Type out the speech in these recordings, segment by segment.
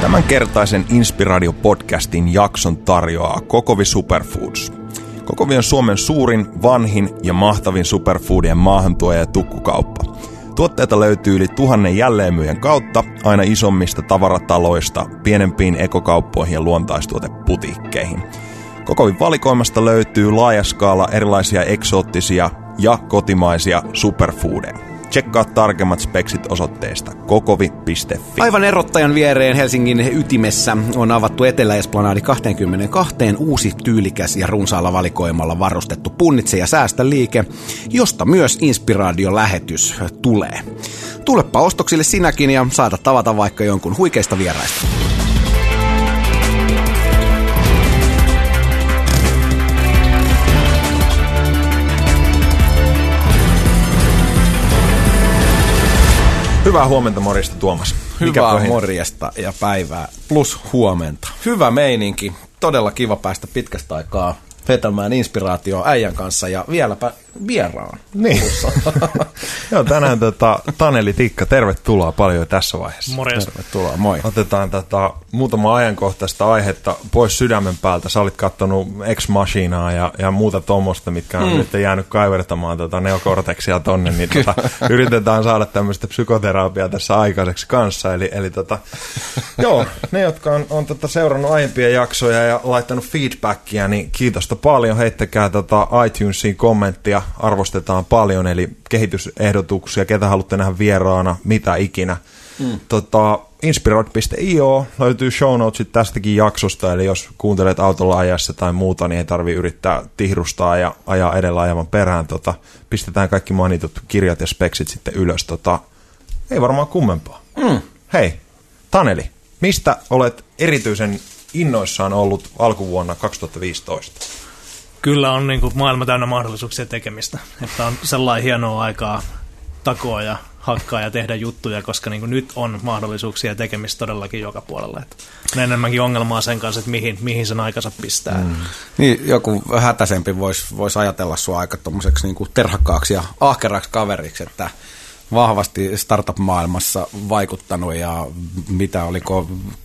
Tämänkertaisen Inspiradio-podcastin jakson tarjoaa Kokovi Superfoods. Kokovi on Suomen suurin, vanhin ja mahtavin superfoodien maahantuoja ja tukkukauppa. Tuotteita löytyy yli 1000 jälleenmyyjän kautta, aina isommista tavarataloista, pienempiin ekokauppoihin ja luontaistuoteputiikkeihin. Kokovin valikoimasta löytyy laaja skaala erilaisia eksoottisia ja kotimaisia superfoodeja. Tsekkaa tarkemmat speksit osoitteesta kokovi.fi. Aivan erottajan viereen Helsingin ytimessä on avattu Etelä-Esplanadi 22 uusi tyylikäs ja runsaalla valikoimalla varustettu punnitse ja säästä liike, josta myös Inspiraatio-lähetys tulee. Tulepa ostoksille sinäkin ja saata tavata vaikka jonkun huikeista vieraista. Hyvää huomenta, morjesta Tuomas. Hyvää morjesta ja päivää plus huomenta. Hyvä meininki. Todella kiva päästä pitkästä aikaa vetämään Inspiraatio äijän kanssa ja vieläpä vieraan. Niin. Joo, tänään Taneli Tikka, tervetuloa paljon tässä vaiheessa. Morjesta. Tervetuloa, moi. Otetaan muutama ajankohtaista aihetta pois sydämen päältä. Sä olit kattonut Ex Machinaa ja muuta tuommoista, mitkä on nyt jäänyt kaivertamaan neokorteksia tonne, niin yritetään saada tämmöistä psykoterapiaa tässä aikaiseksi kanssa. Eli joo, ne, jotka on seurannut aiempia jaksoja ja laittanut feedbackia, niin kiitosta paljon. Heittäkää iTunesiin kommenttia, arvostetaan paljon, eli kehitysehdotuksia, ketä haluatte nähdä vieraana, mitä ikinä. Inspiroid.io löytyy show notesit tästäkin jaksosta, eli jos kuuntelet autolla ajassa tai muuta, niin ei tarvitse yrittää tihrustaa ja ajaa edellä ajavan perään. Pistetään kaikki mainitut kirjat ja speksit sitten ylös. Ei varmaan kummempaa. Hei, Taneli, mistä olet erityisen innoissaan ollut alkuvuonna 2015? Kyllä on niin kuin maailma täynnä mahdollisuuksia tekemistä. Että on sellainen hienoa aikaa takoa ja hakkaa ja tehdä juttuja, koska niin kuin nyt on mahdollisuuksia tekemistä todellakin joka puolella. Että on enemmänkin ongelmaa sen kanssa, että mihin sen aikansa pistää. Niin, joku hätäisempi voisi ajatella sua aika tommoseksi niin kuin terhakkaaksi ja ahkeraksi kaveriksi, että vahvasti startup-maailmassa vaikuttanut ja mitä oliko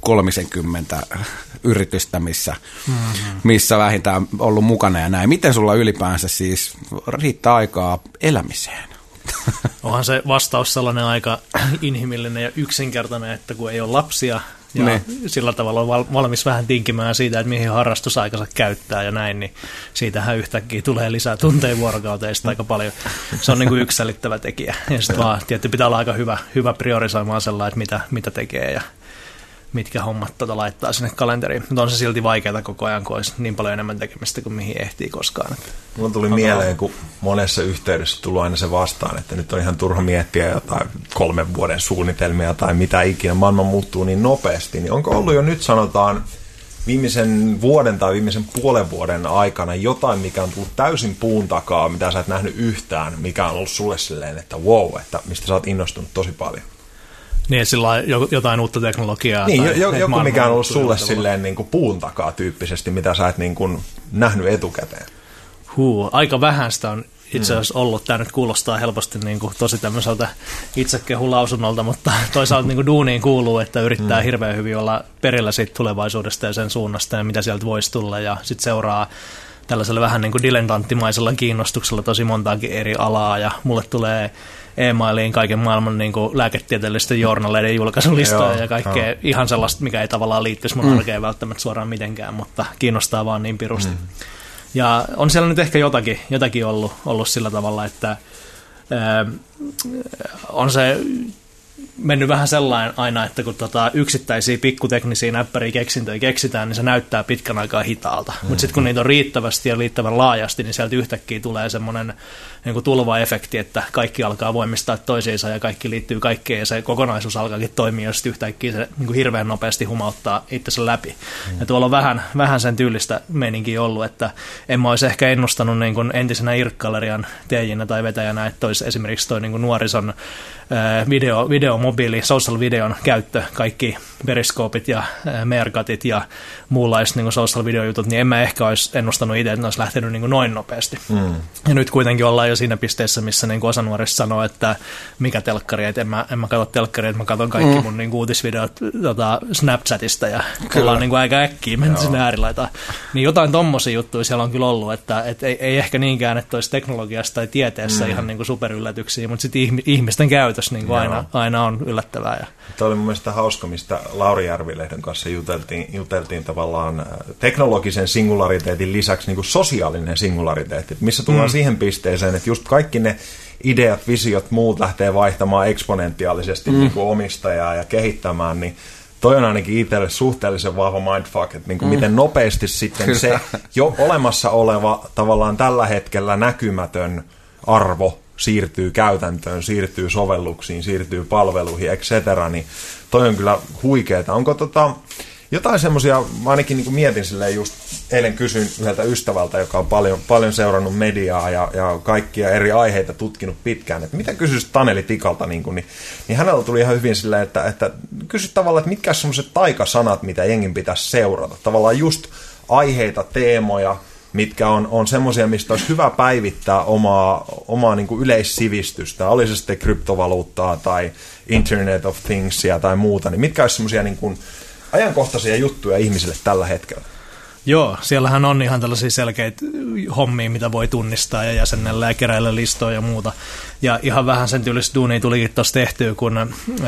30 yritystä, missä vähintään ollut mukana ja näin. Miten sulla ylipäänsä siis riittää aikaa elämiseen? Onhan se vastaus sellainen aika inhimillinen ja yksinkertainen, että kun ei ole lapsia ja sillä tavalla on valmis vähän tinkimään siitä, että mihin harrastusaikansa käyttää ja näin, niin siitähän yhtäkkiä tulee lisää tunteja vuorokauteista aika paljon. Se on niin kuin yksisellittävä tekijä. Ja sitten vaan tietysti pitää olla aika hyvä priorisoimaan sellainen, että mitä tekee ja mitkä hommat laittaa sinne kalenteriin. Mutta on se silti vaikeaa koko ajan, kun olisi niin paljon enemmän tekemistä kuin mihin ehtii koskaan. Mulla tuli mieleen, kun monessa yhteydessä tullut aina se vastaan, että nyt on ihan turha miettiä jotain 3 vuoden suunnitelmia tai mitä ikinä. Maailma muuttuu niin nopeasti. Niin onko ollut jo nyt sanotaan viimeisen vuoden tai viimeisen puolen vuoden aikana jotain, mikä on tullut täysin puun takaa, mitä sä et nähnyt yhtään, mikä on ollut sulle silleen, että wow, että mistä sä oot innostunut tosi paljon? Niin, sillä jotain uutta teknologiaa. Niin, joku mikä on ollut sulle silleen niin kuin puun takaa tyyppisesti, mitä sä et niin kuin nähnyt etukäteen. Aika vähän sitä on itse asiassa ollut. Tämä nyt kuulostaa helposti niin kuin tosi tämmöiseltä itsekehulausunnolta, mutta toisaalta niin kuin duuniin kuuluu, että yrittää hirveän hyvin olla perillä siitä tulevaisuudesta ja sen suunnasta ja mitä sieltä voisi tulla. Ja sitten seuraa tällaisella vähän niin kuin dilentanttimaisella kiinnostuksella tosi montaakin eri alaa ja mulle tulee e-mailiin kaiken maailman niin kuin lääketieteellisten journaleiden julkaisulistoja ja kaikkea ihan sellaista, mikä ei tavallaan liittyisi mun arkeen välttämättä suoraan mitenkään, mutta kiinnostaa vaan niin pirusti. Ja on siellä nyt ehkä jotakin ollut sillä tavalla, että on se mennyt vähän sellainen aina, että kun yksittäisiä pikkuteknisiä näppäriä keksintöjä keksitään, niin se näyttää pitkän aikaa hitaalta. Mutta sitten kun niitä on riittävästi ja riittävän laajasti, niin sieltä yhtäkkiä tulee semmoinen niin kuin tulva-efekti, että kaikki alkaa voimistaa toisiinsa ja kaikki liittyy kaikkeen ja se kokonaisuus alkaakin toimia, ja sitten yhtäkkiä se niin kuin hirveän nopeasti humauttaa itsensä läpi. Ja tuolla on vähän sen tyylistä meininkiä ollut, että en mä olisi ehkä ennustanut niin kuin entisenä IRC-gallerian teijinä tai vetäjänä, että olisi esimerkiksi toi niin kuin nuorison mobiili, social videon käyttö, kaikki periskoopit ja meerkatit ja muunlaiset niin social videojutut, niin en mä ehkä olisi ennustanut itse, että ne olisi lähtenyt niin kuin noin nopeasti. Ja nyt kuitenkin ollaan jo siinä pisteessä, missä niin kuin osa nuorista sanoo, että mikä telkkari, että en mä katso telkkaria, että mä katson kaikki mun niin kuin uutisvideot Snapchatista ja ollaan niin kuin aika äkkiä mennyt sinne äärilaitaan. Niin jotain tommosia juttuja siellä on kyllä ollut, että ei ehkä niinkään, että olisi teknologiassa tai tieteessä ihan niin kuin superyllätyksiä, mutta sitten ihmisten käytös niin kuin aina on yllättävää. Tämä oli mun mielestä hauska, mistä Lauri Järvilehden kanssa juteltiin tavallaan teknologisen singulariteetin lisäksi niin kuin sosiaalinen singulariteetti, missä tullaan siihen pisteeseen, että just kaikki ne ideat, visiot, muut lähtee vaihtamaan eksponentiaalisesti niin kuin omistajaa ja kehittämään, niin toi on ainakin itselle suhteellisen vahva mindfuck, että niin kuin miten nopeasti sitten se jo olemassa oleva tavallaan tällä hetkellä näkymätön arvo siirtyy käytäntöön, siirtyy sovelluksiin, siirtyy palveluihin, etc. Niin toi on kyllä huikeeta. Onko jotain semmoisia, mä ainakin niin kuin mietin silleen just, eilen kysyin yhdeltä ystävältä, joka on paljon seurannut mediaa ja kaikkia eri aiheita tutkinut pitkään, että mitä kysyisit Taneli Tikalta, niin hänellä tuli ihan hyvin silleen, että kysyt tavallaan, että mitkä on semmoiset taikasanat, mitä jengin pitäisi seurata. Tavallaan just aiheita, teemoja, mitkä on semmoisia, mistä olisi hyvä päivittää omaa niin kuin yleissivistystä, oli se sitten kryptovaluuttaa tai Internet of Thingsia tai muuta, niin mitkä olisi semmoisia niin kuin ajankohtaisia juttuja ihmisille tällä hetkellä? Joo, siellähän on ihan tällaisia selkeitä hommia, mitä voi tunnistaa ja jäsennellä ja keräillä listoja ja muuta. Ja ihan vähän sen tyylistä duunia tulikin tuossa tehtyä, kun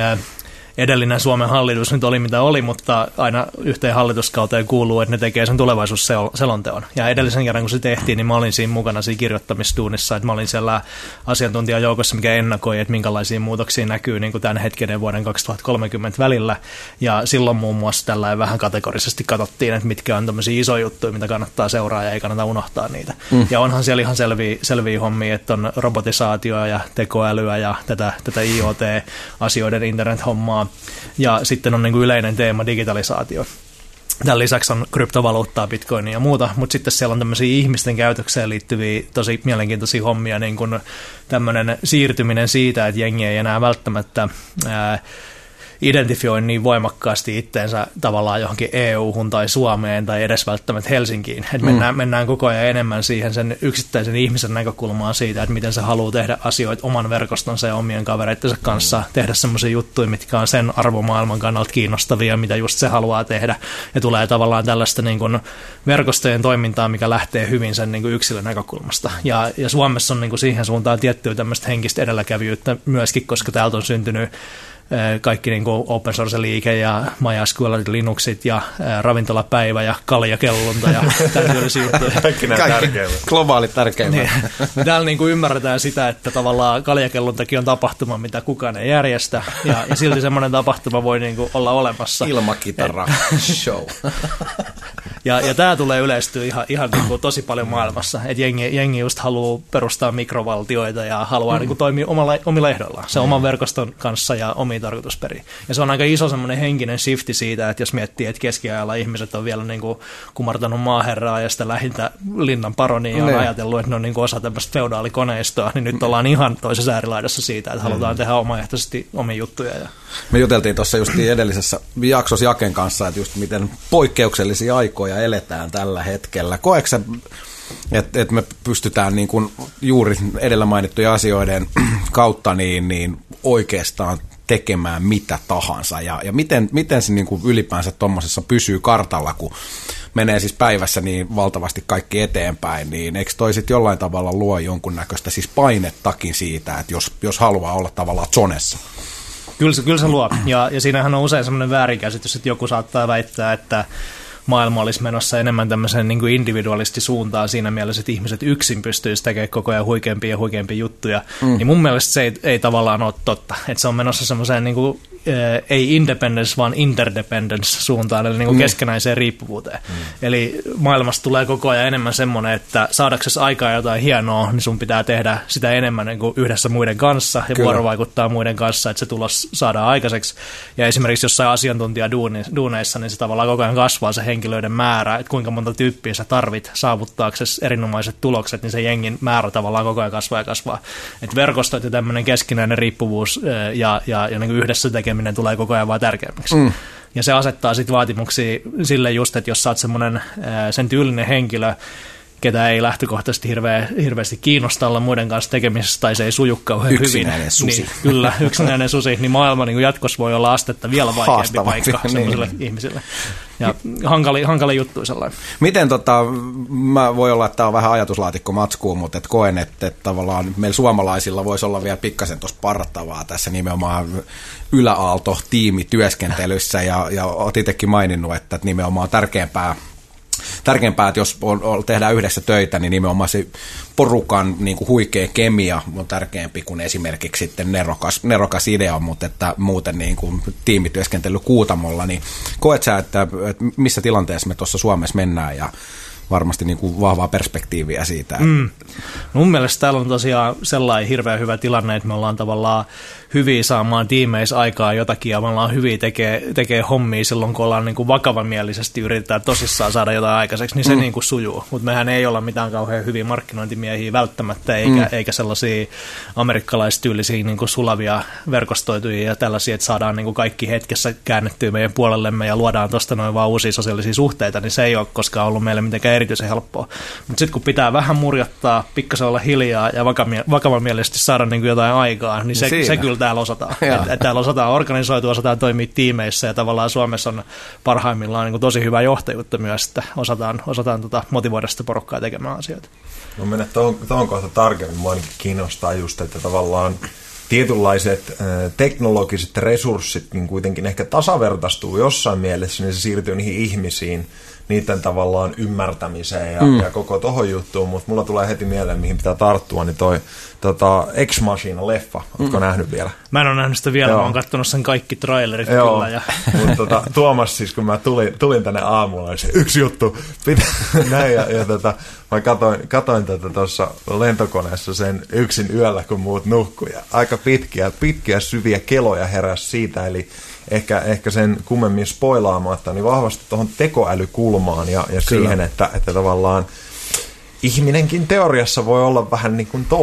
edellinen Suomen hallitus nyt oli mitä oli, mutta aina yhteen hallituskauteen kuuluu, että ne tekee sen tulevaisuusselonteon. Ja edellisen kerran, kun se tehtiin, niin mä olin siinä mukana siinä kirjoittamisduunissa, että mä olin siellä asiantuntijajoukossa, mikä ennakoi, että minkälaisia muutoksia näkyy niin kuin tämän hetken ja vuoden 2030 välillä. Ja silloin muun muassa tällainen vähän kategorisesti katsottiin, että mitkä on tämmöisiä isoja juttuja, mitä kannattaa seuraa ja ei kannata unohtaa niitä. Ja onhan siellä ihan selviä hommia, että on robotisaatioa ja tekoälyä ja tätä IoT-asioiden internet-hommaa. Ja sitten on niin kuin yleinen teema digitalisaatio. Tämän lisäksi on kryptovaluuttaa, bitcoinia ja muuta, mutta sitten siellä on tämmöisiä ihmisten käytökseen liittyviä tosi mielenkiintoisia hommia, niin kuin tämmöinen siirtyminen siitä, että jengi ei enää välttämättä identifioi niin voimakkaasti itteensä tavallaan johonkin EU-hun tai Suomeen tai edes välttämättä Helsinkiin. Että mennään koko ajan enemmän siihen sen yksittäisen ihmisen näkökulmaan siitä, että miten se haluaa tehdä asioita oman verkostonsa ja omien kavereittensa kanssa, tehdä semmoisia juttuja, mitkä on sen arvomaailman kannalta kiinnostavia, mitä just se haluaa tehdä. Ja tulee tavallaan tällaista niin kuin verkostojen toimintaa, mikä lähtee hyvin sen niin kuin yksilön näkökulmasta. Ja Suomessa on niin kuin siihen suuntaan tiettyä tämmöistä henkistä edelläkävijyyttä myöskin, koska täältä on syntynyt kaikki niin kuin open source-liike ja MySQL, Linuxit ja ravintolapäivä ja kaljakellunta ja tämän tyylisiä juttuja. Kaikki nämä tärkeimmät. Globaalit tärkeimmät. Niin. Täällä niin kuin ymmärretään sitä, että tavallaan kaljakelluntakin on tapahtuma, mitä kukaan ei järjestä ja silti semmoinen tapahtuma voi niin kuin olla olemassa. Ilmakitara show. Ja tämä tulee yleistyä ihan niin kuin tosi paljon maailmassa, että jengi just haluaa perustaa mikrovaltioita ja haluaa niin kuin toimia omilla ehdoillaan, se oman verkoston kanssa ja omiin tarkoitusperiin. Ja se on aika iso semmoinen henkinen shifti siitä, että jos miettii, että keskiajalla ihmiset on vielä niin kuin kumartanut maaherraa ja sitä lähintä linnan paronia ja on ajatellut, että ne on niin kuin osa tämmöistä feodaalikoneistoa, niin nyt ollaan ihan toisessa äärilaidassa siitä, että halutaan tehdä omaehtoisesti omia juttuja. Me juteltiin tuossa just edellisessä jaksossa Jaken kanssa, että just miten poikkeuksellisia aikoja eletään tällä hetkellä. Koetko sä, että me pystytään niin kuin juuri edellä mainittujen asioiden kautta niin oikeastaan tekemään mitä tahansa ja miten se niin kuin ylipäänsä tuommoisessa pysyy kartalla, kun menee siis päivässä niin valtavasti kaikki eteenpäin, niin eikö toi sitten jollain tavalla luo jonkunnäköistä siis painettakin siitä, että jos haluaa olla tavallaan zonessa? Kyllä se luo, ja siinähän on usein semmoinen väärinkäsitys, että joku saattaa väittää, että maailma olisi menossa enemmän tämmöiseen niin kuin individualistisuuntaan siinä mielessä, että ihmiset yksin pystyisi tekemään koko ajan huikeampia juttuja, niin mun mielestä se ei tavallaan ole totta. Että se on menossa semmoiseen niin kuin, ei independence, vaan interdependence suuntaan, eli niin kuin keskenäiseen riippuvuuteen. Eli maailmasta tulee koko ajan enemmän semmoinen, että saadaksesi aikaa jotain hienoa, niin sun pitää tehdä sitä enemmän niin kuin yhdessä muiden kanssa ja vuorovaikuttaa muiden kanssa, että se tulos saadaan aikaiseksi. Ja esimerkiksi jossain asiantuntijaduuneissa, niin se tavallaan koko ajan kasvaa se henkilöiden määrä, että kuinka monta tyyppiä sä tarvit saavuttaaksesi erinomaiset tulokset, niin se jengin määrä tavallaan koko ajan kasvaa. Että verkostot ja tämmöinen keskinäinen riippuvuus ja niin kuin yhdessä tekeminen tulee koko ajan vaan tärkeämmäksi. Ja se asettaa sitten vaatimuksia sille just, että jos sä oot semmoinen sen tyylinen henkilö, ketä ei lähtökohtaisesti hirveästi kiinnosta olla muiden kanssa tekemisessä tai se ei suju kauhean yksinäinen susi. Niin, kyllä, yksinäinen susi, niin maailma niin jatkossa voi olla astetta vielä vaikeampi paikka sellaisille ihmisille. Ja hankali juttu sellainen. Miten mä voi olla, että tämä on vähän ajatuslaatikko matskuu, mutta koen, että tavallaan meillä suomalaisilla voisi olla vielä pikkasen tuossa parrattavaa tässä nimenomaan yläaalto-tiimityöskentelyssä, ja olet itsekin maininnut, että nimenomaan tärkeämpää, että jos tehdään yhdessä töitä, niin nimenomaan se porukan niin kuin huikea kemia on tärkeämpi kuin esimerkiksi sitten nerokas idea, mutta että muuten niin kuin tiimityöskentely Kuutamolla, niin koet sä, että missä tilanteessa me tuossa Suomessa mennään ja varmasti niin kuin vahvaa perspektiiviä siitä. Mun mielestä täällä on tosiaan sellainen hirveän hyvä tilanne, että me ollaan tavallaan hyviä saamaan tiimeissä aikaa jotakin ja me ollaan hyviä tekee hommia silloin, kun ollaan niin kuin vakavamielisesti yritetään tosissaan saada jotain aikaiseksi, niin se niin kuin sujuu. Mutta mehän ei olla mitään kauhean hyviä markkinointimiehiä välttämättä, eikä sellaisia amerikkalaistyylisiä niin kuin sulavia verkostoituja ja tällaisia, että saadaan niin kuin kaikki hetkessä käännettyä meidän puolellemme ja luodaan tuosta noin vaan uusia sosiaalisia suhteita, niin se ei ole koskaan ollut meille mitenkään erityisen helppoa. Mutta sitten kun pitää vähän murjottaa, pikkasen olla hiljaa ja vakavamielisesti saada niin kuin jotain aikaa, niin se kyllä täällä osataan. Täällä osataan organisoitua, osataan toimia tiimeissä ja tavallaan Suomessa on parhaimmillaan niin kuin tosi hyvä johtajuutta myös, että osataan motivoida sitä porukkaa tekemään asioita. No mennä tuohon kohta tarkemmin. Mua ainakin kiinnostaa just, että tavallaan tietynlaiset teknologiset resurssit niin kuitenkin ehkä tasavertaistuu jossain mielessä, niin se siirtyy niihin ihmisiin, niiden tavallaan ymmärtämiseen ja koko tohon juttuun, mutta mulla tulee heti mieleen, mihin pitää tarttua, niin toi Ex Machina-leffa. Ootko nähnyt vielä? Mä en ole nähnyt sitä vielä, mä oon kattonut sen kaikki trailerit kyllä. Ja. Mutta Tuomas, siis kun mä tulin tänne aamulla, niin se yksi juttu pitää näin, ja mä katoin tuossa lentokoneessa sen yksin yöllä, kun muut nukkui, ja aika pitkiä syviä keloja heräsi siitä, eli ehkä sen kummemmin spoilaamatta, niin vahvasti tuohon tekoälykulmaan ja siihen, että tavallaan ihminenkin teoriassa voi olla vähän niin kuin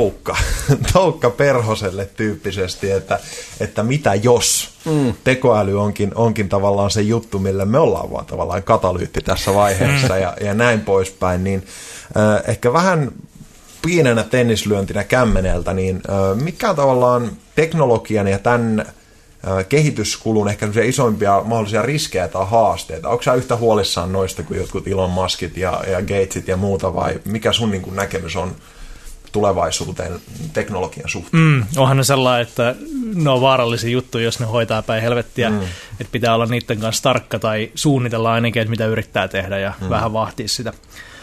toukka perhoselle tyyppisesti, että mitä jos tekoäly onkin tavallaan se juttu, millä me ollaan vaan tavallaan katalyytti tässä vaiheessa ja näin poispäin, niin ehkä vähän pienenä tennislyöntinä kämmeneltä, niin mitkä on tavallaan teknologian ja tämän kehityskulun ehkä isoimpia mahdollisia riskejä tai haasteita? Onko sä yhtä huolissaan noista kuin jotkut Elon Muskit ja Gatesit ja muuta, vai mikä sun niin kuin näkemys on tulevaisuuteen teknologian suhteen? Onhan ne sellainen, että ne on vaarallisia juttuja, jos ne hoitaa päin helvettiä, että pitää olla niiden kanssa tarkka tai suunnitella ainakin, että mitä yrittää tehdä ja vähän vahtia sitä.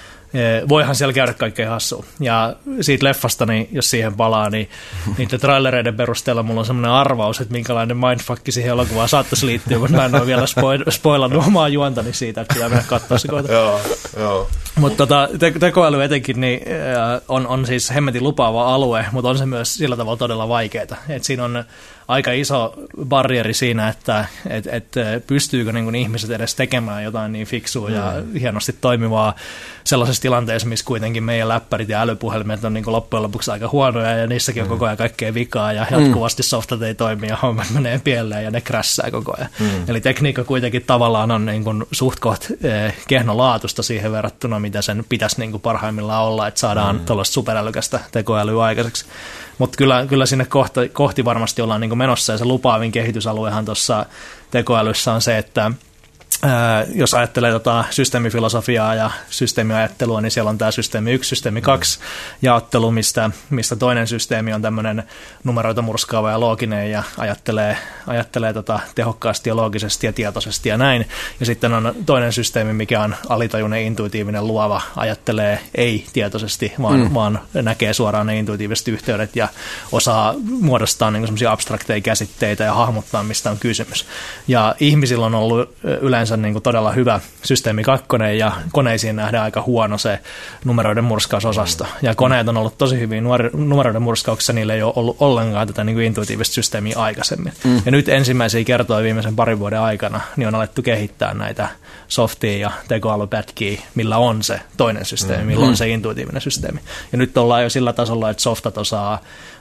Voihan siellä käydä kaikkea hassua. Ja siitä leffasta, niin jos siihen palaa, niin niiden trailereiden perusteella mulla on semmoinen arvaus, että minkälainen mindfuck siihen elokuvaan saattaisi liittyä, mutta mä en ole vielä spoilannut omaa juontani siitä, että pitää mennä katsoa se kohta. Joo. Mutta tekoäly etenkin niin on siis hemmetin lupaava alue, mutta on se myös sillä tavalla todella vaikeaa. Et siinä on aika iso barrieri siinä, että pystyykö niin kuin ihmiset edes tekemään jotain niin fiksua ja hienosti toimivaa sellaisessa tilanteessa, missä kuitenkin meidän läppärit ja älypuhelimet on niin kuin loppujen lopuksi aika huonoja ja niissäkin on koko ajan kaikkea vikaa ja jatkuvasti softat ei toimi ja hommat menee pieleen ja ne krässää koko ajan. Eli tekniikka kuitenkin tavallaan on niin kuin suht koht kehnolaatusta siihen verrattuna, mitä sen pitäisi niin kuin parhaimmillaan olla, että saadaan tuollaista superälykästä tekoälyä aikaiseksi. Mutta kyllä sinne kohti varmasti ollaan niin kuin menossa, ja se lupaavin kehitysaluehan tuossa tekoälyssä on se, että jos ajattelee systeemifilosofiaa ja systeemiajattelua, niin siellä on tämä systeemi 1, systeemi 2 jaottelu, mistä toinen systeemi on tämmöinen numeroita murskaava ja looginen ja ajattelee tehokkaasti ja loogisesti ja tietoisesti ja näin. Ja sitten on toinen systeemi, mikä on alitajuinen, intuitiivinen, luova, ajattelee ei tietoisesti, vaan näkee suoraan ne intuitiiviset yhteydet ja osaa muodostaa niin semmoisia abstrakteja käsitteitä ja hahmottaa, mistä on kysymys. Ja ihmisillä on ollut yleensä niin kuin todella hyvä systeemi 2, ja koneisiin nähdään aika huono se numeroiden murskausosasto. Ja koneet on ollut tosi hyviä numeroiden murskauksessa, niillä ei ole ollut ollenkaan tätä niin kuin intuitiivista systeemiä aikaisemmin. Ja nyt ensimmäisiä kertoja viimeisen parin vuoden aikana niin on alettu kehittää näitä softia ja tekoälypätkiä, millä on se toinen systeemi, millä on se intuitiivinen systeemi. Ja nyt ollaan jo sillä tasolla, että softat osaa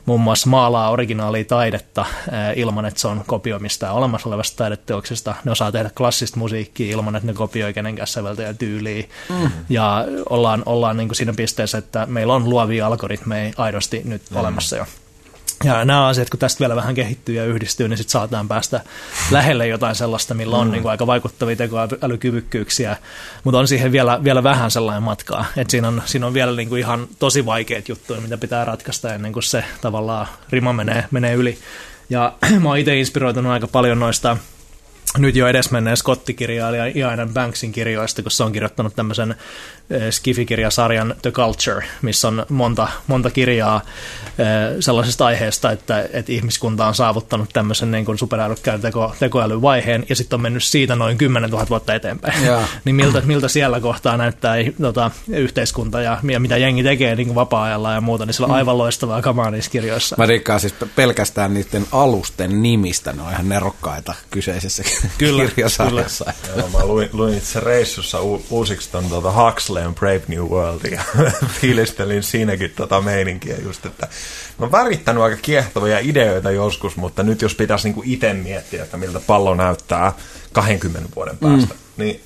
muun muassa maalaa originaalia taidetta ilman, että se on kopio mistään olemassa olevasta taideteoksesta. Ne osaa tehdä klassista musiikkia ilman, että ne kopioi kenenkään säveltäjän tyyliä. Ja ollaan niin kuin siinä pisteessä, että meillä on luovia algoritmeja aidosti nyt olemassa jo. Ja nämä asiat, kun tästä vielä vähän kehittyy ja yhdistyy, niin sitten saataan päästä lähelle jotain sellaista, millä on niin kuin aika vaikuttavia tekoälykyvykkyyksiä, mutta on siihen vielä vähän sellainen matkaa. Että siinä on vielä niin kuin ihan tosi vaikeat juttuja, mitä pitää ratkaista ennen kuin se tavallaan rima menee yli. Ja mä oon itse inspiroitunut aika paljon noista nyt jo edesmenneen skottikirjailija Iain Banksin kirjoista, kun se on kirjoittanut tämmöisen Skifi-kirjasarjan The Culture, missä on monta kirjaa sellaisesta aiheesta, että ihmiskunta on saavuttanut tämmöisen niin kuin superälykkään tekoälyvaiheen, ja sitten on mennyt siitä noin 10 000 vuotta eteenpäin. Niin miltä siellä kohtaa näyttää yhteiskunta ja mitä jengi tekee niin kuin vapaa-ajalla ja muuta, niin sillä on aivan loistavaa kamaa niissä kirjoissa. Mä rikkaan siis pelkästään niiden alusten nimistä, ne on ihan nerokkaita kyseisessä kirjasarjassa. Joo, mä luin itse reissussa uusiksi ton Huxleyn Brave New World ja fiilistelin siinäkin meininkiä just, että mä oon värittänyt aika kiehtovia ideoita joskus, mutta nyt jos pitäisi niinku itse miettiä, että miltä pallo näyttää 20 vuoden päästä, niin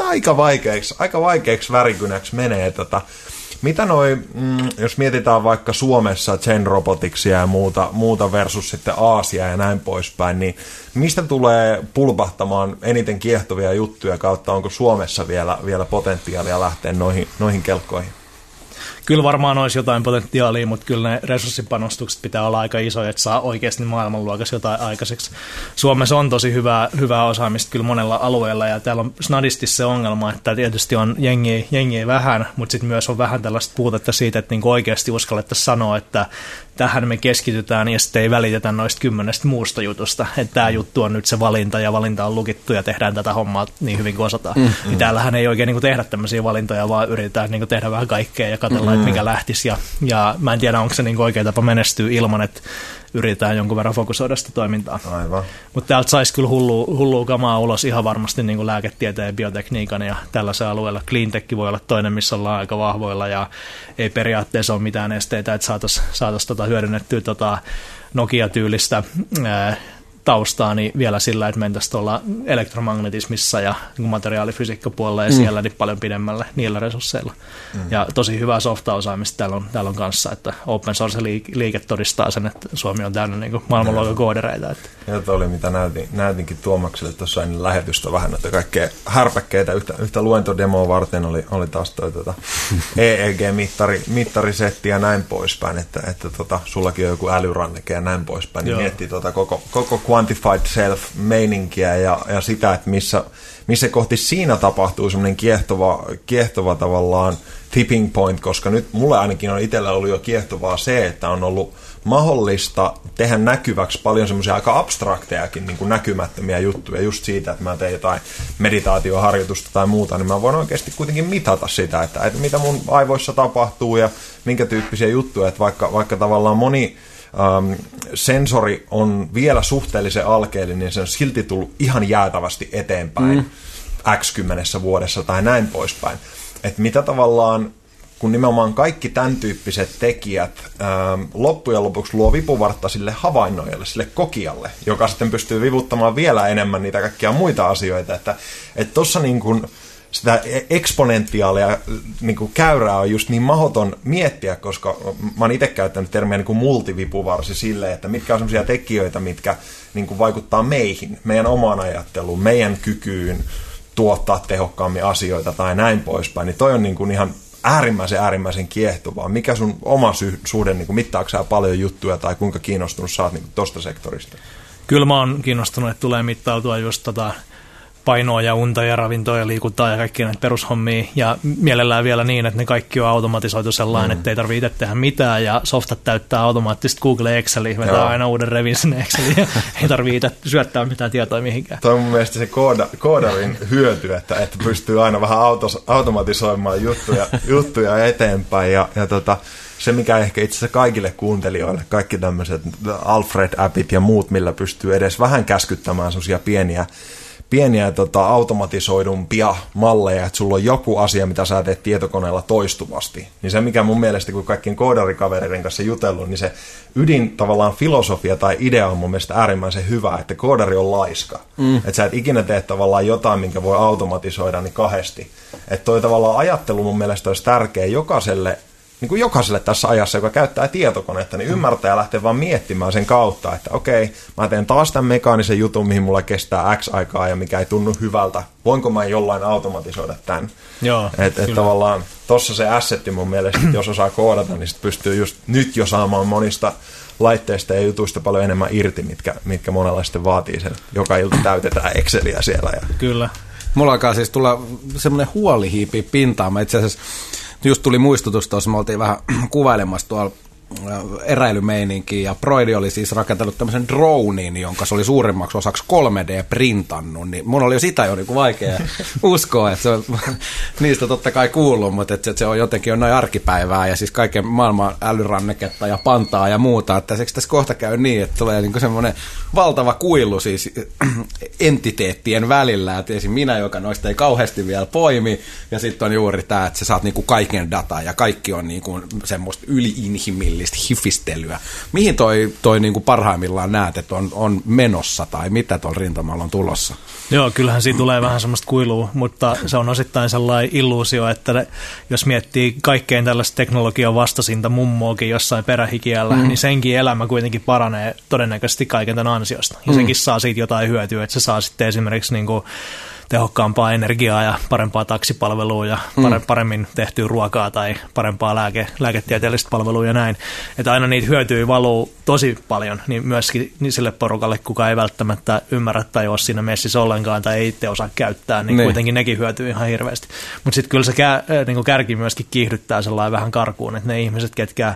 aika vaikeaksi värikynäksi menee. Mitä jos mietitään vaikka Suomessa Zen Roboticsia ja muuta versus sitten Aasia ja näin poispäin, niin mistä tulee pulpahtamaan eniten kiehtovia juttuja kautta, onko Suomessa vielä potentiaalia lähteä noihin kelkkoihin? Kyllä varmaan olisi jotain potentiaalia, mutta kyllä ne resurssipanostukset pitää olla aika isoja, että saa oikeasti maailmanluokassa jotain aikaiseksi. Suomessa on tosi hyvää osaamista kyllä monella alueella, ja täällä on snadisti se ongelma, että tietysti on jengiä vähän, mutta sitten myös on vähän tällaista puutetta siitä, että niinku oikeasti uskallettaisiin sanoa, että tähän me keskitytään ja sitten ei välitetä noista 10 muusta jutusta, että tämä juttu on nyt se valinta ja valinta on lukittu ja tehdään tätä hommaa niin hyvin kuin osataan. Niin täällähän ei oikein tehdä tämmöisiä valintoja, vaan yritetään tehdä vähän kaikkea ja katsella, että mikä lähtisi. Ja mä en tiedä, onko se oikea tapa menestyä ilman, että yritetään jonkun verran fokusoida sitä toimintaa. Aivan. Mutta täältä saisi kyllä hullua kamaa ulos ihan varmasti lääketieteen ja biotekniikan ja tällaisen alueella. Cleantech voi olla toinen, missä ollaan aika vahvoilla ja ei periaatteessa ole mitään esteitä, että saataisiin hyödynnettyä Nokia-tyylistä taustaa niin vielä sillä, että mentäisiin tuolla elektromagnetismissa ja materiaalifysiikkapuolella ja siellä niin paljon pidemmälle niillä resursseilla. Ja tosi hyvää softa-osaamista täällä on kanssa, että open source-liike todistaa sen, että Suomi on täynnä niin maailmanluokan koodereita. Ja tuo oli, mitä näytinkin Tuomakselle tuossa ennen lähetystä vähän, että kaikkea härpäkkeitä yhtä luentodemoa varten oli taas toi EEG-mittarisetti ja näin poispäin, että sullakin on joku älyranneke ja näin poispäin, niin miettii koko quantified self-meininkiä ja sitä, että missä kohti siinä tapahtuu semmoinen kiehtova tavallaan tipping point, koska nyt mulle ainakin on itsellä ollut jo kiehtovaa se, että on ollut mahdollista tehdä näkyväksi paljon semmoisia aika abstraktejakin niin kuin näkymättömiä juttuja just siitä, että mä teen jotain meditaatioharjoitusta tai muuta, niin mä voin oikeasti kuitenkin mitata sitä, että mitä mun aivoissa tapahtuu ja minkä tyyppisiä juttuja, että vaikka tavallaan moni sensori on vielä suhteellisen alkeellinen, niin se on silti tullut ihan jäätävästi eteenpäin X10 vuodessa tai näin poispäin. Että mitä tavallaan, kun nimenomaan kaikki tämän tyyppiset tekijät loppujen lopuksi luo vipuvartta sille havainnoijalle, sille kokijalle, joka sitten pystyy vivuttamaan vielä enemmän niitä kaikkia muita asioita, että tuossa niin kuin sitä eksponentiaalia niin kuin käyrää on just niin mahdoton miettiä, koska mä oon itse käyttänyt termiä niin kuin multivipuvarsi sille, että mitkä on sellaisia tekijöitä, mitkä niin kuin vaikuttaa meihin, meidän omaan ajatteluun, meidän kykyyn tuottaa tehokkaammin asioita tai näin poispäin, niin toi on niin kuin ihan äärimmäisen kiehtovaa. Mikä sun oma suhde, niin kuin mittaako sä paljon juttuja tai kuinka kiinnostunut sä oot niin tosta sektorista? Kyllä mä oon kiinnostunut, että tulee mittautua just painoa ja unta ja ravintoa ja liikuntaa ja kaikkia näitä perushommia. Ja mielellään vielä niin, että ne kaikki on automatisoitu sellainen, että ei tarvitse itse tehdä mitään ja softat täyttää automaattisesti Google Exceliin, vetää aina uuden revin sinne Exceliin ja ei tarvitse itse syöttää mitään tietoa mihinkään. Toi on mun mielestä se koodarin hyöty, että pystyy aina vähän automatisoimaan juttuja eteenpäin ja se, mikä ehkä itse asiassa kaikille kuuntelijoille, kaikki tämmöiset Alfred-appit ja muut, millä pystyy edes vähän käskyttämään semmoisia pieniä automatisoidumpia malleja, että sulla on joku asia, mitä sä teet tietokoneella toistuvasti. Niin se, mikä mun mielestä, kun kaikkien koodarikavereiden kanssa jutellut, niin se ydin tavallaan filosofia tai idea on mun mielestä äärimmäisen hyvä, että koodari on laiska. Että sä et ikinä tee tavallaan jotain, minkä voi automatisoida niin kahdesti. Että toi tavallaan ajattelu mun mielestä olisi tärkeä jokaiselle tässä ajassa, joka käyttää tietokonetta, niin ymmärtää ja lähtee vaan miettimään sen kautta, että okei, mä teen taas tämän mekaanisen jutun, mihin mulla kestää X aikaa ja mikä ei tunnu hyvältä. Voinko mä jollain automatisoida tämän? Joo, että tavallaan tossa se assetti mun mielestä, että jos osaa koodata, niin sit pystyy just nyt jo saamaan monista laitteista ja jutuista paljon enemmän irti, mitkä monella sitten vaatii sen. Joka ilta täytetään Exceliä siellä. Kyllä. Mulla alkaa siis tulla semmoinen huolihiipi pintaan. Mä itse asiassa just tuli muistutus tuossa, me oltiin vähän kuvailemassa tuolla eräilymeininkiä, ja Broidi oli siis rakentanut tämmöisen dronein, jonka se oli suurimmaksi osaksi 3D-printannut, niin mun oli jo sitä jo niin vaikea uskoa, että se on niistä totta kai kuullut, mutta että se on jotenkin noin arkipäivää, ja siis kaiken maailman älyranneketta ja pantaa ja muuta, että tässä kohta käy niin, että tulee niin semmoinen valtava kuilu siis entiteettien välillä, että esim. Minä, joka noista ei kauheasti vielä poimi, ja sitten on juuri tämä, että sä saat niin kuin kaiken dataa, ja kaikki on niin kuin semmoista yliinhimillistä hifistelyä. Mihin toi niin kuin parhaimmillaan näet, että on menossa tai mitä tuolla rintamalla on tulossa? Joo, kyllähän siinä tulee vähän semmoista kuilua, mutta se on osittain sellainen illuusio, että jos miettii kaikkein tällaista teknologian vastasinta mummoakin jossain perähikiällä, niin senkin elämä kuitenkin paranee todennäköisesti kaiken tämän ansiosta. Ja sekin saa siitä jotain hyötyä, että se saa sitten esimerkiksi niin kuin tehokkaampaa energiaa ja parempaa taksipalvelua ja paremmin tehtyä ruokaa tai parempaa lääketieteellistä palvelua ja näin. Että aina niitä hyötyjä valuu tosi paljon, niin myöskin sille porukalle, kuka ei välttämättä ymmärrä tai ole siinä messissä ollenkaan tai ei itse osaa käyttää, niin kuitenkin nekin hyötyy ihan hirveästi. Mutta sitten kyllä se niin kärki myöskin kiihdyttää sellainen vähän karkuun, että ne ihmiset, ketkä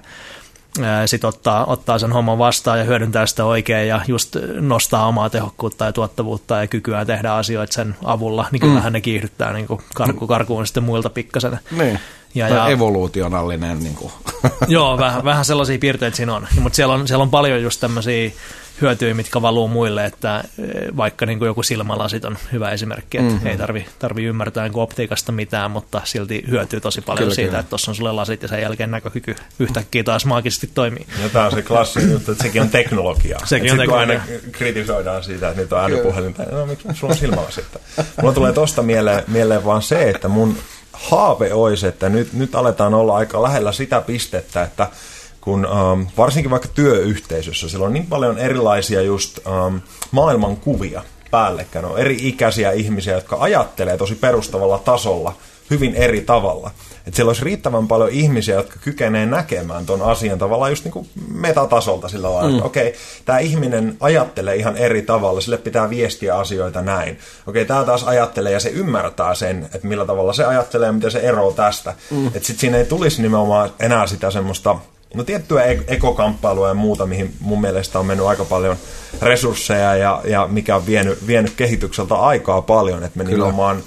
sitten ottaa sen homman vastaan ja hyödyntää sitä oikein ja just nostaa omaa tehokkuutta ja tuottavuutta ja kykyä tehdä asioita sen avulla, niin kyllähän ne kiihdyttää niin karkuun sitten muilta pikkasen. Niin. Ja evoluutionallinen. Niin kuin. Joo, vähän sellaisia piirteitä siinä on. Mutta siellä on paljon just tämmöisiä hyötyjä, mitkä valuu muille, että vaikka niin kuin joku silmälasit on hyvä esimerkki, että ei tarvi ymmärtää niin kuin optiikasta mitään, mutta silti hyötyy tosi paljon siitä, että tuossa on sulle lasit ja sen jälkeen näkökyky yhtäkkiä taas maagisesti toimii. Ja tämä on se klassinen juttu, että sekin on teknologiaa. Sekin on teknologiaa. Aina kritisoidaan siitä, että nyt on älypuhelinta. No miksi sulla on silmälasit? Mulla tulee tosta mieleen vaan se, että mun haave olisi, että nyt aletaan olla aika lähellä sitä pistettä, että kun varsinkin vaikka työyhteisössä, siellä on niin paljon erilaisia just maailmankuvia päällekkäin. On eri ikäisiä ihmisiä, jotka ajattelee tosi perustavalla tasolla hyvin eri tavalla. Että siellä olisi riittävän paljon ihmisiä, jotka kykenee näkemään ton asian tavallaan just niin kuin metatasolta sillä lailla, että okei, tämä ihminen ajattelee ihan eri tavalla, sille pitää viestiä asioita näin. Okei, tämä taas ajattelee ja se ymmärtää sen, että millä tavalla se ajattelee ja miten se eroaa tästä. Että sitten siinä ei tulisi nimenomaan enää sitä semmoista tiettyä ekokamppailua ja muuta, mihin mun mielestä on mennyt aika paljon resursseja ja mikä on vienyt kehitykseltä aikaa paljon, että me nimenomaan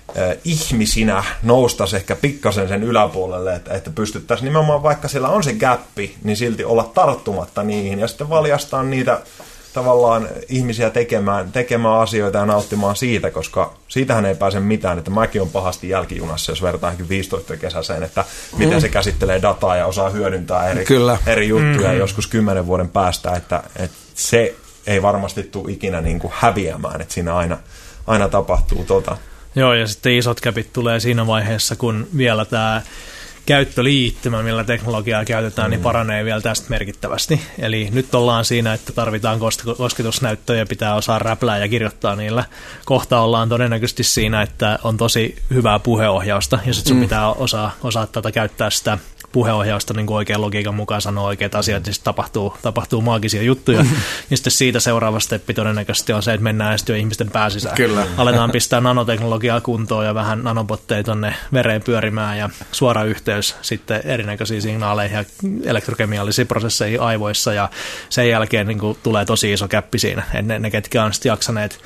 ihmisinä noustaisi ehkä pikkasen sen yläpuolelle, että pystyttäisiin nimenomaan, vaikka siellä on se gäppi, niin silti olla tarttumatta niihin ja sitten valjastaa niitä tavallaan ihmisiä tekemään asioita ja nauttimaan siitä, koska siitähän ei pääse mitään, että mäkin on pahasti jälkijunassa, jos vertaankin 15 kesäseen, että miten se käsittelee dataa ja osaa hyödyntää eri juttuja joskus 10 vuoden päästä, että se ei varmasti tule ikinä niin kuin häviämään, että siinä aina tapahtuu Joo, ja sitten isot käpit tulee siinä vaiheessa, kun vielä tämä käyttöliittymä, millä teknologiaa käytetään, niin paranee vielä tästä merkittävästi. Eli nyt ollaan siinä, että tarvitaan kosketusnäyttöjä, pitää osaa räplää ja kirjoittaa niillä. Kohta ollaan todennäköisesti siinä, että on tosi hyvää puheohjausta, ja sitten sun pitää osaa käyttää sitä puheohjausta niin kuin oikean logiikan mukaan sanoa oikeat asiat, niin sitten tapahtuu maagisia juttuja. Ja sitten siitä seuraava steppi todennäköisesti on se, että mennään sitten jo ihmisten pääsisään. Kyllä. Aletaan pistää nanoteknologiaa kuntoon ja vähän nanobotteja tuonne vereen pyörimään ja suora yhteys sitten erinäköisiin signaaleihin ja elektrokemiallisiin prosesseihin aivoissa ja sen jälkeen niin kuin tulee tosi iso käppi siinä. Ne ketkä on sitten jaksaneet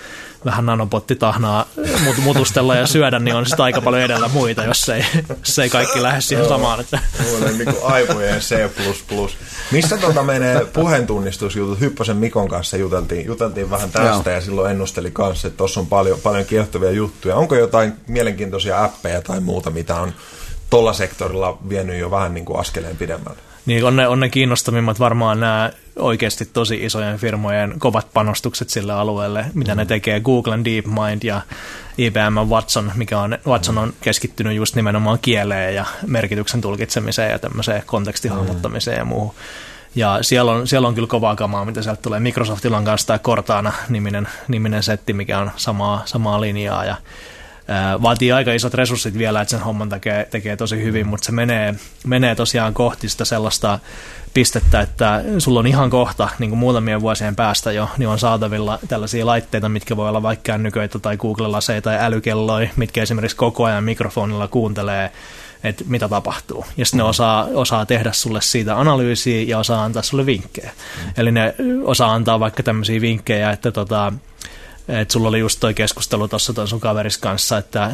vähän nanopottitahnaa mutustella ja syödä, niin on sitten aika paljon edellä muita, jos ei kaikki lähde siihen samaan. Että. Niin kuin aivojen C++. Missä menee puheentunnistusjutut? Hyppösen Mikon kanssa juteltiin vähän tästä ja silloin ennusteli kanssa, että tuossa on paljon kiehtovia juttuja. Onko jotain mielenkiintoisia appeja tai muuta, mitä on tuolla sektorilla vienyt jo vähän niin kuin askeleen pidemmälle? Niin on ne kiinnostavimmat varmaan nämä oikeasti tosi isojen firmojen kovat panostukset sille alueelle, mitä ne tekee. Googlen DeepMind ja IBM Watson, Watson on keskittynyt just nimenomaan kieleen ja merkityksen tulkitsemiseen ja tämmöiseen kontekstihahmottamiseen ja muuhun. Ja siellä on kyllä kovaa kamaa, mitä sieltä tulee. Microsoftilla on kanssa tämä Cortana-niminen setti, mikä on samaa linjaa ja vaatii aika isot resurssit vielä, että sen homman tekee tosi hyvin, mutta se menee tosiaan kohti sitä sellaista pistettä, että sulla on ihan kohta, niin kuin muutamien vuosien päästä jo, niin on saatavilla tällaisia laitteita, mitkä voi olla vaikka kännyköitä tai Google-laseja tai älykelloja, mitkä esimerkiksi koko ajan mikrofonilla kuuntelee, että mitä tapahtuu. Ja sitten ne osaa tehdä sulle siitä analyysiä ja osaa antaa sulle vinkkejä. Eli ne osaa antaa vaikka tämmöisiä vinkkejä, että sulla oli just toi keskustelu tuossa ton sun kaveris kanssa, että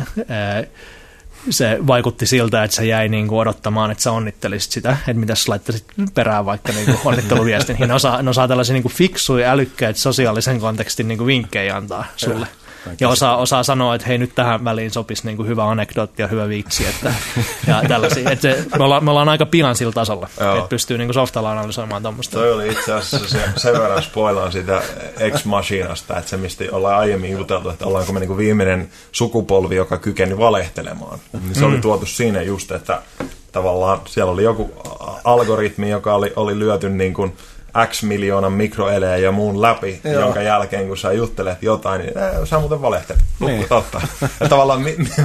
se vaikutti siltä, että se jäi niinku odottamaan, että sä onnittelisit sitä, että mitä sä laittaisit perään vaikka niinku onnitteluviestin. Ja ne osaa tällaisia niinku fiksuja, älykkäitä sosiaalisen kontekstin niinku vinkkejä antaa sulle. Ja osaa sanoa, että hei, nyt tähän väliin sopisi niinku hyvä anekdootti ja hyvä vitsi. Ja tällaisia. Me ollaan aika pian sillä tasolla, että pystyy niinku softalla analysoimaan tuommoista. Toi oli itse asiassa sen verran spoilaan sitä Ex Machinasta, että se mistä ollaan aiemmin juteltu, että ollaanko me niinku viimeinen sukupolvi, joka kykeni valehtelemaan. Se oli tuotu siinä just, että tavallaan siellä oli joku algoritmi, joka oli lyöty niin kuin X miljoonan mikroelejä ja muun läpi, jonka jälkeen kun sä juttelet jotain, niin sä muuten valehtelet. Totta. Ja tavallaan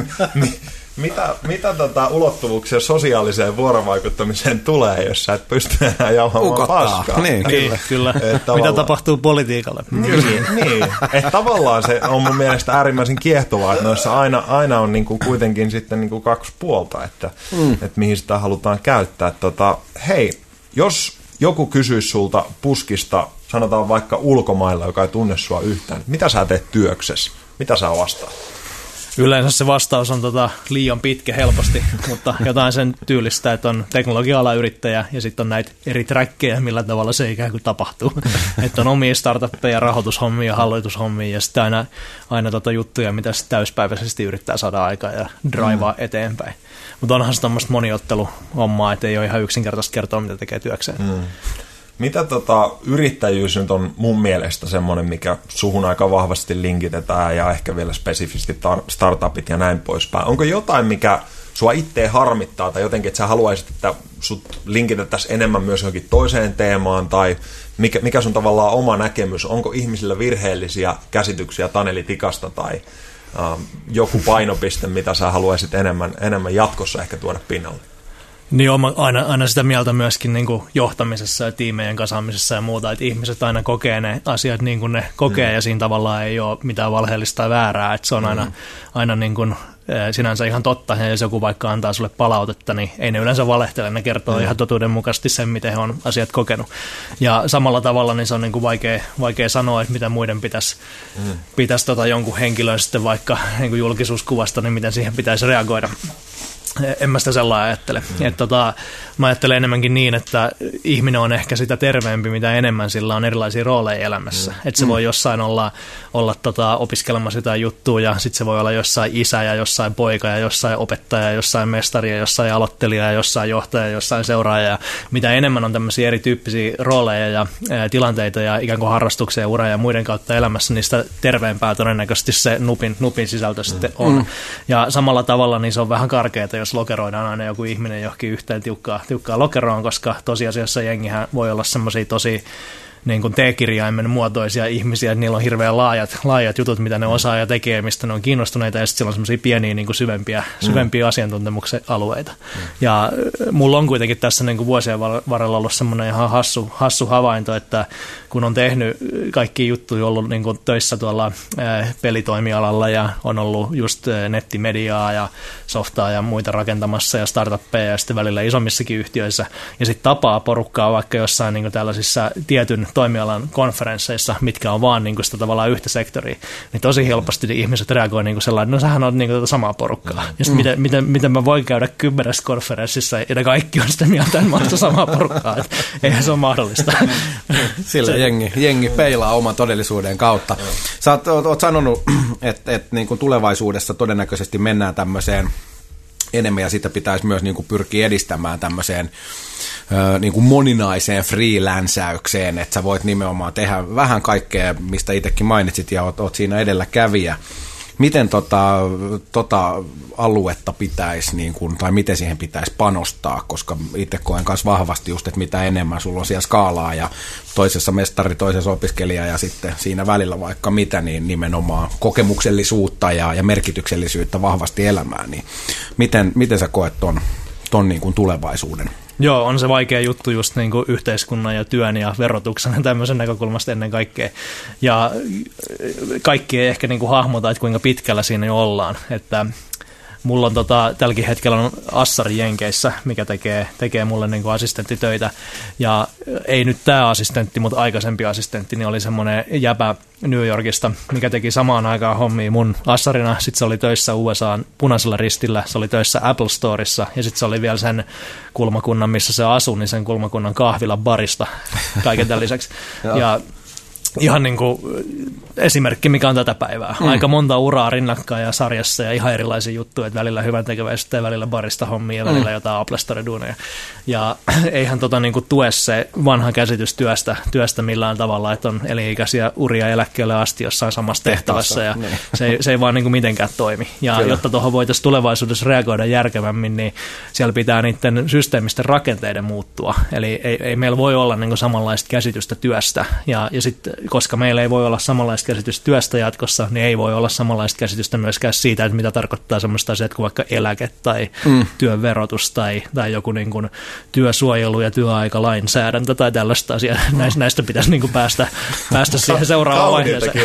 mitä ulottuvuuksia sosiaaliseen vuorovaikuttamiseen tulee, jos sä et pysty enää jauhamaan paskaa. Niin, kyllä. Mitä tapahtuu politiikalle? Niin. Että tavallaan se on mun mielestä äärimmäisen kiehtovaa, että noissa aina on niinku kuitenkin sitten niinku kaksi puolta, että mihin sitä halutaan käyttää. Hei, jos joku kysyisi sulta puskista, sanotaan vaikka ulkomailla, joka ei tunne sua yhtään, mitä sä teet työksessä? Mitä sä vastaat? Yleensä se vastaus on liian pitkä helposti, mutta jotain sen tyylistä, että on teknologia-alan yrittäjä ja sitten on näitä eri trackeja, millä tavalla se ikään kuin tapahtuu. Että on omia startuppeja, rahoitushommia, hallitushommia ja sitten aina juttuja, mitä sitten täyspäiväisesti yrittää saada aikaan ja drivaa eteenpäin. Mutta onhan se tämmöistä moniotteluhommaa, että ei ole ihan yksinkertaisesti kertoa, mitä tekee työkseen. Mitä yrittäjyys nyt on mun mielestä semmoinen, mikä suhun aika vahvasti linkitetään ja ehkä vielä spesifisti startupit ja näin poispäin. Onko jotain, mikä sua itteen harmittaa tai jotenkin, että sä haluaisit, että sut linkitettäisiin enemmän myös johonkin toiseen teemaan tai mikä sun tavallaan oma näkemys? Onko ihmisillä virheellisiä käsityksiä Taneli Tikasta tai joku painopiste, mitä sä haluaisit enemmän jatkossa ehkä tuoda pinnalle? Niin on aina sitä mieltä myöskin niin kuin johtamisessa ja tiimejen kasaamisessa ja muuta, että ihmiset aina kokee ne asiat niin kuin ne kokee ja siinä tavallaan ei ole mitään valheellista tai väärää, että se on aina niin kuin sinänsä ihan totta, ja jos joku vaikka antaa sulle palautetta, niin ei ne yleensä valehtele, ne kertoo ihan totuudenmukaisesti sen, miten he on asiat kokenut. Ja samalla tavalla niin se on niin kuin vaikea sanoa, että mitä muiden pitäisi jonkun henkilön sitten vaikka niin kuin julkisuuskuvasta, niin miten siihen pitäisi reagoida. En mä sitä sellainen ajattele. Mä ajattelen enemmänkin niin, että ihminen on ehkä sitä terveempi, mitä enemmän sillä on erilaisia rooleja elämässä. Että se voi jossain olla opiskelemassa jotain juttua, ja sitten se voi olla jossain isä ja jossain poika ja jossain opettaja, jossain mestari ja jossain aloittelija ja jossain johtaja ja jossain seuraaja. Ja mitä enemmän on tämmöisiä erityyppisiä rooleja ja tilanteita ja ikään kuin harrastuksia, ura ja muiden kautta elämässä, niin sitä terveempää todennäköisesti se nupin sisältö sitten on. Ja samalla tavalla niin se on vähän karkeata, jos lokeroidaan aina joku ihminen johonkin yhteen tiukkaan lokeroon, koska tosiasiassa jengihän voi olla semmoisia tosi niin kuin T-kirjaimen muotoisia ihmisiä, että niillä on hirveän laajat jutut, mitä ne osaa ja tekee, mistä ne on kiinnostuneita, ja sitten siellä on semmoisia pieniä niin kuin syvempiä asiantuntemuksen alueita. Ja mulla on kuitenkin tässä niin kuin vuosien varrella ollut semmoinen ihan hassu havainto, että kun on tehnyt kaikkia juttuja, ollut niin kuin töissä tuolla pelitoimialalla ja on ollut just nettimediaa ja softaa ja muita rakentamassa ja startuppeja ja sitten välillä isommissakin yhtiöissä, ja sitten tapaa porukkaa vaikka jossain niin kuin tällaisissa tietyn toimialan konferensseissa, mitkä on vaan niin kuin sitä tavallaan yhtä sektoria, niin tosi helposti ihmiset reagoivat niin kuin sellainen, no sähän on niin kuin tätä samaa porukkaa. Ja sitten miten mä voin käydä 10 konferenssissa ja ne kaikki on sitä mieltä, että mä oon sitä samaa porukkaa. Että eihän se ole mahdollista. Sillä jengi peilaa oman todellisuuden kautta. Sä oot sanonut, että niin kuin tulevaisuudessa todennäköisesti mennään tämmöiseen enemmän ja sitä pitäisi myös niin kuin pyrkiä edistämään tämmöiseen niin kuin moninaiseen freelansäykseen, että sä voit nimenomaan tehdä vähän kaikkea, mistä itsekin mainitsit ja oot siinä edelläkävijä. Miten aluetta pitäisi, niin kuin, tai miten siihen pitäisi panostaa, koska itse koen myös vahvasti just, että mitä enemmän sulla on siellä skaalaa ja toisessa mestari, toisessa opiskelija ja sitten siinä välillä vaikka mitä, niin nimenomaan kokemuksellisuutta ja merkityksellisyyttä vahvasti elämään, niin miten sä koet ton niin kuin tulevaisuuden? Joo, on se vaikea juttu just niin kuin yhteiskunnan ja työn ja verotuksen ja tämmöisen näkökulmasta ennen kaikkea. Ja kaikki ei ehkä niin kuin hahmota, että kuinka pitkällä siinä jo ollaan. Että mulla on tälläkin hetkellä on assari Jenkeissä, mikä tekee mulle niin kuin assistenttitöitä. Ja ei nyt tämä assistentti, mutta aikaisempi assistentti, niin oli semmoinen jäpä New Yorkista, mikä teki samaan aikaan hommia mun assarina. Sitten se oli töissä USA:n Punaisella Ristillä, se oli töissä Apple Storeissa ja sitten se oli vielä sen kulmakunnan, missä se asui, niin sen kulmakunnan kahvilan barista kaiken tämän lisäksi. Ja ihan niin kuin esimerkki, mikä on tätä päivää. Aika monta uraa rinnakkain ja sarjassa ja ihan erilaisia juttuja, että välillä hyvän tekeväisyyttä ja välillä barista hommia ja välillä jotain Apple Store-duuneja. Ja eihän niin kuin tue se vanha käsitys työstä millään tavalla, että on elinikäisiä uria eläkkeelle asti jossain samassa tehtävässä ja se ei vaan niin kuin mitenkään toimi. Ja kyllä, jotta tuohon voitaisiin tulevaisuudessa reagoida järkevämmin, niin siellä pitää niiden systeemisten rakenteiden muuttua. Eli ei meillä voi olla niin kuin samanlaista käsitystä työstä ja sitten koska meillä ei voi olla samanlaista käsitystä työstä jatkossa, niin ei voi olla samanlaista käsitystä myöskään siitä, että mitä tarkoittaa semmoista asiat kuin vaikka eläke tai työn verotus tai joku niin kuin työsuojelu ja työaikalainsäädäntö tai tällaista asiaa. Näistä pitäisi niin kuin päästä siihen seuraavaan vaiheeseen.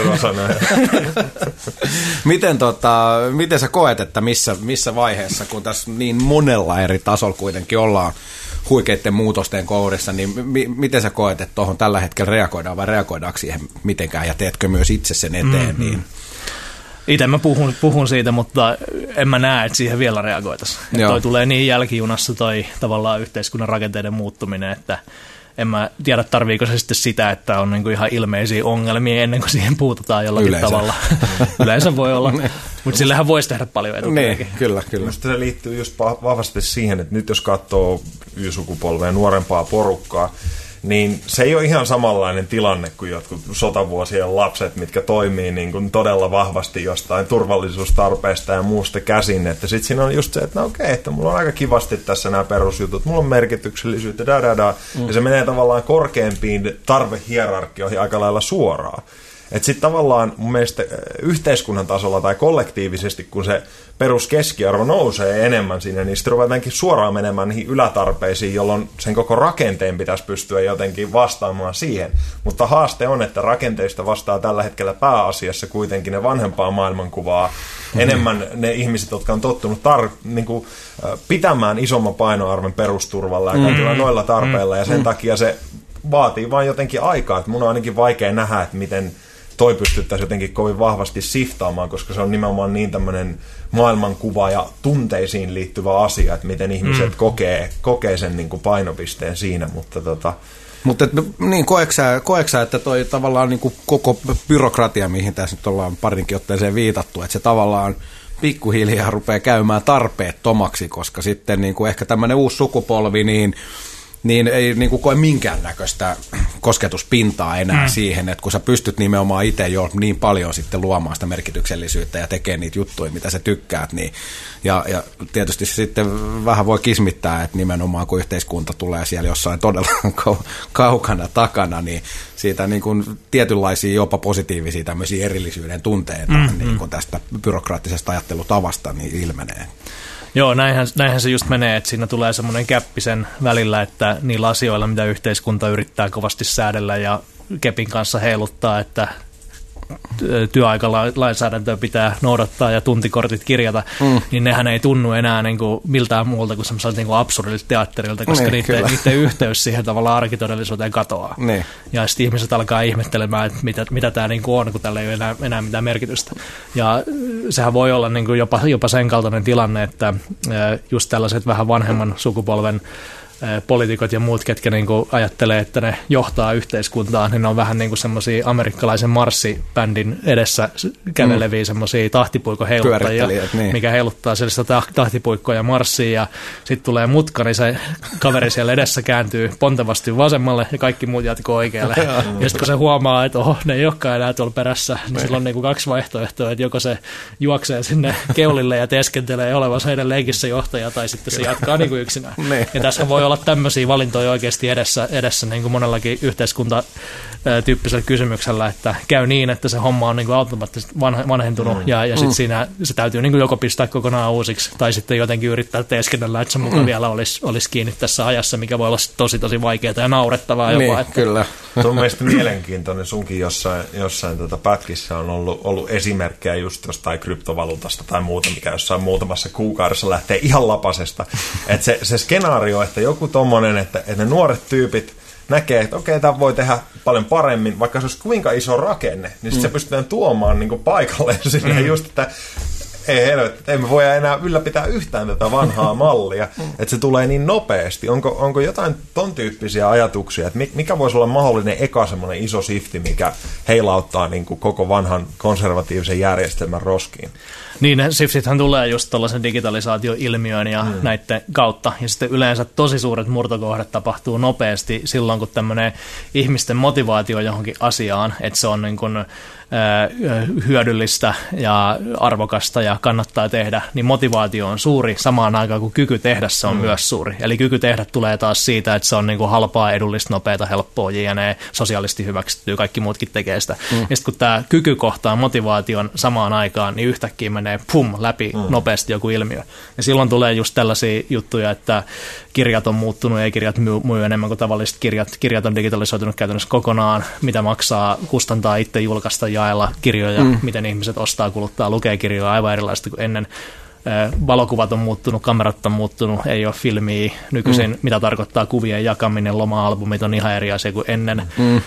Miten sä koet, että missä vaiheessa, kun tässä niin monella eri tasolla kuitenkin ollaan huikeiden muutosten kourissa, niin miten sä koet, että tuohon tällä hetkellä reagoidaan vai reagoidaanko siihen mitenkään ja teetkö myös itse sen eteen? Niin? Itse mä puhun siitä, mutta en mä näe, että siihen vielä reagoitaisiin. Toi tulee niin jälkijunassa toi tavallaan yhteiskunnan rakenteiden muuttuminen, että en mä tiedä, tarviiko se sitten sitä, että on niinku ihan ilmeisiä ongelmia ennen kuin siihen puututaan jollakin tavalla. Yleensä voi olla, mutta sillähän voisi tehdä paljon etukäteen. Niin, kyllä. Minusta se liittyy just vahvasti siihen, että nyt jos katsoo Y-sukupolvea nuorempaa porukkaa, niin se ei ole ihan samanlainen tilanne kuin jotkut sotavuosien lapset, mitkä toimii niin kuin todella vahvasti jostain turvallisuustarpeesta ja muusta käsin. Että sitten siinä on just se, että no okei, että mulla on aika kivasti tässä nämä perusjutut, mulla on merkityksellisyyttä, ja se menee tavallaan korkeampiin tarvehierarkioihin aika lailla suoraan. Että sitten tavallaan mun mielestä yhteiskunnan tasolla tai kollektiivisesti, kun se peruskeskiarvo nousee enemmän sinne, niin sitten ruvetaankin suoraan menemään niihin ylätarpeisiin, jolloin sen koko rakenteen pitäisi pystyä jotenkin vastaamaan siihen. Mutta haaste on, että rakenteista vastaa tällä hetkellä pääasiassa kuitenkin ne vanhempaa maailmankuvaa, enemmän ne ihmiset, jotka on tottunut pitämään isomman painoarvon perusturvalla ja kaikilla noilla tarpeilla, ja sen takia se vaatii vain jotenkin aikaa, että mun on ainakin vaikea nähdä, että miten toi pystyttäisiin jotenkin kovin vahvasti siftaamaan, koska se on nimenomaan niin tämmöinen maailmankuva ja tunteisiin liittyvä asia, että miten ihmiset kokee sen niin kuin painopisteen siinä, mutta niin, koetko sä, että toi tavallaan niin kuin koko byrokratia, mihin tässä nyt ollaan parinkin otteeseen viitattu, että se tavallaan pikkuhiljaa rupeaa käymään tarpeettomaksi, koska sitten niin kuin ehkä tämmöinen uusi sukupolvi, niin ei niin kuin koe minkäännäköistä kosketuspintaa enää siihen, että kun sä pystyt nimenomaan itse jo niin paljon sitten luomaan sitä merkityksellisyyttä ja tekemään niitä juttuja, mitä sä tykkäät, niin ja tietysti se sitten vähän voi kismittää, että nimenomaan kun yhteiskunta tulee siellä jossain todella kaukana takana, niin siitä niin kuin tietynlaisia jopa positiivisia tämmöisiä erillisyyden tunteita niin kuin tästä byrokraattisesta ajattelutavasta niin ilmenee. Joo, näinhän se just menee, että siinä tulee semmoinen käppi sen välillä, että niillä asioilla, mitä yhteiskunta yrittää kovasti säädellä ja kepin kanssa heiluttaa, että työaikalainsäädäntöä pitää noudattaa ja tuntikortit kirjata, niin nehän ei tunnu enää niin kuin miltään muulta kuin semmoiselta niin kuin absurdilta teatterilta, koska niiden yhteys siihen tavallaan arkitodellisuuteen katoaa. Niin. Ja sitten ihmiset alkaa ihmettelemään, että mitä tämä niin kuin on, kun tällä ei ole enää mitään merkitystä. Ja sehän voi olla niin kuin jopa sen kaltainen tilanne, että just tällaiset vähän vanhemman sukupolven poliitikot ja muut, ketkä niinku ajattelee, että ne johtaa yhteiskuntaa, niin ne on vähän niin kuin semmoisia amerikkalaisen marssibändin edessä käveleviä semmoisia tahtipuikkoheiluttajia, niin. Mikä heiluttaa sellaista tahtipuikkoa ja marssia, ja sitten tulee mutka, niin se kaveri siellä edessä kääntyy pontevasti vasemmalle, ja kaikki muut jatkuu oikealle. Ja sitten kun se huomaa, että ne ei olekaan enää tuolla perässä, niin sillä on niinku 2 vaihtoehtoa, että joko se juoksee sinne keulille ja teeskentelee olevansa heidän leikissä johtaja, tai sitten se jatkaa niinku yksinään. Ja tässä voi olla tämmöisiä valintoja oikeasti edessä niin kuin monellakin yhteiskuntatyyppisellä kysymyksellä, että käy niin, että se homma on niin kuin automaattisesti vanhentunut ja sitten siinä se täytyy niin kuin joko pistää kokonaan uusiksi tai sitten jotenkin yrittää teeskennellä, että se mukaan vielä olisi kiinni tässä ajassa, mikä voi olla tosi vaikeaa ja naurettavaa niin, jopa. Että kyllä. Se on mielestäni mielenkiintoinen. Sunkin jossain pätkissä on ollut esimerkkejä just jostain kryptovaluutasta tai muuta, mikä jossain muutamassa kuukaudessa lähtee ihan lapasesta. Että se skenaario, että joku tommonen, että ne nuoret tyypit näkee, että okei, tämä voi tehdä paljon paremmin, vaikka se olisi kuinka iso rakenne, niin sitten se pystytään tuomaan niin kuin paikalle siihen just, että ei helvetti, ei me voida enää ylläpitää yhtään tätä vanhaa mallia, että se tulee niin nopeasti. Onko jotain ton tyyppisiä ajatuksia, että mikä voisi olla mahdollinen eka semmoinen iso shifti, mikä heilauttaa niin kuin koko vanhan konservatiivisen järjestelmän roskiin? Niin, shiftithän tulee just tuollaisen digitalisaatioilmiön ja näiden kautta, ja sitten yleensä tosi suuret murtokohdat tapahtuu nopeasti silloin, kun tämmöinen ihmisten motivaatio johonkin asiaan, että se on niin kuin hyödyllistä ja arvokasta ja kannattaa tehdä, niin motivaatio on suuri samaan aikaan, kuin kyky tehdä se on myös suuri. Eli kyky tehdä tulee taas siitä, että se on niin kuin halpaa, edullista, nopeata, helppoa, jne, sosiaalisesti hyväksyttyä, kaikki muutkin tekee sitä. Ja sitten kun tämä kyky kohtaa motivaation samaan aikaan, niin yhtäkkiä menee läpi nopeasti joku ilmiö. Ja silloin tulee just tällaisia juttuja, että kirjat on muuttunut, ei kirjat myy enemmän kuin tavalliset kirjat. Kirjat on digitalisoitunut käytännössä kokonaan, mitä maksaa kustantaa itse julkaista, jaella kirjoja, miten ihmiset ostaa, kuluttaa, lukee kirjoja aivan erilaista kuin ennen. Valokuvat on muuttunut, kamerat on muuttunut, ei ole filmiä nykyisin, mitä tarkoittaa kuvien jakaminen, loma-albumit on ihan eri asia kuin ennen.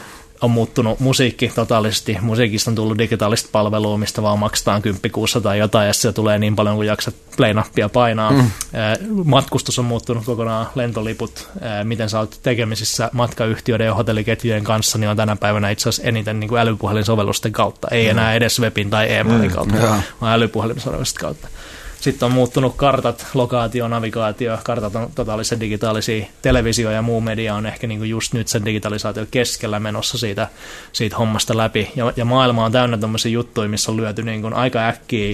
On muuttunut musiikki totaalisesti. Musiikista on tullut digitaalista palvelua, mistä vaan maksetaan 10 kuussa tai jotain, ja se tulee niin paljon, kun jaksat play-nappia painaa. Matkustus on muuttunut kokonaan, lentoliput, miten sä oot tekemisissä matkayhtiöiden ja hotelliketjujen kanssa, niin on tänä päivänä itse asiassa eniten niin kuin älypuhelinsovellusten kautta. Ei enää edes webin tai e-mailin kautta, vaan älypuhelinsovellusten kautta. Sitten on muuttunut kartat, lokaatio, navigaatio, kartat on totaalisen digitaalisia, televisio ja muu media on ehkä niinku just nyt sen digitalisaation keskellä menossa siitä hommasta läpi. Ja maailma on täynnä tämmöisiä juttuja, missä on lyöty niinku aika äkkiä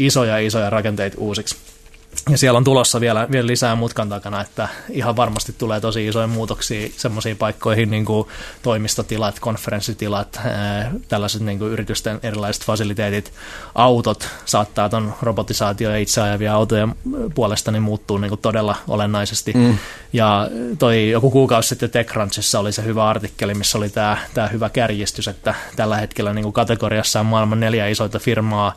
isoja rakenteita uusiksi. Ja siellä on tulossa vielä lisää mutkan takana, että ihan varmasti tulee tosi isoja muutoksia semmoisiin paikkoihin, niin kuin toimistotilat, konferenssitilat, tällaiset niin kuin yritysten erilaiset fasiliteetit, autot saattaa ton robotisaatio ja itseajavia autoja puolesta niin muuttuu niin kuin todella olennaisesti. Ja toi joku kuukausi sitten TechCrunchissa oli se hyvä artikkeli, missä oli tämä hyvä kärjistys, että tällä hetkellä niin kuin kategoriassa on maailman 4 isoita firmaa,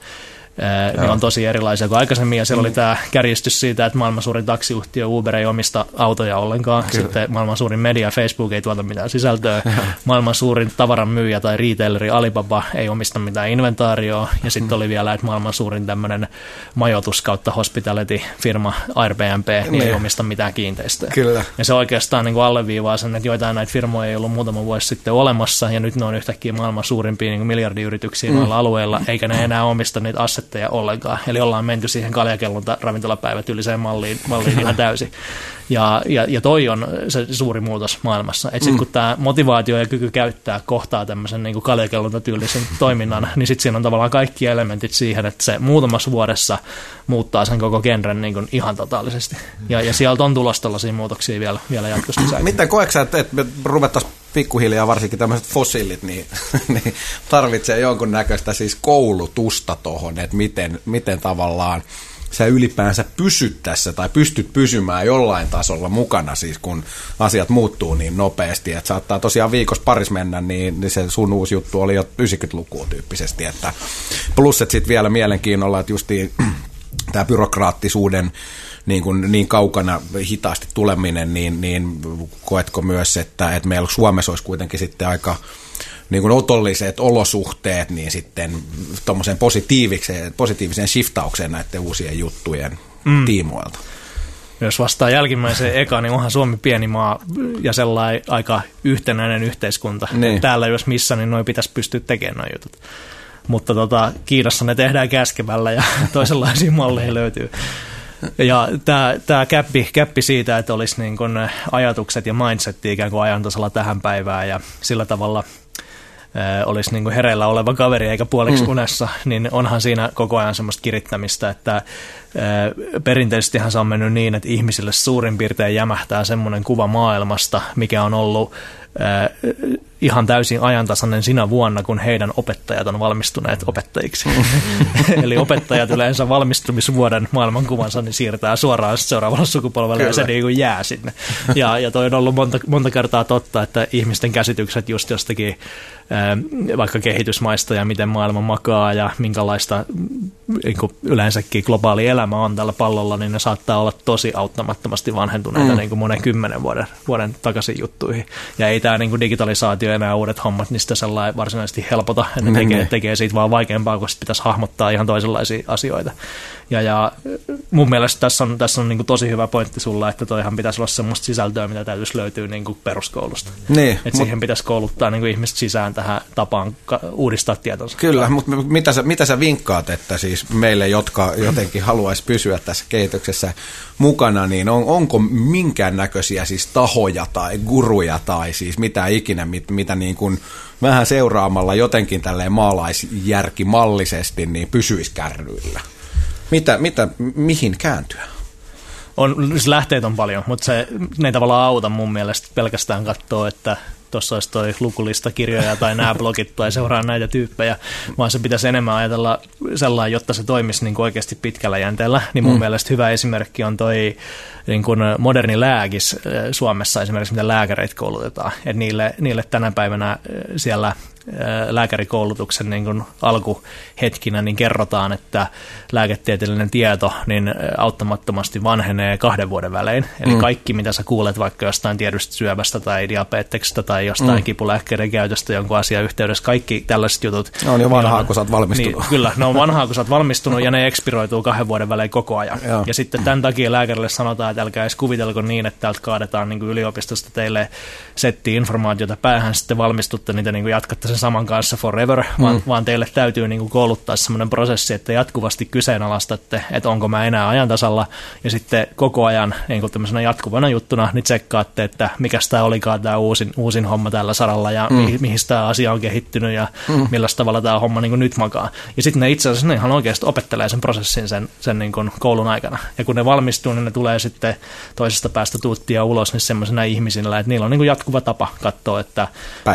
ne on tosi erilaisia kuin aikaisemmin, ja siellä oli tämä kärjistys siitä, että maailman suurin taksiyhtiö Uber ei omista autoja ollenkaan, sitten maailman suurin media Facebook ei tuota mitään sisältöä, maailman suurin tavaran myyjä tai retaileri Alibaba ei omista mitään inventaarioa, ja sitten oli vielä, että maailman suurin tämmöinen majoitus kautta hospitality-firma Airbnb niin ei omista mitään kiinteistöä. Kyllä. Ja se oikeastaan niin kuin alleviivaa sen, että joitain näitä firmoja ei ollut muutama vuosi sitten olemassa, ja nyt ne on yhtäkkiä maailman suurimpia niin kuin miljardiyrityksiä noilla alueilla, eikä ne enää omista niitä assetteja ollenkaan. Eli ollaan menty siihen kaljakellunta ravintolapäivätyyliseen malliin ihan täysin. Ja toi on se suuri muutos maailmassa. Että sitten kun tämä motivaatio ja kyky käyttää kohtaa tämmöisen niin kuin kaljakelluntatyylisen toiminnan, niin sitten siinä on tavallaan kaikki elementit siihen, että se muutamassa vuodessa muuttaa sen koko genren niin kuin ihan totaalisesti. Ja sieltä on tulossa tällaisia muutoksia vielä jatkossa. Miten koetko että me ruvettaisiin pikkuhiljaa, varsinkin tämmöiset fossiilit, niin tarvitsee jonkunnäköistä siis koulutusta tuohon, että miten tavallaan sä ylipäänsä pysyt tässä tai pystyt pysymään jollain tasolla mukana, siis kun asiat muuttuu niin nopeasti, että saattaa tosiaan viikossa paris mennä, niin se sun uusi juttu oli jo 90-lukua tyyppisesti, että plus, että sitten vielä mielenkiinnolla, että justiin tämä byrokraattisuuden niin kaukana hitaasti tuleminen, niin koetko myös, että meillä Suomessa olisi kuitenkin sitten aika niin kuin otolliset olosuhteet, niin sitten tuommoiseen positiiviseen shiftaukseen näiden uusien juttujen tiimoilta. Jos vastaa jälkimmäiseen eka, niin onhan Suomi pieni maa ja sellainen aika yhtenäinen yhteiskunta. Niin. Täällä jos missä, niin noin pitäisi pystyä tekemään nuo jutut. Mutta Kiinassa ne tehdään käskemällä ja toisenlaisia malleja löytyy. Ja tämä käppi siitä, että olisi niin kuin ajatukset ja mindsetti ikään kuin ajantasalla tähän päivään ja sillä tavalla olisi niin kuin hereillä oleva kaveri eikä puoliksi unessa, niin onhan siinä koko ajan semmoista kirittämistä, että perinteisestihan se on mennyt niin, että ihmisille suurin piirtein jämähtää semmoinen kuva maailmasta, mikä on ollut ihan täysin ajantasainen sinä vuonna, kun heidän opettajat on valmistuneet opettajiksi. Eli opettajat yleensä valmistumisvuoden maailmankuvansa niin siirtää suoraan seuraavalle sukupolvelle. Kyllä. Ja se niin kuin jää sinne. Ja toi on ollut monta kertaa totta, että ihmisten käsitykset just jostakin vaikka kehitysmaista ja miten maailma makaa ja minkälaista niin kuin yleensäkin globaali elämä on tällä pallolla, niin ne saattaa olla tosi auttamattomasti vanhentuneita niin kuin monen 10 vuoden takaisin juttuihin. Ja ei tämä niin kuin digitalisaatio enää uudet hommat niistä sellainen varsinaisesti helpota. Ne tekee siitä vaan vaikeampaa, kun pitäisi hahmottaa ihan toisenlaisia asioita. Ja mun mielestä tässä on niin kuin tosi hyvä pointti sulla, että toihan pitäisi olla semmoista sisältöä, mitä täytyisi löytyä niin kuin peruskoulusta. Niin, että siihen pitäisi kouluttaa niin kuin ihmiset sisään tähän tapaan uudistaa tietonsa. Kyllä, mutta mitä sä vinkkaat, että siis meille, jotka jotenkin haluaisi pysyä tässä kehityksessä mukana, niin onko minkäännäköisiä siis tahoja tai guruja tai siis mitä ikinä, mitä niin kuin vähän seuraamalla jotenkin tälleen maalaisjärkimallisesti niin pysyisi kärryillä? Mihin kääntyä? Siis lähteet on paljon, mutta ne ei tavallaan auta mun mielestä pelkästään katsoa, että tuossa olisi toi lukulistakirjoja tai nämä blogit tai seuraa näitä tyyppejä, vaan se pitäisi enemmän ajatella sellainen, jotta se toimisi niin kuin oikeasti pitkällä jänteellä. Niin mun mielestä hyvä esimerkki on toi niin kuin moderni lääkis Suomessa esimerkiksi, mitä lääkäreitä koulutetaan. Et niille tänä päivänä siellä lääkärikoulutuksen niin kuin alkuhetkinä niin kerrotaan, että lääketieteellinen tieto niin auttamattomasti vanhenee 2 vuoden välein. Eli kaikki, mitä sä kuulet vaikka jostain tiedystä syövästä tai diabeteksestä tai jostain kipulääkkeiden käytöstä jonkun asian yhteydessä, kaikki tällaiset jutut. Ne on jo vanhaa, kun sä oot valmistunut. Niin, kyllä, ne on vanhaa, kun sä oot valmistunut ja ne expiroituu 2 vuoden välein koko ajan. Joo. Ja sitten tämän takia lääkärille sanotaan, että älkää edes kuvitelko niin, että täältä kaadetaan niin kuin yliopistosta teille settiä informaatiota päähän, sitten valmistutte niitä niin kuin jatkatte sen saman kanssa forever, vaan teille täytyy niin kuin kouluttaa semmoinen prosessi, että jatkuvasti kyseenalaistatte, että onko mä enää ajan tasalla, ja sitten koko ajan niin kuin tämmöisenä jatkuvana juttuna niin tsekkaatte, että mikäs tämä olikaan tämä uusin homma tällä saralla, ja mihin tämä asia on kehittynyt, ja millä tavalla tämä homma niin kuin nyt makaa. Ja sitten ne itse asiassa ne ihan oikeasti opettelee sen prosessin sen niin kuin koulun aikana. Ja kun ne valmistuu, niin ne tulee sitten toisesta päästä tuuttia ulos niin semmoisena ihmisillä, että niillä on niin kuin jatkuva tapa katsoa, että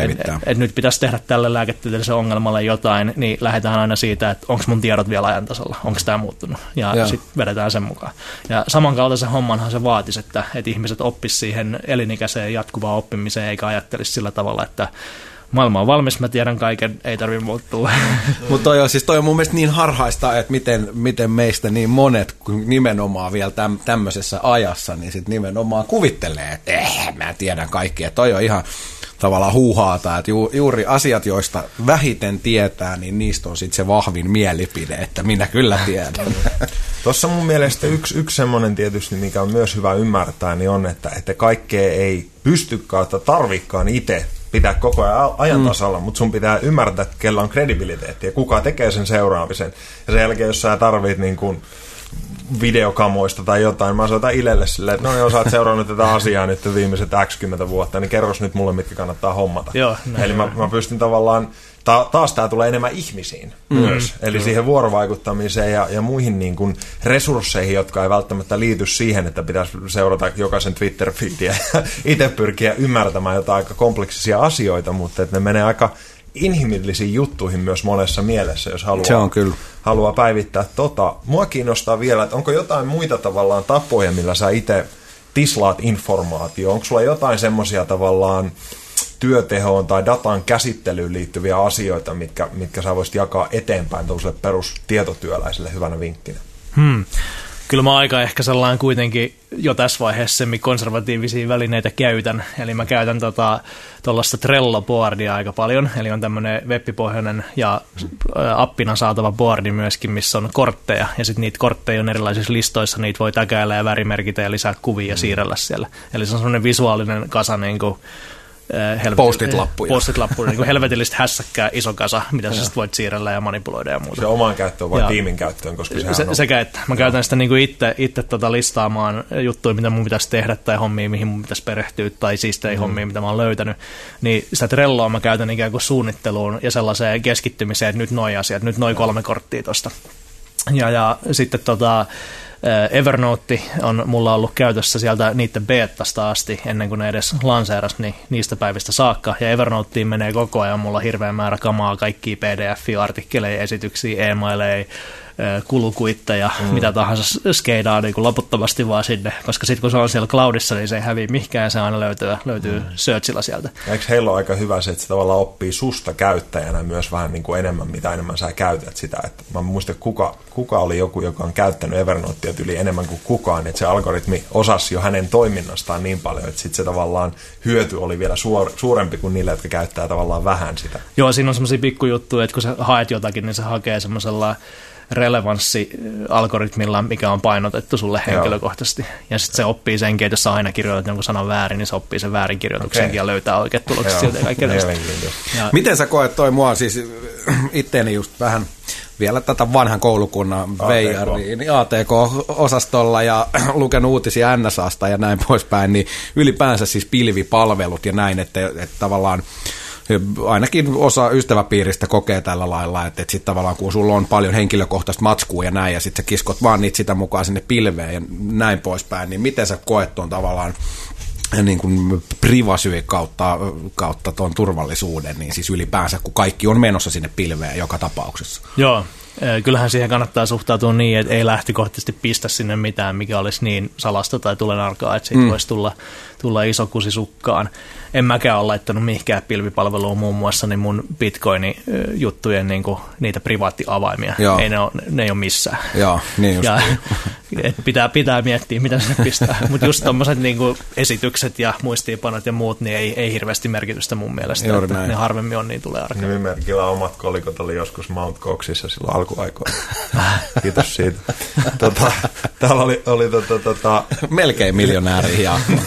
nyt pitäisi tehdä tälle lääketieteelliselle ongelmalle jotain, niin lähdetään aina siitä, että onko mun tiedot vielä ajan tasalla, onko tämä muuttunut, ja sitten vedetään sen mukaan. Ja samankaltaisen hommanhan se vaatisi, että ihmiset oppisivat siihen elinikäiseen jatkuvaan oppimiseen, eikä ajattelisi sillä tavalla, että maailma on valmis, mä tiedän kaiken, ei tarvitse muuttua. Mutta toi on mun mielestä niin harhaista, että miten meistä niin monet nimenomaan vielä tämmöisessä ajassa, niin sitten nimenomaan kuvittelee, että mä tiedän kaikki, että toi on ihan tavallaan huuhaata, että juuri asiat, joista vähiten tietää, niin niistä on sitten se vahvin mielipide, että minä kyllä tiedän. Tuossa mun mielestä yksi semmoinen tietysti, mikä on myös hyvä ymmärtää, niin on, että kaikkea ei pystykään tai tarvikaan itse pitää koko ajan tasalla, mutta sun pitää ymmärtää, että kellä on kredibiliteetti ja kuka tekee sen seuraamisen. Ja sen jälkeen, jos sä tarvit niin kuin videokamoista tai jotain, mä soitan Ilelle silleen, että no jos sä oot seurannut tätä asiaa nyt viimeiset 10 vuotta, niin kerros nyt mulle, mitkä kannattaa hommata. Joo, eli mä pystyn tavallaan, taas tää tulee enemmän ihmisiin myös, eli siihen vuorovaikuttamiseen ja muihin niin kuin resursseihin, jotka ei välttämättä liity siihen, että pitäisi seurata jokaisen Twitter-feediä ja itse pyrkiä ymmärtämään jotain aika kompleksisia asioita, mutta että ne menee aika inhimillisiin juttuihin myös monessa mielessä, jos Se on kyllä. haluaa päivittää Mua kiinnostaa vielä, että onko jotain muita tavallaan tapoja, millä sä itse tislaat informaatio. Onko sulla jotain semmoisia tavallaan työtehoon tai datan käsittelyyn liittyviä asioita, mitkä sä voisit jakaa eteenpäin tuollaiselle perustietotyöläiselle hyvänä vinkkinä? Kyllä mä aika ehkä sellainen kuitenkin jo tässä vaiheessa konservatiivisia välineitä käytän. Eli mä käytän tuollaista Trello-boardia aika paljon. Eli on tämmöinen web-pohjainen ja appina saatava boardi myöskin, missä on kortteja. Ja sitten niitä kortteja on erilaisissa listoissa. Niitä voi täkäillä ja värimerkitä ja lisää kuvia ja siirrellä siellä. Eli se on semmoinen visuaalinen kasa niin kuin Post-it-lappuja. Niin helvetillistä hässäkkää iso kasa, mitä sä voit siirrellä ja manipuloida ja muuta. Se omaan käyttöön vai tiimin käyttöön? Koska sekä että. Mä käytän sitä niin itse listaamaan juttuja, mitä mun pitäisi tehdä tai hommia, mihin mun pitäisi perehtyä tai siistejä hommia, mitä mä oon löytänyt. Niin sitä Trelloa mä käytän ikään kuin suunnitteluun ja sellaiseen keskittymiseen, että nyt noi asiat, nyt noi 3 korttia tosta. Ja sitten Evernote on mulla ollut käytössä sieltä niiden betasta asti, ennen kuin ne edes lanseerasi, niin niistä päivistä saakka. Ja Evernoteen menee koko ajan mulla hirveä määrä kamaa, kaikkia PDF-, artikkeleja, esityksiä, e-maileja, kulukuitteja, mitä tahansa skeidaa niin kuin loputtomasti vaan sinne, koska sitten kun se on siellä cloudissa, niin se ei häviä mihinkään ja se aina löytyy searchilla sieltä. Eikö heillä ole aika hyvä se, että se tavallaan oppii susta käyttäjänä myös vähän niin kuin enemmän, mitä enemmän sä käytät sitä. Että mä muistan, kuka oli joku, joka on käyttänyt Evernotea yli enemmän kuin kukaan, että se algoritmi osasi jo hänen toiminnastaan niin paljon, että sitten se tavallaan hyöty oli vielä suurempi kuin niille, jotka käyttää tavallaan vähän sitä. Joo, siinä on semmoisia pikkujuttuja, että kun sä haet jotakin, niin se hakee semmoisella relevanssi-algoritmilla, mikä on painotettu sulle henkilökohtaisesti. Ja sitten se oppii senkin, että jos sä aina kirjoitat jonkun sanan väärin, niin se oppii sen väärinkirjoituksenkin ja löytää oikeat tulokset siltä ja kaikkea tästä. Miten sä koet toi mua siis itteeni just vähän vielä tätä vanhan koulukunnan ATK-osastolla ja lukenut uutisia NSAsta ja näin poispäin, niin ylipäänsä siis pilvipalvelut ja näin, että tavallaan ainakin osa ystäväpiiristä kokee tällä lailla, että sitten tavallaan kun sulla on paljon henkilökohtaista matskua ja näin, ja sitten sä kiskot vaan niitä sitä mukaan sinne pilveen ja näin poispäin, niin miten sä koet tuon tavallaan niin kuin privacy kautta tuon turvallisuuden, niin siis ylipäänsä, kun kaikki on menossa sinne pilveen joka tapauksessa. Joo, kyllähän siihen kannattaa suhtautua niin, että ei lähtökohtaisesti pistä sinne mitään, mikä olisi niin salasta tai tulenarkaa, että siitä voisi tulla iso kusi sukkaan. En mäkään ole laittanut mihinkään pilvipalveluun muun muassa niin mun Bitcoin-juttujen niin kuin, niitä privaattiavaimia. Ne ei ole missään. Joo, niin just. Pitää miettiä, mitä se pistää. Mutta just tommoset niin kuin esitykset ja muistiinpanot ja muut, niin ei hirveästi merkitystä mun mielestä. Että ne harvemmin on, niin tulee arkeen. Nimimerkillä omat kolikot oli joskus Mount Coxissa silloin alkuaikoina. Kiitos siitä. Täällä oli melkein miljonääri.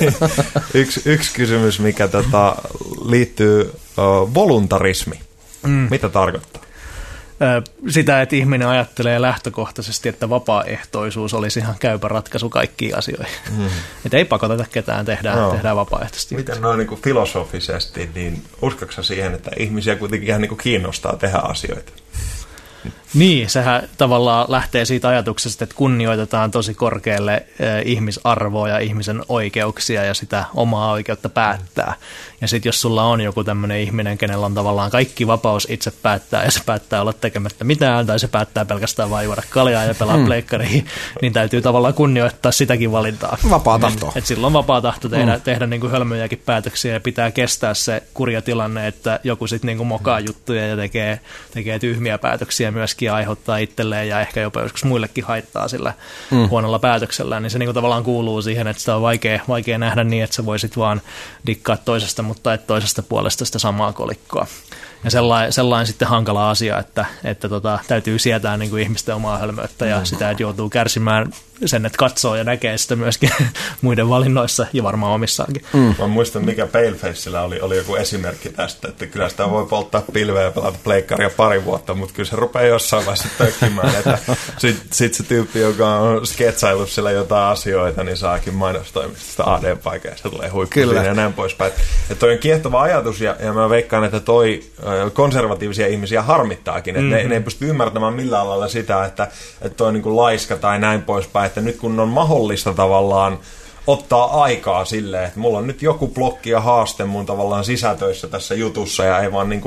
Yksi kysymys, mikä liittyy voluntarismi. Mitä tarkoittaa? Sitä, että ihminen ajattelee lähtökohtaisesti, että vapaaehtoisuus olisi ihan käypä ratkaisu kaikkiin asioihin. Että ei pakoteta ketään, tehdään vapaaehtoisesti. Miten noin niin kuin filosofisesti, niin uskotko siihen, että ihmisiä kuitenkin ihan niin kuin kiinnostaa tehdä asioita? Niin, sehän tavallaan lähtee siitä ajatuksesta, että kunnioitetaan tosi korkealle ihmisarvoa ja ihmisen oikeuksia ja sitä omaa oikeutta päättää. Ja sitten jos sulla on joku tämmöinen ihminen, kenellä on tavallaan kaikki vapaus itse päättää ja se päättää olla tekemättä mitään tai se päättää pelkästään vain juoda kaljaa ja pelaa pleikkariin, niin täytyy tavallaan kunnioittaa sitäkin valintaa. Vapaa tahto. Et silloin vapaa tahto tehdä niin kuin hölmöjäkin päätöksiä ja pitää kestää se kurja tilanne, että joku sitten niin kuin mokaa juttuja ja tekee tyhmiä päätöksiä myöskin ja aiheuttaa itselleen ja ehkä jopa joskus muillekin haittaa sillä huonolla päätöksellä, niin se niin kuin tavallaan kuuluu siihen, että sitä on vaikea nähdä niin, että sä voisit vaan dikkaa toisesta, mutta et toisesta puolesta sitä samaa kolikkoa. Ja sellainen sitten hankala asia, että täytyy sietää niin kuin ihmisten omaa hölmöyttä ja sitä, että joutuu kärsimään sen, että katsoo ja näkee sitä myöskin muiden valinnoissa ja varmaan omissaankin. Mä muistan, mikä Palefacella oli joku esimerkki tästä, että kyllä sitä voi polttaa pilveä ja pelata pleikkaria pari vuotta, mutta kyllä se rupeaa jossain vaiheessa tökkimään, että sit se tyyppi, joka on sketsaillut siellä jotain asioita, niin saakin mainostoimistosta AD-paikan ja se tulee huippuun ja näin poispäin. Että toi on kiehtova ajatus ja mä veikkaan, että toi konservatiivisia ihmisiä harmittaakin, että ne ei pysty ymmärtämään millään lailla sitä, että toi on niin kuin laiska tai näin poispäin, että nyt kun on mahdollista tavallaan ottaa aikaa silleen, että mulla on nyt joku blokki ja haaste mun tavallaan sisätöissä tässä jutussa ja ei vaan niin kuin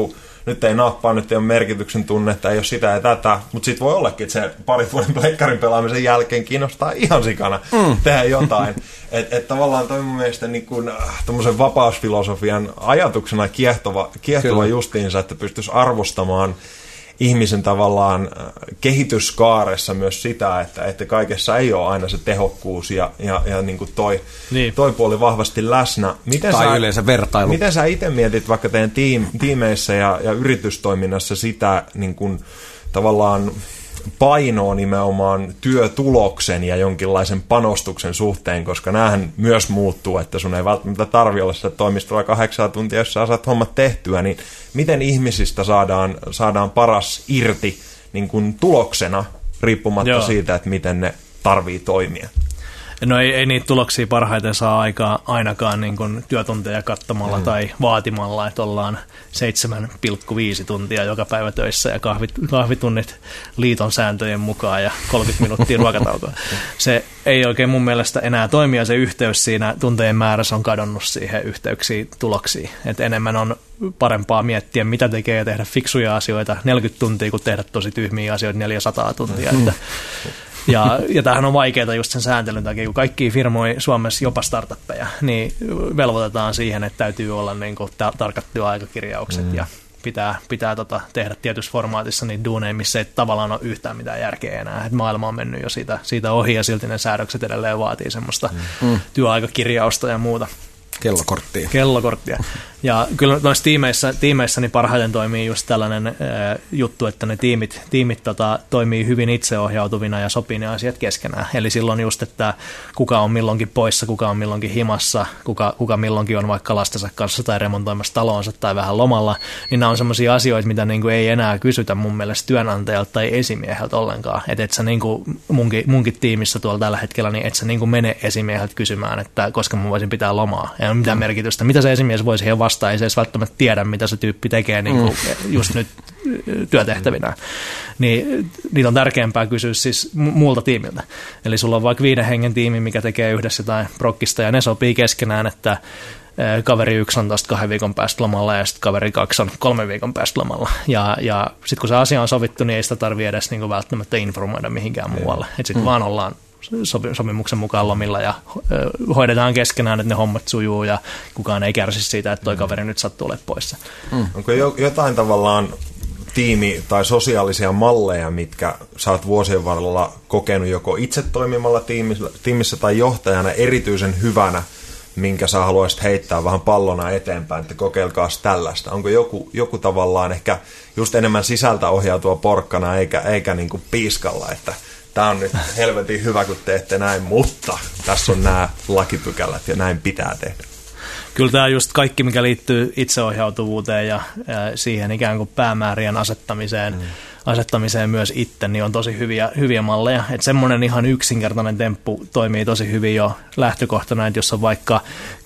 nyt ei nappaa, nyt ei ole merkityksen tunnetta, ei ole sitä ja tätä, mutta sitten voi ollakin, että se parin vuoden pleikkarin pelaamisen jälkeen kiinnostaa ihan sikana tehdä jotain. Että tavallaan toi mun mielestä niin kuin tommosen vapausfilosofian ajatuksena kiehtova justiinsa, että pystyisi arvostamaan ihmisen tavallaan kehityskaaressa myös sitä, että kaikessa ei ole aina se tehokkuus ja niin kuin toi puoli vahvasti läsnä. Yleensä vertailu. Miten sä itse mietit vaikka teidän tiimeissä ja yritystoiminnassa sitä niin kuin tavallaan painoa nimenomaan työtuloksen ja jonkinlaisen panostuksen suhteen, koska näähän myös muuttuu, että sun ei välttämättä tarvitse olla sitä toimistolla 8 tuntia, jos sä saat hommat tehtyä, niin miten ihmisistä saadaan paras irti niin kuin tuloksena, riippumatta siitä, että miten ne tarvii toimia? No ei niitä tuloksia parhaiten saa aikaan ainakaan niin kuin työtunteja katsomalla tai vaatimalla, että ollaan 7,5 tuntia joka päivä töissä ja kahvitunnit liiton sääntöjen mukaan ja 30 minuuttia ruokataukoa. Se ei oikein mun mielestä enää toimi ja se yhteys siinä tuntejen määrässä on kadonnut siihen yhteyksiin tuloksiin. Et enemmän on parempaa miettiä, mitä tekee ja tehdä fiksuja asioita 40 tuntia, kuin tehdä tosi tyhmiä asioita 400 tuntia. Ja tämähän on vaikeaa just sen sääntelyn takia, kun kaikkia firmoja Suomessa, jopa startuppeja, niin velvoitetaan siihen, että täytyy olla niin kuin tarkat työaikakirjaukset ja pitää tehdä tietyssä formaatissa niitä duuneja, missä ei tavallaan ole yhtään mitään järkeä enää. Et maailma on mennyt jo siitä ohi ja silti ne säädökset edelleen vaatii semmoista työaikakirjausta ja muuta. Kellokorttia. Ja kyllä noissa tiimeissä niin parhaiten toimii just tällainen juttu, että ne tiimit toimii hyvin itseohjautuvina ja sopii ne asiat keskenään. Eli silloin just, että kuka on milloinkin poissa, kuka on milloinkin himassa, kuka milloinkin on vaikka lastensa kanssa tai remontoimassa talonsa tai vähän lomalla, niin nämä on sellaisia asioita, mitä niin kuin ei enää kysytä mun mielestä työnantajalta tai esimieheltä ollenkaan. Että et sä niin kuin munkin tiimissä tuolla tällä hetkellä, niin et sä niin kuin mene esimieheltä kysymään, että koska mä voisin pitää lomaa. Ei ole mitään merkitystä. Mitä se esimies voi siihen vastaan? Ei se edes välttämättä tiedä, mitä se tyyppi tekee niin kuin just nyt työtehtävinä. Niin niitä on tärkeämpää kysyä siis muulta tiimiltä. Eli sulla on vaikka 5 hengen tiimi, mikä tekee yhdessä tai prokkista, ja ne sopii keskenään, että kaveri 1 on tosta 2 viikon päästä lomalla ja sitten kaveri 2 on 3 viikon päästä lomalla. Ja sitten kun se asia on sovittu, niin ei sitä tarvitse edes niin kuin välttämättä informoida mihinkään muualle. Että sitten vaan ollaan sopimuksen mukaan lomilla ja hoidetaan keskenään, että ne hommat sujuu ja kukaan ei kärsi siitä, että toi kaveri nyt sattuu olemaan poissa. Onko jotain tavallaan tiimi- tai sosiaalisia malleja, mitkä sä oot vuosien varrella kokenut joko itse toimimalla tiimissä tai johtajana erityisen hyvänä, minkä sä haluaisit heittää vähän pallona eteenpäin, että kokeilkaas tällaista? Onko joku tavallaan ehkä just enemmän sisältä ohjautua porkkana eikä niin kuin piiskalla, että tämä on nyt helvetin hyvä, kun teette näin, mutta tässä on nämä lakipykälät ja näin pitää tehdä. Kyllä tämä just kaikki, mikä liittyy itseohjautuvuuteen ja siihen ikään kuin päämäärien asettamiseen myös itse, niin on tosi hyviä malleja. Että semmoinen ihan yksinkertainen temppu toimii tosi hyvin jo lähtökohtana, että jos on vaikka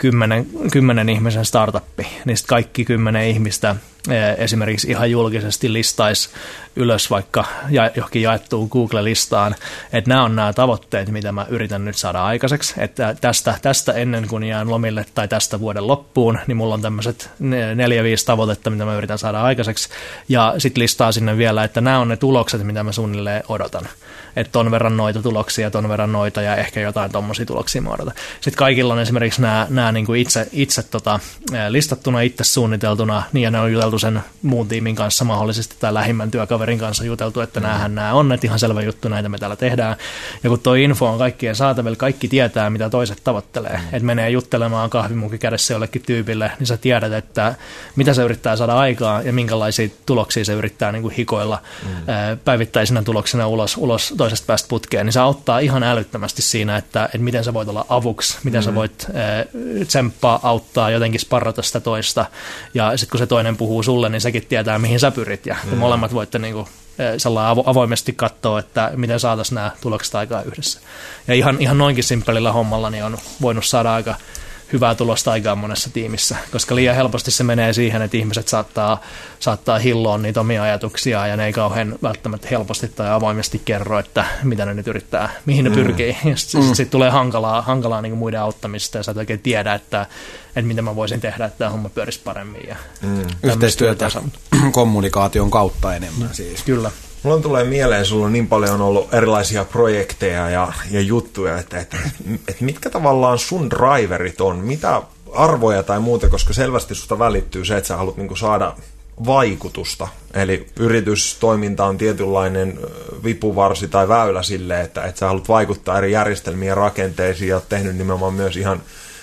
10 ihmisen startuppi, niin sitten kaikki 10 ihmistä esimerkiksi ihan julkisesti listaisi ylös vaikka johonkin jaettuun Google-listaan, että nämä on nämä tavoitteet, mitä mä yritän nyt saada aikaiseksi, että tästä ennen kuin jään lomille tai tästä vuoden loppuun, niin mulla on tämmöiset 4-5 tavoitetta, mitä mä yritän saada aikaiseksi, ja sitten listaa sinne vielä, että nämä on ne tulokset, mitä mä suunnilleen odotan, että ton verran noita tuloksia, ton verran noita ja ehkä jotain tommosia tuloksia mä odotan. Sitten kaikilla on esimerkiksi nämä niin kuin itse listattuna, itse suunniteltuna, niin ja ne on juteltu sen muun tiimin kanssa mahdollisesti tai lähimmän työkaverin kanssa juteltu, että nämä on, että ihan selvä juttu, näitä me täällä tehdään. Ja kun tuo info on kaikkien saatavilla, kaikki tietää, mitä toiset tavoittelee. Että menee juttelemaan kahvimuki kädessä jollekin tyypille, niin sä tiedät, että mitä se yrittää saada aikaan ja minkälaisia tuloksia se yrittää niin kuin hikoilla päivittäisinä tuloksina ulos toisesta päästä putkeen. Niin se auttaa ihan älyttömästi siinä, että miten sä voit olla avuksi, miten sä voit tsemppaa, auttaa, jotenkin sparrata sitä toista. Ja sitten kun se toinen puhuu sulle, niin sekin tietää, mihin sä pyrit. Ja te molemmat voitte niin kuin sellainen avoimesti katsoa, että miten saataisiin nämä tulokset aikaa yhdessä. Ja ihan noinkin simppelillä hommalla niin on voinut saada aika hyvää tulosta aikaan monessa tiimissä, koska liian helposti se menee siihen, että ihmiset saattaa hilloa niitä omia ajatuksia ja ne ei kauhean välttämättä helposti tai avoimesti kerro, että mitä ne nyt yrittää, mihin ne pyrkii. Sitten tulee hankalaa niin kuin muiden auttamista ja sä et oikein tiedä, että mitä mä voisin tehdä, että tämä homma pyörisi paremmin. Ja yhteistyötä kommunikaation kautta enemmän siis. Kyllä. Mulla tulee mieleen, sulla on niin paljon ollut erilaisia projekteja ja juttuja, että mitkä tavallaan sun driverit on, mitä arvoja tai muuta, koska selvästi susta välittyy se, että sä haluat niinku saada vaikutusta. Eli yritystoiminta on tietynlainen vipuvarsi tai väylä sille, että sä haluat vaikuttaa eri järjestelmiin ja rakenteisiin ja oot tehnyt nimenomaan myös ihan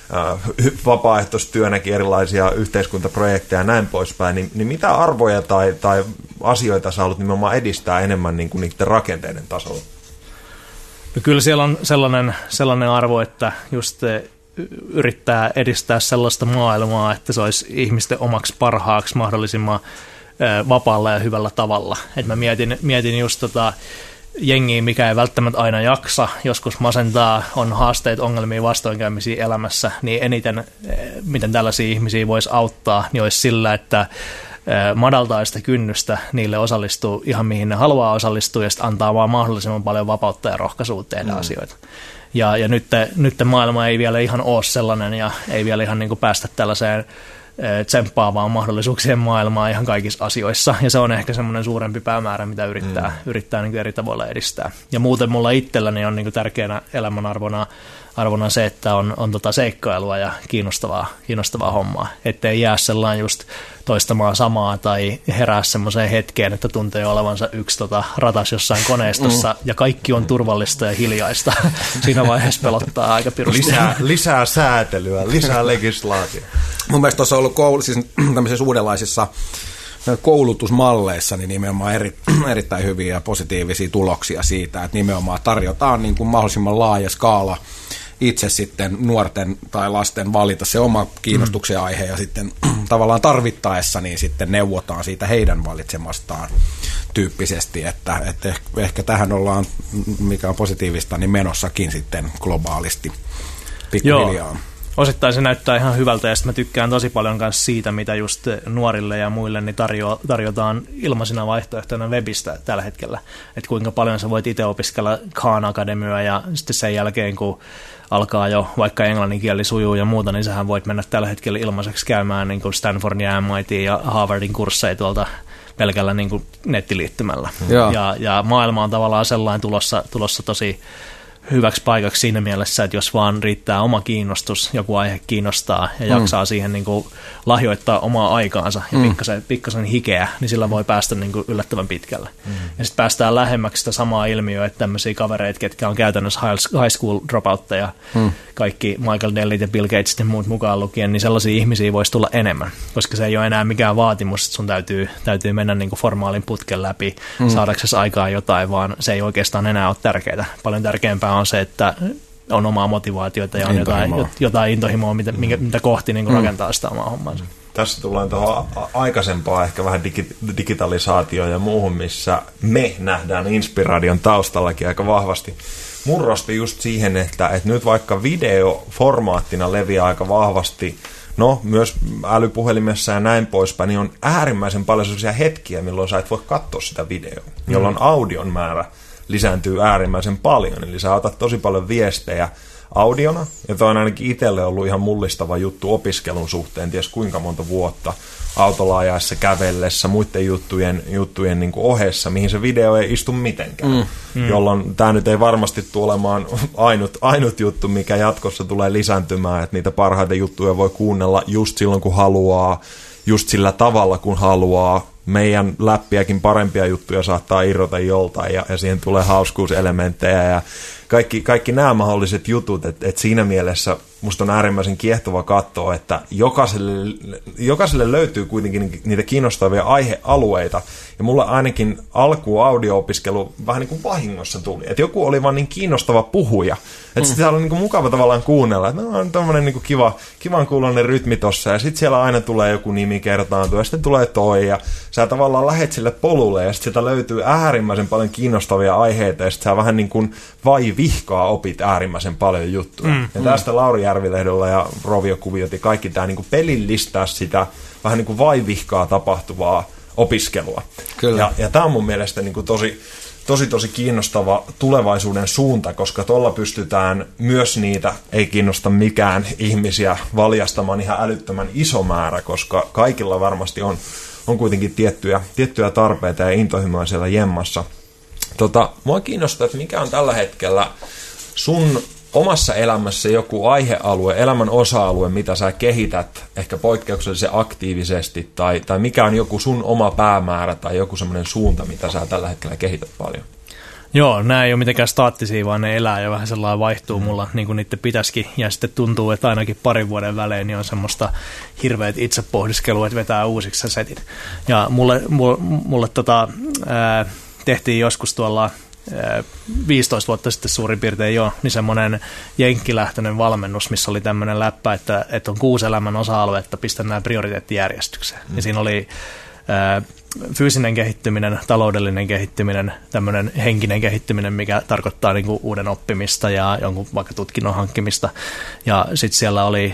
vapaaehtoistyönäkin erilaisia yhteiskuntaprojekteja ja näin poispäin, niin mitä arvoja tai asioita sä haluat nimenomaan edistää enemmän niin kuin niiden rakenteiden tasolla? No kyllä siellä on sellainen arvo, että just yrittää edistää sellaista maailmaa, että se olisi ihmisten omaksi parhaaksi mahdollisimman vapaalla ja hyvällä tavalla. Et mä mietin just jengiä, mikä ei välttämättä aina jaksa, joskus masentaa, on haasteita, ongelmia, vastoinkäymisiä elämässä, niin eniten, miten tällaisia ihmisiä voisi auttaa, niin olisi sillä, että madaltaa sitä kynnystä niille osallistua ihan mihin ne haluaa osallistua ja sitten antaa vaan mahdollisimman paljon vapautta ja rohkaisuutta tehdä asioita. Ja nyt maailma ei vielä ihan ole sellainen ja ei vielä ihan niin kuin päästä tällaiseen tsemppaavaan mahdollisuuksien maailmaa ihan kaikissa asioissa, ja se on ehkä semmoinen suurempi päämäärä, mitä yrittää niin kuin eri tavoilla edistää. Ja muuten mulla itselläni on niin kuin tärkeänä elämänarvona se, että on seikkailua ja kiinnostavaa hommaa, ettei jää sellainen just toistamaan samaa tai herää semmoiseen hetkeen, että tuntee olevansa yksi ratas jossain koneistossa ja kaikki on turvallista ja hiljaista. Siinä vaiheessa pelottaa aika pirusti. Lisää säätelyä, lisää legislaatiota. Mun mielestä tuossa on ollut siis tämmöisissä uudenlaisissa koulutusmalleissa niin nimenomaan erittäin hyviä ja positiivisia tuloksia siitä, että nimenomaan tarjotaan niin kuin mahdollisimman laaja skaala itse sitten nuorten tai lasten valita se oma kiinnostuksen aihe ja sitten tavallaan tarvittaessa niin sitten neuvotaan siitä heidän valitsemastaan tyyppisesti, että ehkä tähän ollaan, mikä on positiivista, niin menossakin sitten globaalisti pikkuhiljaa. Joo. Osittain se näyttää ihan hyvältä, ja sitten mä tykkään tosi paljon myös siitä, mitä just nuorille ja muille niin tarjotaan ilmaisina vaihtoehtoina webistä tällä hetkellä. Että kuinka paljon sä voit itse opiskella Khan Academyä, ja sitten sen jälkeen, kun alkaa jo vaikka englannin kieli sujuu ja muuta, niin sähän voit mennä tällä hetkellä ilmaiseksi käymään niin kuin Stanfordin ja MIT ja Harvardin kursseja tuolta pelkällä niin kuin nettiliittymällä. Ja maailma on tavallaan sellainen tulossa tosi hyväksi paikaksi siinä mielessä, että jos vaan riittää oma kiinnostus, joku aihe kiinnostaa ja jaksaa siihen niin kuin lahjoittaa omaa aikaansa ja pikkasen hikeä, niin sillä voi päästä niin kuin yllättävän pitkälle. Ja sitten päästään lähemmäksi sitä samaa ilmiöä, että tämmöisiä kavereita, ketkä on käytännössä high school dropoutteja, kaikki Michael Dellit ja Bill Gatesit ja muut mukaan lukien, niin sellaisia ihmisiä voisi tulla enemmän, koska se ei ole enää mikään vaatimus, että sun täytyy mennä niin kuin formaalin putken läpi saadaksesi aikaa jotain, vaan se ei oikeastaan enää ole tärkeää. Paljon tärkeämpää on se, että on omaa motivaatiota ja on jotain intohimoa, mitä kohti niin kuin rakentaa sitä omaa hommansa. Tässä tullaan tuohon aikaisempaan ehkä vähän digitalisaatioon ja muuhun, missä me nähdään Inspiradion taustallakin aika vahvasti murrosti just siihen, että nyt vaikka videoformaattina leviää aika vahvasti, myös älypuhelimessa ja näin poispäin, niin on äärimmäisen paljon sellaisia hetkiä, milloin sä et voi katsoa sitä videoa, jolloin audion määrä lisääntyy äärimmäisen paljon. Eli sä otat tosi paljon viestejä audiona, ja toi on ainakin itselle ollut ihan mullistava juttu opiskelun suhteen, ties kuinka monta vuotta autolla ajaessa, kävellessä, muiden juttujen niin kuin ohessa, mihin se video ei istu mitenkään. Jolloin tämä nyt ei varmasti tule olemaan ainut juttu, mikä jatkossa tulee lisääntymään, että niitä parhaita juttuja voi kuunnella just silloin, kun haluaa, just sillä tavalla, kun haluaa. Meidän läppiäkin parempia juttuja saattaa irrota joltain, ja siihen tulee hauskuuselementtejä ja kaikki nämä mahdolliset jutut, että siinä mielessä musta on äärimmäisen kiehtova katsoa, että jokaiselle löytyy kuitenkin niitä kiinnostavia aihealueita, ja mulla ainakin audio-opiskelu vähän niin kuin vahingossa tuli, että joku oli vaan niin kiinnostava puhuja, Että siellä on niin kuin mukava tavallaan kuunnella, että on tommoinen niin kuin kivan kuuloinen rytmi tossa, ja sitten siellä aina tulee joku nimi kertaantua, ja sitten tulee toi, ja sä tavallaan lähet sille polulle, ja sitten sieltä löytyy äärimmäisen paljon kiinnostavia aiheita, ja sitten sä vähän niin kuin vai-vihkaa opit äärimmäisen paljon juttuja. Ja tästä Lauri Järvilehdolla ja Rovio-kuviot ja kaikki tämä niin kuin pelillistää sitä vähän niin kuin vai-vihkaa tapahtuvaa opiskelua. Kyllä. Ja tämä on mun mielestä niin kuin tosi kiinnostava tulevaisuuden suunta, koska tuolla pystytään myös niitä, ei kiinnosta mikään ihmisiä valjastamaan ihan älyttömän iso määrä, koska kaikilla varmasti on kuitenkin tiettyjä tarpeita ja intohimoja siellä jemmassa. Mua kiinnostaa, että mikä on tällä hetkellä sun omassa elämässä joku aihealue, elämän osa-alue, mitä sä kehität ehkä poikkeuksellisen aktiivisesti, tai mikä on joku sun oma päämäärä tai joku semmoinen suunta, mitä sä tällä hetkellä kehität paljon? Joo, nämä ei ole mitenkään staattisia, vaan ne elää ja vähän sellainen vaihtuu mulla, niin kuin niiden pitäisikin. Ja sitten tuntuu, että ainakin parin vuoden välein niin on semmoista hirveät itsepohdiskelua, että vetää uusiksi sen setin. Ja mulle tehtiin joskus tuolla 15 vuotta sitten suurin piirtein jo, niin semmoinen jenkkilähtöinen valmennus, missä oli tämmöinen läppä, että on 6 elämän osa-aluetta, pistä nämä prioriteettijärjestykseen. Ja siinä oli fyysinen kehittyminen, taloudellinen kehittyminen, tämmöinen henkinen kehittyminen, mikä tarkoittaa niin kuin uuden oppimista ja jonkun vaikka tutkinnon hankkimista. Ja sitten siellä oli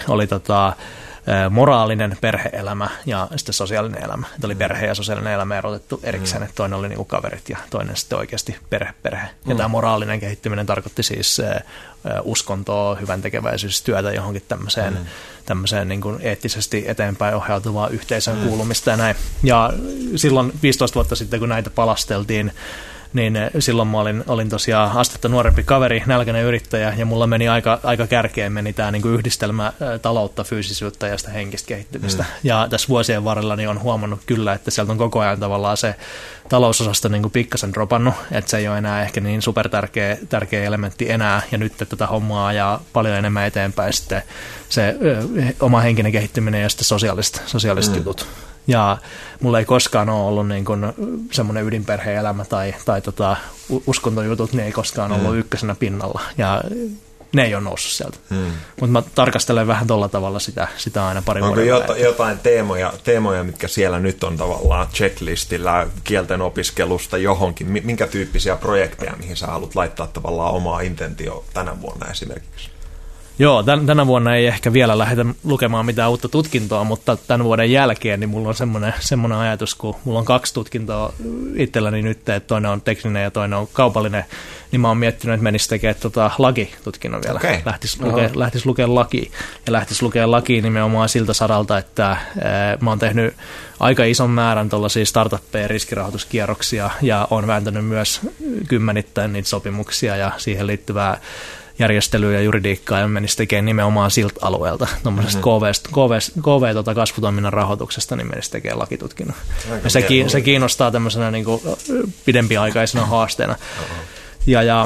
moraalinen perhe-elämä ja sitten sosiaalinen elämä. Että oli perhe ja sosiaalinen elämä erotettu erikseen, että toinen oli niinku kaverit ja toinen sitten oikeasti perhe. Ja tämä moraalinen kehittyminen tarkoitti siis uskontoa, hyvän tekeväisyystyötä johonkin tämmöiseen niin kuin eettisesti eteenpäin ohjautuvaa yhteisön kuulumista ja näin. Ja silloin 15 vuotta sitten, kun näitä palasteltiin, niin silloin mä olin tosiaan astetta nuorempi kaveri, nälkäinen yrittäjä, ja mulla meni aika kärkeen tämä niinku yhdistelmä taloutta, fyysisyyttä ja sitä henkistä kehittymistä. Ja tässä vuosien varrella niin on huomannut kyllä, että sieltä on koko ajan tavallaan se talousosasto niinku pikkasen dropannut, että se ei ole enää ehkä niin supertärkeä elementti enää, ja nyt tätä hommaa ajaa paljon enemmän eteenpäin sitten se oma henkinen kehittyminen ja sitten sosiaaliset jutut. Ja mulla ei koskaan ole ollut niin kuin semmoinen ydinperhe-elämä tai uskontojutut, ne ei koskaan ollut ykkösenä pinnalla. Ja ne ei ole noussut sieltä. Mutta mä tarkastelen vähän tolla tavalla sitä aina pari vuoden Onko jotain teemoja, mitkä siellä nyt on tavallaan checklistillä kielten opiskelusta johonkin? Minkä tyyppisiä projekteja, mihin sä haluat laittaa tavallaan omaa intentio tänä vuonna esimerkiksi? Joo, tänä vuonna ei ehkä vielä lähdetä lukemaan mitään uutta tutkintoa, mutta tämän vuoden jälkeen niin mulla on semmoinen ajatus, kun mulla on 2 tutkintoa itselläni nyt, että toinen on tekninen ja toinen on kaupallinen, niin mä oon miettinyt, että menisi tekemään lakitutkinnon vielä. Okay. Lähtisi lukemaan lakia. Ja lähtisi lukemaan lakia nimenomaan siltä saralta, että mä oon tehnyt aika ison määrän tuollaisia startuppeja riskirahoituskierroksia ja oon vääntänyt myös kymmenittäin niitä sopimuksia ja siihen liittyvää järjestelyä ja juridiikkaa ja menisi tekemään nimenomaan siltä alueelta, tuommoisesta kasvutoiminnan rahoituksesta, niin menisi tekemään lakitutkinnon. Ja se kiinnostaa tämmöisenä niin kuin pidempiaikaisena haasteena. Ja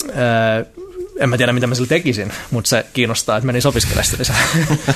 en mä tiedä, mitä mä sillä tekisin, mutta se kiinnostaa, että menisi opiskelemaan sitä lisää.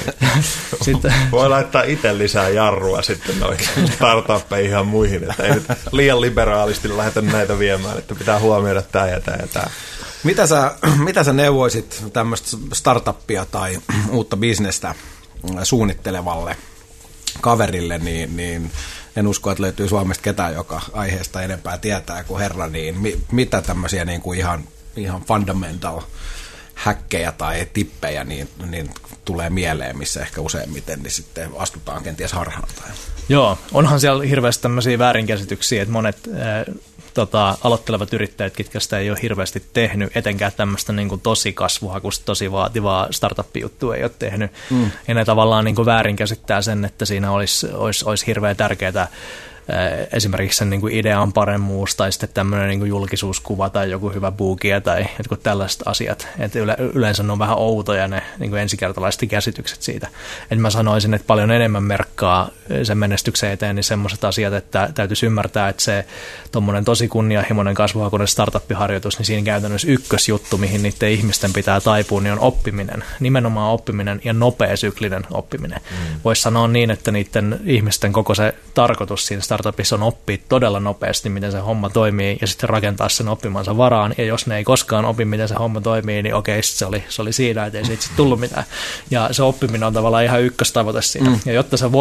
Voi laittaa itse lisää jarrua sitten noihin startuppeihin ihan muihin, että ei nyt liian liberaalisti lähdetä näitä viemään, että pitää huomioida tämä ja tämä ja tämä. Mitä sä neuvoisit tämmöistä startuppia tai uutta bisnestä suunnittelevalle kaverille, niin en usko, että löytyy Suomesta ketään, joka aiheesta enempää tietää kuin herra, niin mitä tämmöisiä niin kuin ihan fundamental häkkejä tai tippejä niin tulee mieleen, missä ehkä useimmiten niin sitten astutaan kenties harhaan? Joo, onhan siellä hirveästi tämmöisiä väärinkäsityksiä, että monet aloittelevat yrittäjät, ketkä sitä ei ole hirveästi tehnyt, etenkään tämmöistä niin kuin tosi kasvuhakusta, tosi vaativaa startup-juttua ei ole tehnyt. Ja ne tavallaan niin kuin väärinkäsittää sen, että siinä olisi hirveän tärkeää esimerkiksi sen niin kuin idean paremmuus tai sitten tämmöinen niin kuin julkisuuskuva tai joku hyvä buukia tai jotkut tällaiset asiat. Että yleensä ne on vähän outoja ne niin kuin ensikertalaiset käsitykset siitä. Että mä sanoisin, että paljon enemmän merkkaa sen menestyksen eteen niin semmoiset asiat, että täytyisi ymmärtää, että se tommoinen tosi kunnianhimoinen kasvuhakuinen startup-harjoitus, niin siinä käytännössä ykkösjuttu, mihin niiden ihmisten pitää taipua, niin on oppiminen. Nimenomaan oppiminen ja nopea syklinen oppiminen. Voisi sanoa niin, että niiden ihmisten koko se tarkoitus siinä startupissa on oppia todella nopeasti, miten se homma toimii, ja sitten rakentaa sen oppimansa varaan, ja jos ne ei koskaan opi, miten se homma toimii, niin okei, se oli siinä, että ei siitä sitten tullut mitään. Ja se oppiminen on tavallaan ihan ykköstavoite siinä. Ja jotta sä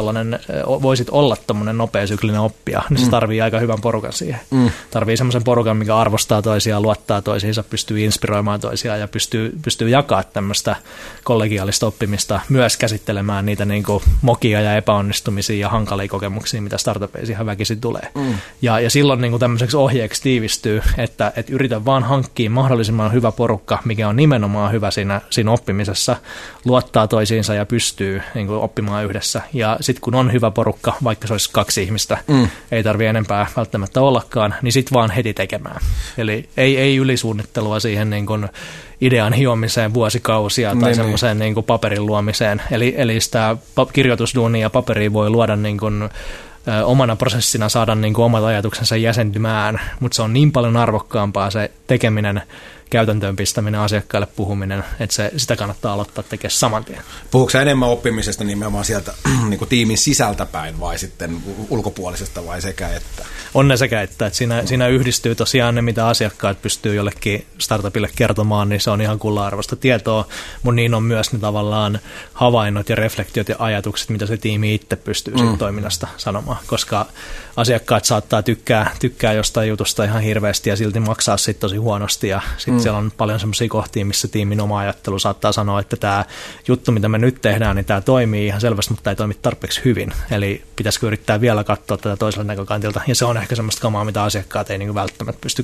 voisit olla tommonen nopeasyklinen oppija, niin se tarvii aika hyvän porukan siihen. Tarvii semmoisen porukan, mikä arvostaa toisiaan, luottaa toisiinsa, pystyy inspiroimaan toisiaan ja pystyy jakaa tämmöistä kollegiaalista oppimista, myös käsittelemään niitä niin kuin mokia ja epäonnistumisia ja hankalia kokemuksia, mitä startupeissa ihan väkisin tulee. Ja silloin niin kuin tämmöiseksi ohjeeksi tiivistyy, että yritä vaan hankkia mahdollisimman hyvä porukka, mikä on nimenomaan hyvä siinä oppimisessa, luottaa toisiinsa ja pystyy niin kuin oppimaan yhdessä. Ja sitten kun on hyvä porukka, vaikka se olisi 2 ihmistä, ei tarvitse enempää välttämättä ollakaan, niin sitten vaan heti tekemään. Eli ei ylisuunnittelua siihen niin kuin idean hiomiseen vuosikausia tai semmoiseen niin kuin paperin luomiseen. Eli sitä kirjoitusduunia ja paperia voi luoda niin kuin omana prosessina, saada niin kuin omat ajatuksensa jäsentymään, mutta se on niin paljon arvokkaampaa se tekeminen, käytäntöön pistäminen, asiakkaille puhuminen, että sitä kannattaa aloittaa tekemään saman tien. Puhuuko enemmän oppimisesta nimenomaan sieltä niin kuin tiimin sisältä päin vai sitten ulkopuolisesta vai sekä että? On ne sekä että siinä yhdistyy tosiaan ne, mitä asiakkaat pystyy jollekin startupille kertomaan, niin se on ihan kulla-arvoista tietoa, mutta niin on myös ne tavallaan havainnot ja reflektiot ja ajatukset, mitä se tiimi itse pystyy siitä toiminnasta sanomaan, koska asiakkaat saattaa tykkää jostain jutusta ihan hirveästi ja silti maksaa sitten tosi huonosti ja sitten siellä on paljon semmoisia kohtia, missä tiimin oma ajattelu saattaa sanoa, että tämä juttu, mitä me nyt tehdään, niin tämä toimii ihan selvästi, mutta ei toimi tarpeeksi hyvin. Eli pitäisikö yrittää vielä katsoa tätä toisella näkökantilta. Ja se on ehkä semmoista kamaa, mitä asiakkaat ei niin välttämättä pysty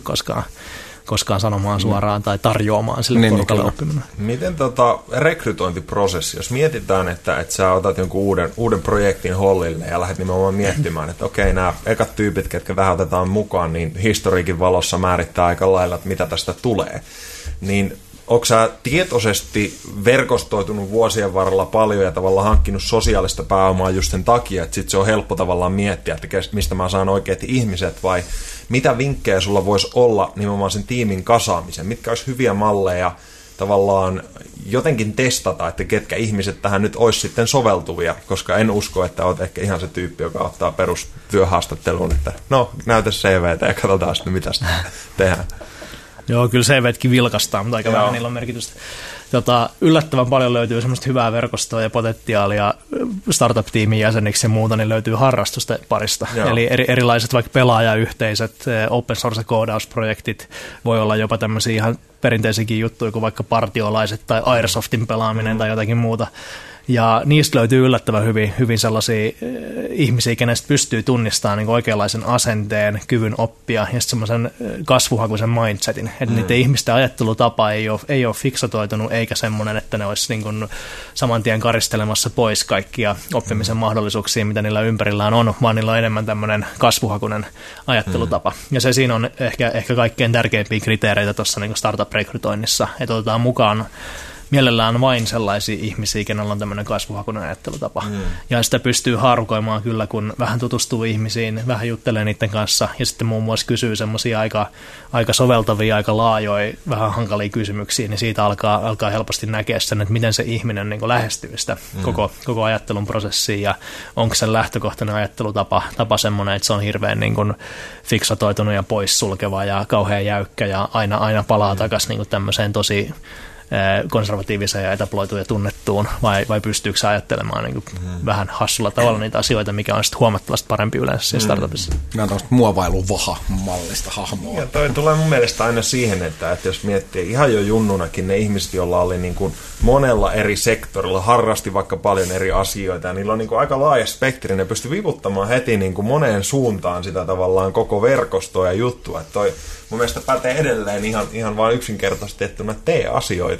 koskaan sanomaan suoraan tai tarjoamaan sille porukalle oppiminen. Miten rekrytointiprosessi, jos mietitään, että sä otat jonkun uuden projektin hollille ja lähdet nimenomaan miettimään, että okei, nämä ekat tyypit, ketkä tähän otetaan mukaan, niin historiikin valossa määrittää aika lailla, että mitä tästä tulee. Niin onko sä tietoisesti verkostoitunut vuosien varrella paljon ja tavallaan hankkinut sosiaalista pääomaa just sen takia, että sit se on helppo tavallaan miettiä, että mistä mä saan oikeat ihmiset, vai mitä vinkkejä sulla voisi olla nimenomaan sen tiimin kasaamisen? Mitkä olisi hyviä malleja tavallaan jotenkin testata, että ketkä ihmiset tähän nyt olisi sitten soveltuvia, koska en usko, että olet ehkä ihan se tyyppi, joka ottaa perustyöhaastatteluun, että no, näytä CVtä ja katsotaan sitten, mitä sitä tehdään. Joo, kyllä CVtkin vilkastaa, mutta aika vähän niillä on merkitystä. Yllättävän paljon löytyy semmoista hyvää verkostoa ja potentiaalia startup-tiimin jäseniksi ja muuta, niin löytyy harrastusten parista. Joo. Eli erilaiset vaikka pelaajayhteisöt, open source-koodausprojektit, voi olla jopa tämmöisiä ihan perinteisiäkin juttuja kuin vaikka partiolaiset tai Airsoftin pelaaminen tai jotakin muuta. Ja niistä löytyy yllättävän hyvin sellaisia ihmisiä, kenestä pystyy tunnistamaan niin oikeanlaisen asenteen, kyvyn oppia ja sitten semmoisen kasvuhakuisen mindsetin. Että niiden ihmisten ajattelutapa ei ole fiksatoitunut eikä semmoinen, että ne olisi niin kuin saman tien karistelemassa pois kaikkia oppimisen mahdollisuuksia, mitä niillä ympärillään on, vaan niillä on enemmän tämmöinen kasvuhakuinen ajattelutapa. Ja se siinä on ehkä kaikkein tärkeimpiä kriteereitä tuossa niin kuin startup-rekrytoinnissa, että otetaan mukaan mielellään vain sellaisia ihmisiä, kenellä on tämmöinen kasvuhakuinen ajattelutapa. Ja sitä pystyy haarukoimaan kyllä, kun vähän tutustuu ihmisiin, vähän juttelee niiden kanssa ja sitten muun muassa kysyy semmoisia aika soveltavia, aika laajoja, vähän hankalia kysymyksiä, niin siitä alkaa helposti näkeä sen, että miten se ihminen niin kuin lähestyy sitä koko ajattelun prosessiin ja onko se lähtökohtainen ajattelutapa semmoinen, että se on hirveän niin kuin fiksatoitunut ja poissulkeva ja kauhean jäykkä ja aina palaa takaisin niin kuin tämmöiseen tosi konservatiiviseen ja etabloituun ja tunnettuun, vai pystyykö sä ajattelemaan niin kuin vähän hassulla tavalla niitä asioita, mikä on sitten huomattavasti parempi yleensä siinä startupissa. Nämä on tämmöistä muovailuvaha-mallista hahmoa. Ja toi tulee mun mielestä aina siihen, että jos miettii ihan jo junnunakin ne ihmiset, joilla oli niin kuin monella eri sektorilla, harrasti vaikka paljon eri asioita, ja niillä on niin kuin aika laaja spektri, ne pystyy vivuttamaan heti niin kuin moneen suuntaan sitä tavallaan koko verkostoa ja juttua. Että toi mun mielestä pätee edelleen ihan vaan yksinkertaisesti, että mä tee asioita.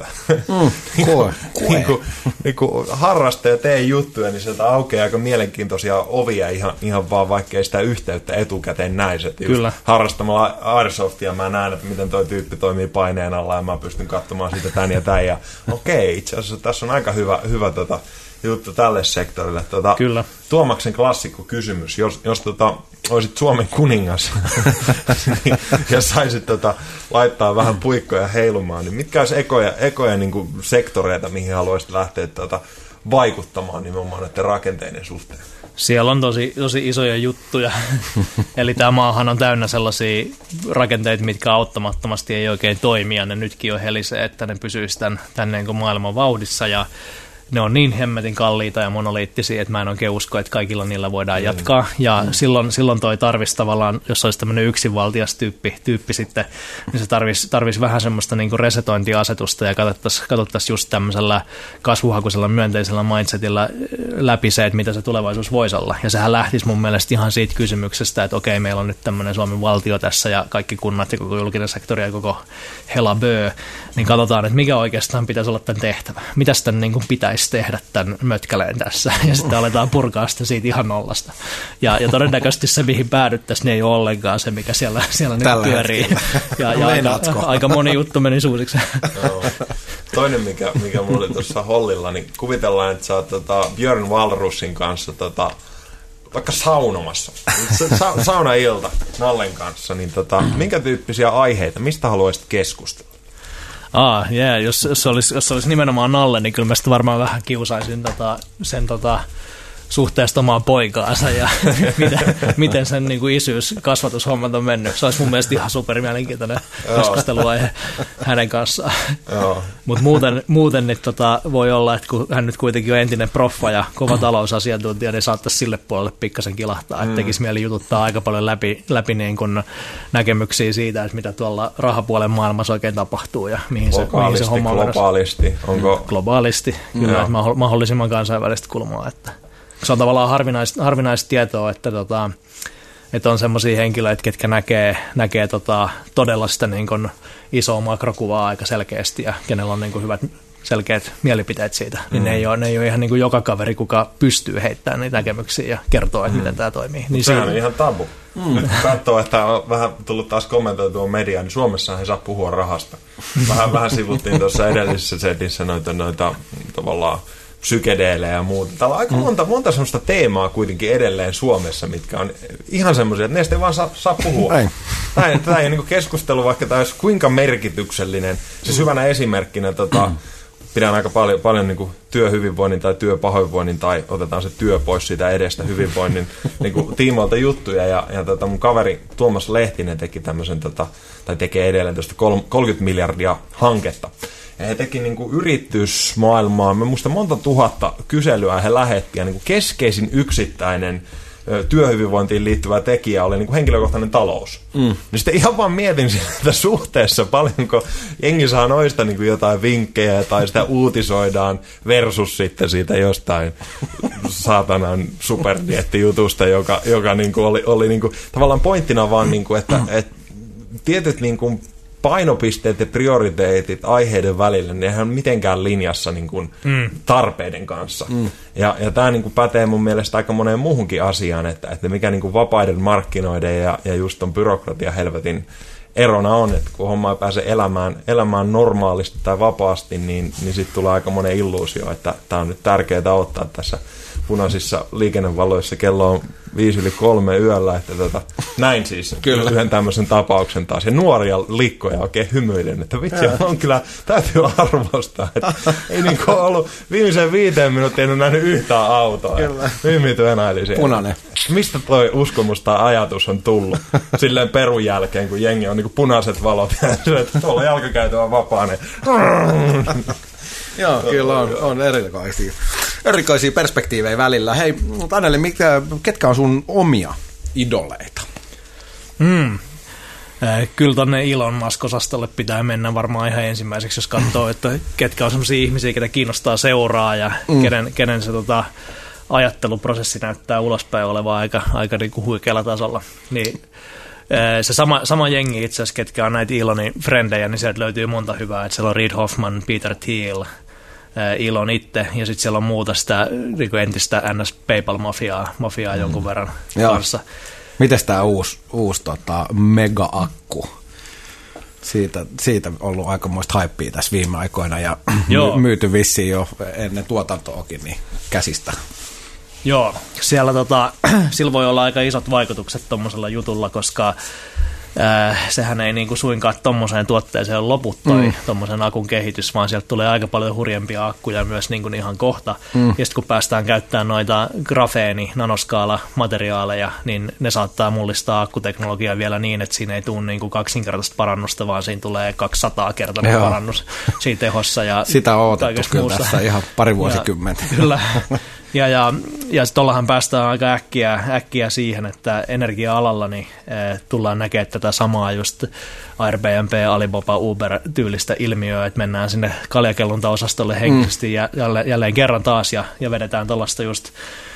Niin kuin harrasta ja tee juttuja, niin sieltä aukeaa aika mielenkiintoisia ovia ihan vaan, vaikka ei sitä yhteyttä etukäteen näisi. Harrastamalla Airsoftia mä näen, että miten toi tyyppi toimii paineen alla ja mä pystyn katsomaan siitä tän ja tän. Ja okei, itse asiassa tässä on aika hyvä juttu tälle sektorille. Kyllä. Tuomaksen klassikko kysymys. Jos olisit Suomen kuningas ja saisit laittaa vähän puikkoja heilumaan, niin mitkä olisi ekoja niin kuin sektoreita, mihin haluaisit lähteä vaikuttamaan nimenomaan näiden rakenteiden suhteen? Siellä on tosi isoja juttuja. Eli tämä maahan on täynnä sellaisia rakenteita, mitkä auttamattomasti ei oikein toimi, ja ne nytkin on helisee, että ne pysyisi tämän niin kuin maailman vauhdissa, ja ne on niin hemmetin kalliita ja monoliittisia, että mä en oikein usko, että kaikilla niillä voidaan jatkaa. Ja silloin toi tarvisi tavallaan, jos olisi tämmöinen yksinvaltias tyyppi sitten, niin se tarvisi vähän semmoista niin kuin resetointiasetusta ja katsottaisiin just tämmöisellä kasvuhakuisella myönteisellä mindsetillä läpi se, että mitä se tulevaisuus voisi olla. Ja sehän lähtisi mun mielestä ihan siitä kysymyksestä, että okei, meillä on nyt tämmöinen Suomen valtio tässä ja kaikki kunnat ja koko julkinen sektori ja koko helaböö, niin katsotaan, että mikä oikeastaan pitäisi olla tämän tehtävä. Mitäs tämän niin kuin pitäisi tehdä tämän mötkäleen tässä, ja sitten aletaan purkaa sitä siitä ihan nollasta. Ja todennäköisesti se, mihin päädyttäisiin, niin ei ole ollenkaan se, mikä siellä nyt pyörii. Ja aika moni juttu meni suusiksi. No. Toinen, mikä mulla oli tuossa hollilla, niin kuvitellaan, että sä oot Björn Wahlroosin kanssa vaikka saunomassa. Saunailta Nallen kanssa, niin minkä tyyppisiä aiheita, mistä haluaisit keskustella? Jos se olisi nimenomaan Nalle, niin kyllä mä sitä varmaan vähän kiusaisin sen suhteesta omaan poikaansa ja miten sen niin kuin isyys-kasvatushommat on mennyt. Se olisi mun mielestä ihan supermielenkiintoinen keskusteluaihe hänen kanssaan. Mutta muuten niin voi olla, että kun hän nyt kuitenkin on entinen proffa ja kova talousasiantuntija, niin saattaisi sille puolelle pikkasen kilahtaa. Että tekisi mieli jututtaa aika paljon läpi niin kuin näkemyksiä siitä, että mitä tuolla rahapuolen maailmassa oikein tapahtuu ja mihin se homma on. Globaalisti. Onko? Globaalisti, kyllä, että mahdollisimman kansainvälistä kulmaa, että se on tavallaan harvinaista tietoa, että on semmoisia henkilöitä, ketkä näkee todella sitä niin kuin isoa makrokuvaa aika selkeästi ja kenellä on niin kuin hyvät selkeät mielipiteet siitä. Niin ne ei ole ihan niin kuin joka kaveri, kuka pystyy heittämään niitä näkemyksiä ja kertoo, että miten tämä toimii. Niin sehän on ihan tabu. Nyt kun katsoo, että on vähän tullut taas kommentoitua mediaa, niin Suomessa ei saa puhua rahasta. Vähän sivuttiin tuossa edellisessä setissä noita tavallaan psykedeelejä ja muuta. Täällä on aika monta semmoista teemaa kuitenkin edelleen Suomessa, mitkä on ihan semmoisia, että näistä ei vaan saa puhua. Tämä ei ole keskustelu, vaikka tämä olisi kuinka merkityksellinen. Siis hyvänä esimerkkinä pidän aika paljon niin kuin työhyvinvoinnin tai työpahoinvoinnin tai otetaan se työ pois siitä edestä hyvinvoinnin niin kuin tiimoilta juttuja. Ja mun kaveri Tuomas Lehtinen teki tämmöisen, tai tekee edelleen tuosta 30 miljardia hanketta. Ja he teki niin kuin yritysmaailmaan, mä muistan monta tuhatta kyselyä he lähetti, ja niin kuin keskeisin yksittäinen työhyvinvointiin liittyvä tekijä oli niin kuin henkilökohtainen talous. Niin sitten ihan vaan mietin sitä suhteessa, paljonko jengi saa noista niin kuin jotain vinkkejä tai sitä uutisoidaan versus sitten siitä jostain saatanan superdieettijutusta, joka niin kuin oli niin kuin, tavallaan pointtina vaan, niin kuin, että tietyt niin kuin painopisteet ja prioriteetit aiheiden välillä, ne eihän mitenkään linjassa niin kuin tarpeiden kanssa. Ja tämä niin kuin pätee mun mielestä aika moneen muuhunkin asiaan, että mikä niin kuin vapaiden markkinoiden ja just ton byrokratia helvetin erona on, että kun homma ei pääse elämään normaalisti tai vapaasti, niin sitten tulee aika monen illuusio, että tämä on nyt tärkeää ottaa tässä punaisissa liikennevaloissa, kello on 2:05 yöllä, että näin siis yhden tämmöisen tapauksen taas. Ja nuoria likkoja oikein hymyilen, että vitsi, on kyllä, täytyy arvostaa, että ei niin kuin ollut viimeiseen 5 minuuttiin en nähnyt yhtään autoa. Hymyity enaili siellä. Punainen. Mistä toi uskomus tai ajatus on tullut silleen perun jälkeen, kun jengi on niin kuin punaiset valot ja että tuolla jalkakäytö on vapainen. Joo, kyllä on erikoisia perspektiivejä välillä. Hei, Anneli, ketkä on sun omia idoleita? Kyllä tonne Elon Musk-osastolle pitää mennä varmaan ihan ensimmäiseksi, jos katsoo, että ketkä on sellaisia ihmisiä, ketä kiinnostaa seuraa ja kenen se ajatteluprosessi näyttää ulospäin olevaa aika niin kuin huikealla tasolla. Niin, se sama jengi itse asiassa, ketkä on näitä Elonin frendejä, niin sieltä löytyy monta hyvää. Että siellä on Reid Hoffman, Peter Thiel, Elon itse, ja sitten siellä on muuta sitä niin kuin entistä NS-PayPal-mafiaa jonkun verran kanssa. Mites tämä uusi mega-akku? Siitä on ollut aikamoista haippia tässä viime aikoina, ja myyty vissiin jo ennen tuotantoakin niin käsistä. Joo, siellä sillä voi olla aika isot vaikutukset tuommoisella jutulla, koska sehän ei niin kuin suinkaan tommoseen tuotteeseen ole loput tommosen akun kehitys, vaan sieltä tulee aika paljon hurjempia akkuja myös niin kuin ihan kohta. Ja sitten kun päästään käyttämään noita grafeeni-nanoskaala-materiaaleja, niin ne saattaa mullistaa akkuteknologiaa vielä niin, että siinä ei tule niin kuin kaksinkertaista parannusta, vaan siinä tulee 200-kertainen parannus siinä tehossa. Ja sitä on odotettu kyllä tässä ihan pari vuosikymmentä. Kyllä. Ja sitten tuollahan päästään aika äkkiä siihen, että energia-alalla niin, tullaan näkemään tätä samaa just Airbnb, Alibaba, Uber-tyylistä ilmiöä, että mennään sinne kaljakelluntaosastolle henkisesti jälleen kerran taas ja vedetään tuollaista just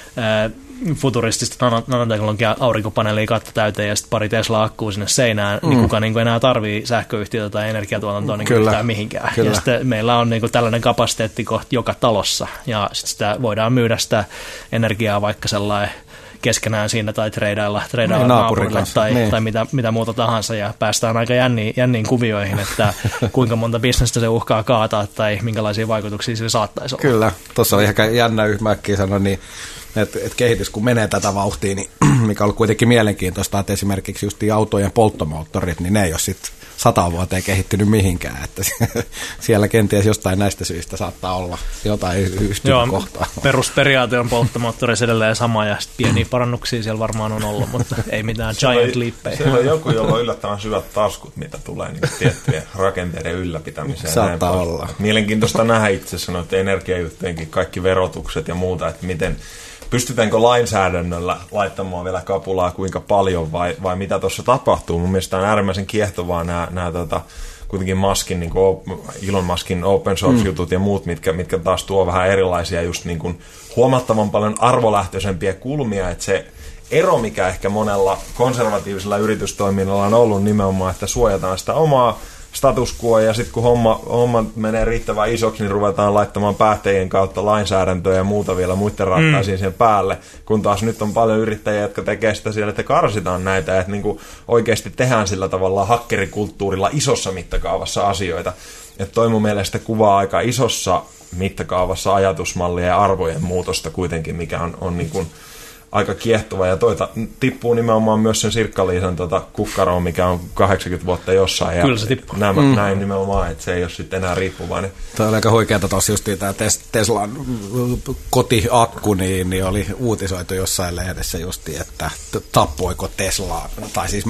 futuristista nanoteknologiaa aurinkopaneelia katto täyteen ja sitten pari Tesla-akkuu sinne seinään, niin kuka niin kuin enää tarvii sähköyhtiötä tai energiatuotantoa niin yhtään mihinkään. Kyllä. Ja sitten meillä on niin kuin tällainen kapasiteetti joka talossa ja sitten sitä voidaan myydä sitä energiaa vaikka sellainen keskenään siinä tai treidailla naapurille tai mitä muuta tahansa ja päästään aika jänniin kuvioihin, että kuinka monta bisnestä se uhkaa kaataa tai minkälaisia vaikutuksia sillä saattaisi olla. Kyllä, tuossa oli ehkä jännä yhmäkkiä sanoa, niin että kehitys kun menee tätä vauhtia, niin mikä on ollut kuitenkin mielenkiintoista, että esimerkiksi just autojen polttomoottorit, niin ne ei ole sitten 100 vuoteen kehittynyt mihinkään, että siellä kenties jostain näistä syistä saattaa olla jotain yhtymäkohtaa. Perusperiaate on polttomoottorissa edelleen sama ja pieniä parannuksia siellä varmaan on ollut, mutta ei mitään giant leappeja. Siellä on joku, jolla on yllättävän syvät taskut, mitä tulee niin tiettyjen rakenteiden ylläpitämiseen. Saattaa olla. Mielenkiintoista nähdä itse asiassa noiden energiajuttujenkin kaikki verotukset ja muuta, että miten pystytäänkö lainsäädännöllä laittamaan vielä kapulaa kuinka paljon vai mitä tuossa tapahtuu? Mun mielestä on äärimmäisen kiehtovaa nämä kuitenkin niin Elon Muskin open source-jutut ja muut, mitkä taas tuo vähän erilaisia just niin kuin huomattavan paljon arvolähtöisempiä kulmia, että se ero, mikä ehkä monella konservatiivisella yritystoiminnalla on ollut nimenomaan, että suojataan sitä omaa status quo, ja sitten kun homma menee riittävän isoksi, niin ruvetaan laittamaan päättäjien kautta lainsäädäntöä ja muuta vielä muiden rattaisiin sen päälle, kun taas nyt on paljon yrittäjiä, jotka tekee sitä siellä, että karsitaan näitä, että niin kuin oikeasti tehdään sillä tavalla hakkerikulttuurilla isossa mittakaavassa asioita. Että toi mun mielestä kuvaa aika isossa mittakaavassa ajatusmallia ja arvojen muutosta kuitenkin, mikä on niin kuin aika kiehtova, ja toita tippuu nimenomaan myös sen Sirkka-Liisan kukkaroon, mikä on 80 vuotta jossain. Ja kyllä se tippuu. Näin nimenomaan, että se ei ole sitten enää riippuvainen. Tämä oli aika huikeata tuossa justiin tämä Teslan kotiakku, niin oli uutisoitu jossain lehdessä justiin, että tappoiko Tesla, tai siis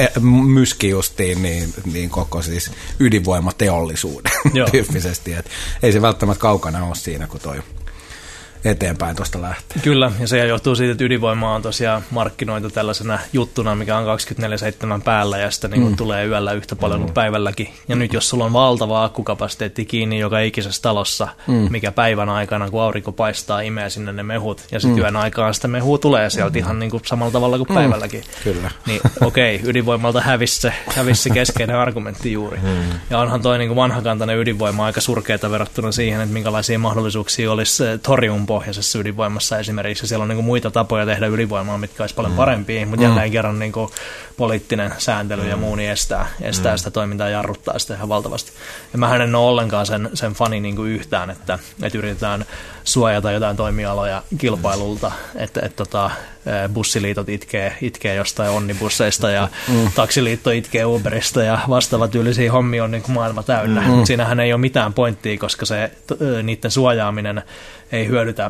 myski justiin, niin koko siis ydinvoimateollisuuden tyyppisesti. Et ei se välttämättä kaukana ole siinä, kun toi eteenpäin tuosta lähtee. Kyllä, ja se johtuu siitä, että ydinvoima on tosiaan markkinoitu tällaisena juttuna, mikä on 24/7 päällä, ja sitä niin tulee yöllä yhtä paljon kuin päivälläkin. Ja nyt jos sulla on valtava akkukapasiteetti kiinni joka ikisessä talossa, mikä päivän aikana, kun aurinko paistaa, imee sinne ne mehut, ja sitten yön aikaan sitä mehua tulee sieltä ihan niin kuin samalla tavalla kuin päivälläkin. Kyllä. Niin okei, ydinvoimalta hävisi se keskeinen argumentti juuri. Ja onhan toi niin kuin vanhakantainen ydinvoima aika surkeata verrattuna siihen, että minkälaisia mahdollisuuksia olisi toriumpohjaisessa ydinvoimassa esimerkiksi. Siellä on niin kuin muita tapoja tehdä ydinvoimaa, mitkä olisi paljon parempia, mutta jälleen kerran niin kuin poliittinen sääntely ja muu niin estää sitä toimintaa ja jarruttaa sitä ihan valtavasti. Ja mähän en ole ollenkaan sen fani niin kuin yhtään, että yritetään suojata jotain toimialoja kilpailulta, että bussiliitot itkee jostain onnibusseista ja taksiliitto itkee Uberista ja vastaavat tyylisiä hommia on niin kuin maailma täynnä. Siinähän ei ole mitään pointtia, koska se niiden suojaaminen ei hyödytä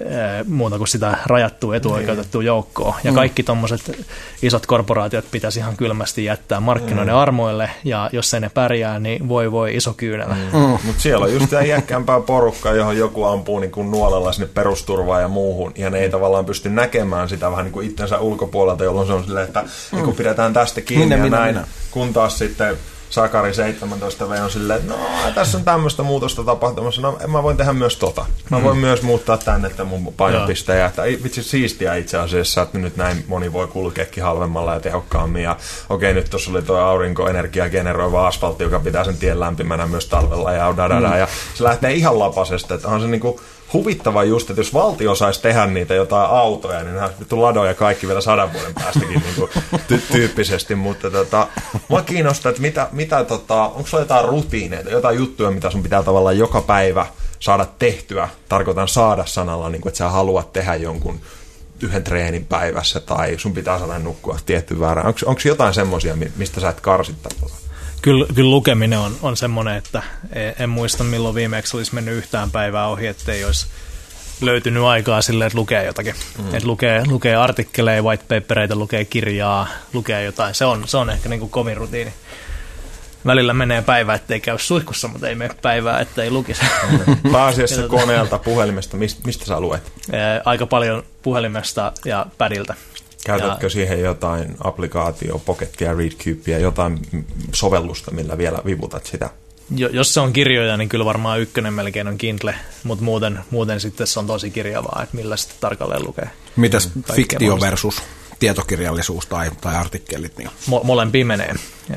muuta kuin sitä rajattua etuoikeutettua joukkoa. Ja kaikki tommoset isot korporaatiot pitäisi ihan kylmästi jättää markkinoiden armoille, ja jos ei ne pärjää, niin voi iso kyynelä. Mutta siellä on just tämä iäkkäämpää porukka, johon joku ampuu niin kuin nuolella sinne perusturvaan ja muuhun, ja ne ei tavallaan pysty näkemään sitä vähän niin kuin itsensä ulkopuolelta, jolloin se on silleen, että niin pidetään tästä kiinni minä. Kun taas sitten Sakari 17V on silleen, että no tässä on tämmöistä muutosta tapahtumassa, no mä voin tehdä myös Mä voin myös muuttaa tänne mun painopiste, ja vitsi siistiä itse asiassa, että nyt näin moni voi kulkeekin halvemmalla ja tehokkaammin, ja okei, nyt tuossa oli tuo aurinkoenergia generoiva asfaltti, joka pitää sen tien lämpimänä myös talvella, ja ja se lähtee ihan lapasesta, että on se niinku huvittava just, että jos valtio saisi tehdä niitä jotain autoja, niin nämä vittu ladoja kaikki vielä 100 vuoden päästäkin niin tyyppisesti, mutta mua kiinnostaa, että onko sulla jotain rutiineita, jotain juttuja, mitä sun pitää tavallaan joka päivä saada tehtyä, tarkoitan saada sanalla, niin kuin, että sä haluat tehdä jonkun yhden treenin päivässä tai sun pitää saada nukkua tietty väärään. Onko jotain semmoisia, mistä sä et karsit tavallaan? Kyllä lukeminen on semmoinen, että en muista milloin viimeksi olisi mennyt yhtään päivää ohi, ettei olisi löytynyt aikaa silleen, että lukee jotakin. Että lukee artikkeleja, whitepapereita, lukee kirjaa, lukee jotain. Se on ehkä niin kuin kovin rutiini. Välillä menee päivä, ettei käy suihkussa, mutta ei mene päivää, ettei lukisi. Pääasiassa koneelta, puhelimesta, mistä sä luet? Aika paljon puhelimesta ja padilta. Käytätkö siihen jotain applikaatio, Pocketia, Readcubea, jotain sovellusta, millä vielä vivutat sitä? Jos se on kirjoja, niin kyllä varmaan ykkönen melkein on Kindle, mutta muuten sitten se on tosi kirjavaa, että millä sitten tarkalleen lukee. Mitäs fiktio versus tietokirjallisuus tai artikkelit? Niin? Molempia menee.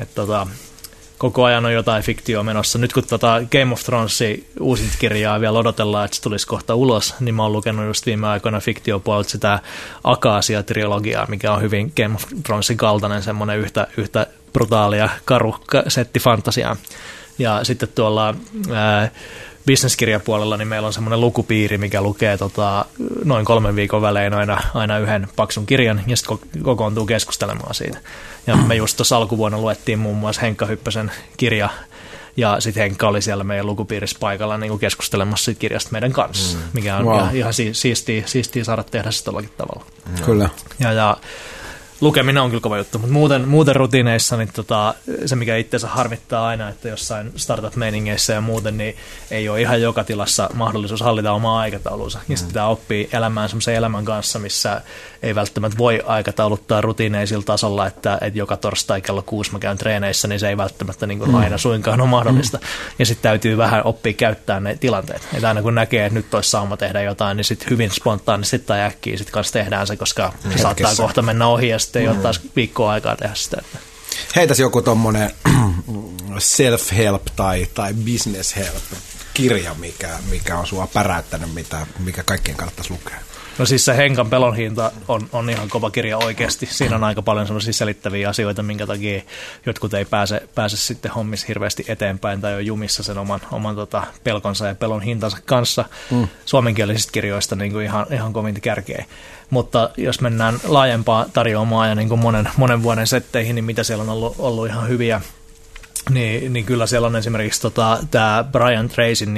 Koko ajan on jotain fiktioa menossa. Nyt kun Game of Thronesin uusinta kirjaa vielä odotellaan, että se tulisi kohta ulos, niin mä oon lukenut just viime aikoina fiktiopuolelta sitä Akasia-trilogiaa, mikä on hyvin Game of Thronesin kaltainen, semmoinen yhtä brutaali ja karu setti fantasiaa. Ja sitten tuolla businesskirjapuolella niin meillä on semmoinen lukupiiri, mikä lukee noin 3 viikon välein aina yhden paksun kirjan ja sitten kokoontuu keskustelemaan siitä. Ja me just tuossa alkuvuonna luettiin muun muassa Henkka Hyppösen kirja ja sitten Henkka oli siellä meidän lukupiirissä paikalla niin kuin keskustelemassa siitä kirjasta meidän kanssa, mikä on ihan siistiä saada tehdä sitä jollakin tavalla. Kyllä. Ja lukeminen on kyllä kova juttu, mutta muuten rutiineissa niin se, mikä itseensä harmittaa aina, että jossain startup-meiningeissä ja muuten, niin ei ole ihan joka tilassa mahdollisuus hallita omaa aikataulunsa. Ja sitten pitää oppia elämään semmoisen elämän kanssa, missä ei välttämättä voi aikatauluttaa rutiineisilla tasolla, että joka torstai kello 6 mä käyn treeneissä, niin se ei välttämättä niin kuin aina suinkaan ole mahdollista. Ja sitten täytyy vähän oppia käyttää ne tilanteet. Että aina kun näkee, että nyt olisi sauma tehdä jotain, niin sitten hyvin spontaanisti tai äkkiä sitten kanssa tehdään se, koska se saattaa kohta mennä ohi ja sitten ei ole taas viikkoa aikaa tehdä sitä. Heitäisi joku tommonen self-help tai business help kirja, mikä on sua päräyttänyt, mikä kaikkien kannattaisi lukea. No siis se Henkan pelon hinta on ihan kova kirja oikeasti. Siinä on aika paljon sellaisia selittäviä asioita, minkä takia jotkut ei pääse sitten hommissa hirveästi eteenpäin tai on jumissa sen oman pelkonsa ja pelon hintansa kanssa. Suomenkielisistä kirjoista niin kuin ihan kovinta kärkeä. Mutta jos mennään laajempaa tarjoamaan ja niin kuin monen vuoden setteihin, niin mitä siellä on ollut ihan hyviä, niin kyllä siellä on esimerkiksi tämä Brian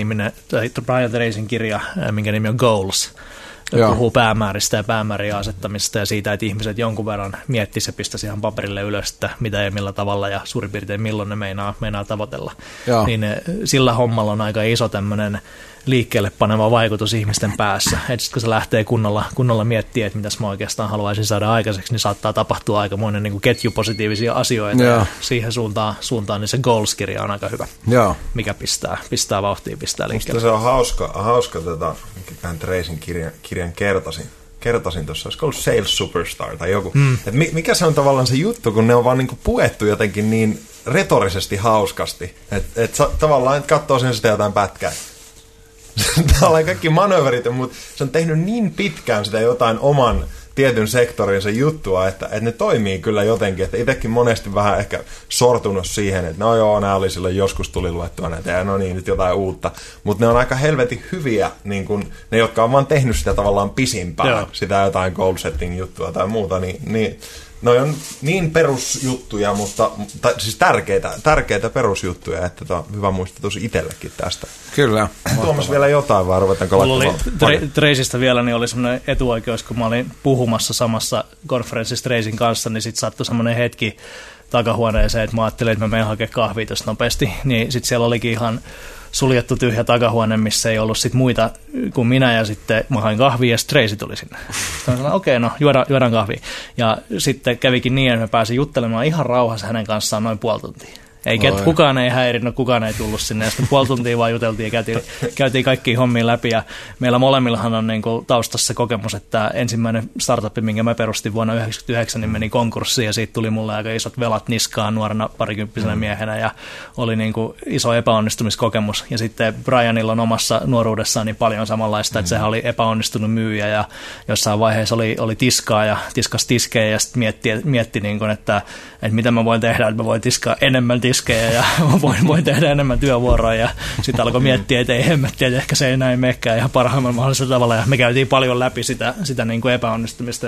Tracyn kirja, minkä nimi on Goals. Puhuu päämääristä ja päämäärien asettamista ja siitä, että ihmiset jonkun verran miettisivät ja pistäisi ihan paperille ylös, että mitä ja millä tavalla ja suurin piirtein milloin ne meinaa tavoitella. Niin sillä hommalla on aika iso tämmöinen liikkeelle paneva vaikutus ihmisten päässä. Että sitten kun se lähtee kunnolla miettimään, että mitäs mä oikeastaan haluaisin saada aikaiseksi, niin saattaa tapahtua aikamoinen niin kuin ketjupositiivisia asioita. Ja siihen suuntaan niin se Goals-kirja on aika hyvä, mikä pistää vauhtia, pistää liikkeelle. Musta se on hauska tämän Tracyn kirjan kertasin tuossa, olisiko ollut Sales Superstar tai joku. Mikä se on tavallaan se juttu, kun ne on vaan niinku puettu jotenkin niin retorisesti hauskasti, että tavallaan katsoo sen sitä jotain pätkää. Tavallaan kaikki manöverit, mutta se on tehnyt niin pitkään sitä jotain oman tietyn sektorinsa juttua, että ne toimii kyllä jotenkin, että itsekin monesti vähän ehkä sortunut siihen, että no joo, nämä oli silloin joskus tuli luettua näitä ja no niin, nyt jotain uutta, mutta ne on aika helvetin hyviä, niin kun ne, jotka on vaan tehnyt sitä tavallaan pisimpään, sitä jotain goal setting juttua tai muuta, niin ne on niin perusjuttuja, mutta siis tärkeitä perusjuttuja, että on hyvä muistutus itsellekin tästä. Kyllä. Tuomas vielä jotain vai ruvetaanko laittamaan? Tracista vielä niin oli semmoinen etuoikeus, kun mä olin puhumassa samassa konferenssissa Tracyn kanssa, niin sitten sattui semmoinen hetki takahuoneeseen, että mä ajattelin, että mä menen hakemaan kahvia tuosta nopeasti, niin sitten siellä olikin ihan suljettu tyhjä takahuone, missä ei ollut sit muita kuin minä, ja sitten mä hain kahvia, ja sitten Tracy tuli sinne. Sitten sanoin, okei, no juodaan kahvia. Ja sitten kävikin niin, että mä pääsin juttelemaan ihan rauhassa hänen kanssaan noin puoli tuntia. Kukaan ei häirinyt, kukaan ei tullut sinne, ja sitten puoli tuntia vaan juteltiin ja käytiin kaikkia hommia läpi, ja meillä molemmillahan on niin kuin taustassa kokemus, että ensimmäinen startup, minkä mä perustin vuonna 1999, niin meni konkurssiin, ja siitä tuli mulle aika isot velat niskaan nuorena parikymppisenä miehenä, ja oli niin kuin iso epäonnistumiskokemus, ja sitten Brianilla on omassa nuoruudessaan niin paljon samanlaista, että sehän oli epäonnistunut myyjä, ja jossain vaiheessa oli tiskaa, ja tiskas tiskejä, ja sitten mietti niin kuin, että mitä mä voin tehdä, että mä voin tiskaa enemmän tiskejä, riskejä ja voin tehdä enemmän työvuoroja. Ja sitten alkoi miettiä, että ei hemmettiä, että ehkä se ei näin menekään ihan parhaimmalla mahdollisella tavalla. Ja me käytiin paljon läpi sitä niin kuin epäonnistumista,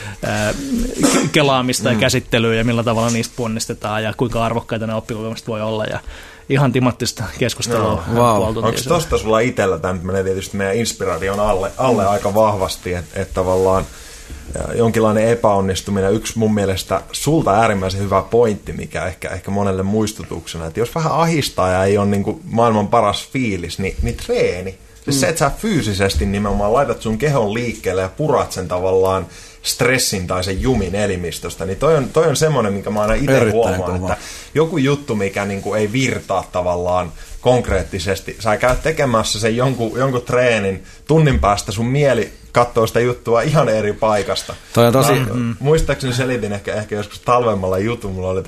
kelaamista ja käsittelyä ja millä tavalla niistä ponnistetaan ja kuinka arvokkaita ne oppikokemukset voi olla. Ja ihan timattista keskustelua. Onko tuosta sulla itsellä, tämä nyt menee tietysti meidän inspiraation alle aika vahvasti, että tavallaan jonkinlainen epäonnistuminen, yksi mun mielestä sulta äärimmäisen hyvä pointti, mikä ehkä monelle muistutuksena, että jos vähän ahistaa ja ei ole niin kuin maailman paras fiilis, niin treeni. Siis se, että sä fyysisesti nimenomaan laitat sun kehon liikkeelle ja purat sen tavallaan stressin tai sen jumin elimistöstä, niin toi on semmoinen, minkä mä aina itse huomaan, että joku juttu, mikä niin kuin ei virtaa tavallaan konkreettisesti, sä käyt tekemässä sen jonkun treenin, tunnin päästä sun mieli katsoo sitä juttua ihan eri paikasta. Toi on tosi... Muistaakseni selitin ehkä joskus talvemmalla jutun, mulla oli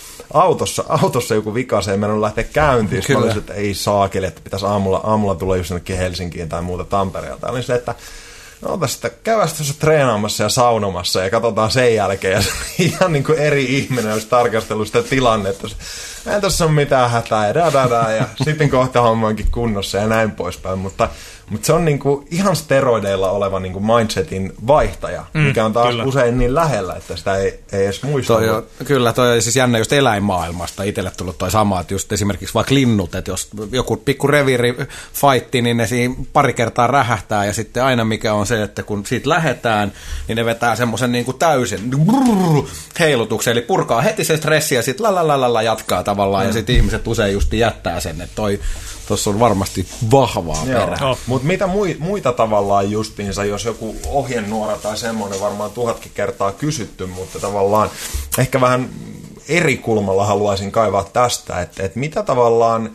autossa joku vika, se ei mennyt lähteä käyntiin, mä olisin, että ei saakeli, että pitäisi aamulla tulla just jonnekin Helsinkiin tai muuta Tampereelta. Olin silleen, että no sitten käydään tuossa treenaamassa ja saunomassa ja katsotaan sen jälkeen. Ja se ihan niin kuin eri ihminen olisi tarkastellut sitä tilannetta. Ei tässä ole mitään hätää ja sitten kohta hommankin kunnossa ja näin poispäin. Mutta se on niin kuin ihan steroideilla oleva niin kuin mindsetin vaihtaja, mikä on taas usein niin lähellä, että sitä ei edes muista. Kyllä, toi on siis jännä just eläinmaailmasta. Itselle tullut toi sama, että just esimerkiksi vaikka linnut, että jos joku pikku reviirifaitti, niin ne siinä pari kertaa rähähtää ja sitten aina mikä on se, että kun siitä lähetään, niin ne vetää semmoisen niin kuin täysin heilutuksen, eli purkaa heti se stressi ja sitten jatkaa tavallaan ja sitten ihmiset usein just jättää sen, että tuossa on varmasti vahvaa perää. Mutta mitä muita tavallaan justiinsa, jos joku ohjenuora tai semmoinen varmaan 1000 kertaa kysytty, mutta tavallaan ehkä vähän eri kulmalla haluaisin kaivaa tästä, että mitä tavallaan,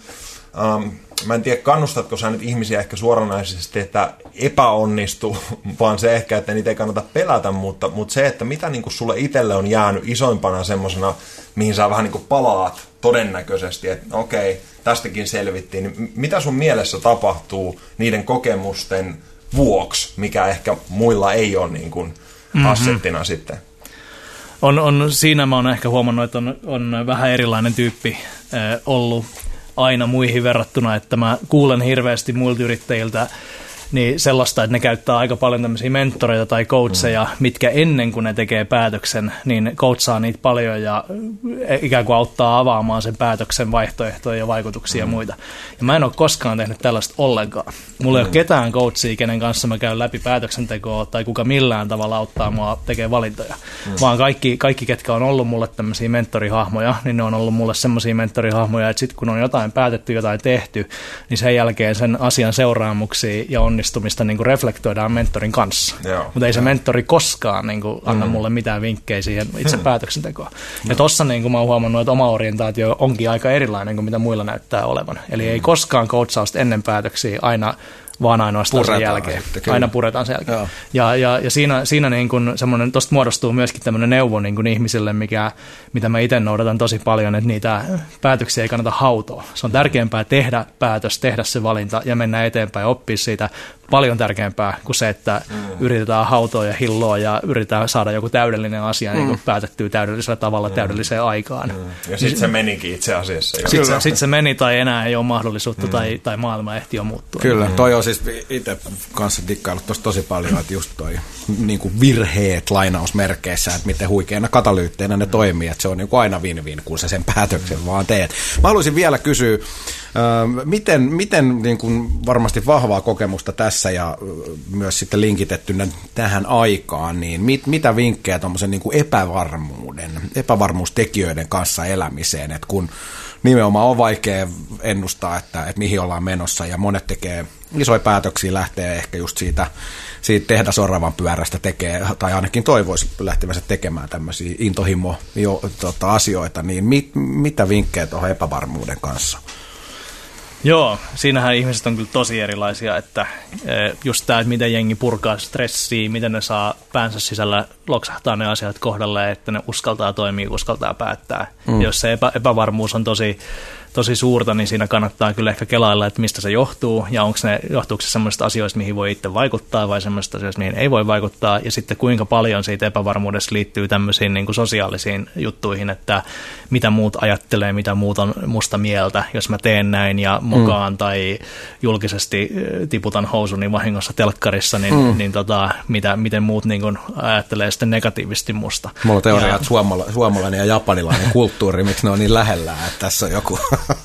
mä en tiedä kannustatko sä nyt ihmisiä ehkä suoranaisesti, että epäonnistu, vaan se ehkä, että niitä ei kannata pelätä, mutta se, että mitä niin kuin sulle itselle on jäänyt isoimpana semmosena, mihin sä vähän niin kuin palaat todennäköisesti, että okei, tästäkin selvittiin, niin mitä sun mielessä tapahtuu niiden kokemusten vuoksi, mikä ehkä muilla ei ole niin kuin assettina sitten? Siinä mä oon ehkä huomannut, että on vähän erilainen tyyppi ollut aina muihin verrattuna, että mä kuulen hirveästi muilta yrittäjiltä niin sellaista, että ne käyttää aika paljon tämmöisiä mentoreita tai coacheja, mitkä ennen kuin ne tekee päätöksen, niin coachaa niitä paljon ja ikään kuin auttaa avaamaan sen päätöksen vaihtoehtoja ja vaikutuksia ja muita. Ja mä en ole koskaan tehnyt tällaista ollenkaan. Mulla ei ole ketään coachia, kenen kanssa mä käyn läpi päätöksentekoa tai kuka millään tavalla auttaa mua tekemään valintoja. Vaan kaikki, ketkä on ollut mulle tämmöisiä mentorihahmoja, niin ne on ollut mulle semmoisia mentorihahmoja, että sitten kun on jotain päätetty, jotain tehty, niin sen jälkeen sen asian seuraamuksia ja onnistumista niin kuin reflektoidaan mentorin kanssa. Mutta ei se mentori koskaan niin kuin anna mulle mitään vinkkejä siihen itse päätöksentekoon. Ja tossa niin kuin mä oon huomannut, että oma orientaatio onkin aika erilainen kuin mitä muilla näyttää olevan. Eli ei koskaan coachausta ennen päätöksiä, vaan ainoastaan sen jälkeen. Aina puretaan sen jälkeen. Ja siinä niin kuin semmoinen, tosta muodostuu myöskin tämmöinen neuvo niin kuin ihmisille, mitä mä itse noudatan tosi paljon, että niitä päätöksiä ei kannata hautoa. Se on tärkeämpää tehdä päätös, tehdä se valinta ja mennä eteenpäin ja oppia siitä. Paljon tärkeämpää kuin se, että yritetään hautoa ja hilloa ja yritetään saada joku täydellinen asia niin päätettyä täydellisellä tavalla täydelliseen aikaan. Ja sitten se menikin itse asiassa. Sitten se meni tai enää ei ole mahdollisuutta tai maailma ehti jo muuttua. Kyllä, toi on siis itse kanssa dikkaillut tuossa tosi paljon, että just toi niin kuin virheet lainausmerkeissä, että miten huikeana katalyytteinä ne toimii, että se on niin kuin aina win-win, kun sä sen päätöksen vaan teet. Mä haluaisin vielä kysyä, miten niin kuin varmasti vahvaa kokemusta tässä ja myös sitten linkitettynä tähän aikaan, niin mitä vinkkejä tuommoisen niin kuin epävarmuustekijöiden kanssa elämiseen, että kun nimenomaan on vaikea ennustaa, että mihin ollaan menossa ja monet tekee isoja päätöksiä, lähtee ehkä just siitä tehdasoravan pyörästä tekee, tai ainakin toivoisi lähtevänsä tekemään tämmöisiä asioita, niin mitä vinkkejä tuohon epävarmuuden kanssa? Joo, siinähän ihmiset on kyllä tosi erilaisia, että just tämä, että miten jengi purkaa stressiä, miten ne saa päänsä sisällä loksahtaa ne asiat kohdalle, että ne uskaltaa toimia, uskaltaa päättää. Ja jos se epävarmuus on tosi suurta, niin siinä kannattaa kyllä ehkä kelailla, että mistä se johtuu ja johtuuko se semmoista asioista, mihin voi itse vaikuttaa vai semmoista asioista, mihin ei voi vaikuttaa ja sitten kuinka paljon siitä epävarmuudesta liittyy tämmöisiin niin kuin sosiaalisiin juttuihin, että mitä muut ajattelee, mitä muut on musta mieltä, jos mä teen näin ja mokaan tai julkisesti tiputan housuni vahingossa telkkarissa, niin miten muut niin kuin ajattelee sitten negatiivisesti musta. Mulla on teoria, että suomalainen ja japanilainen kulttuuri, miksi ne on niin lähellä, että tässä on joku.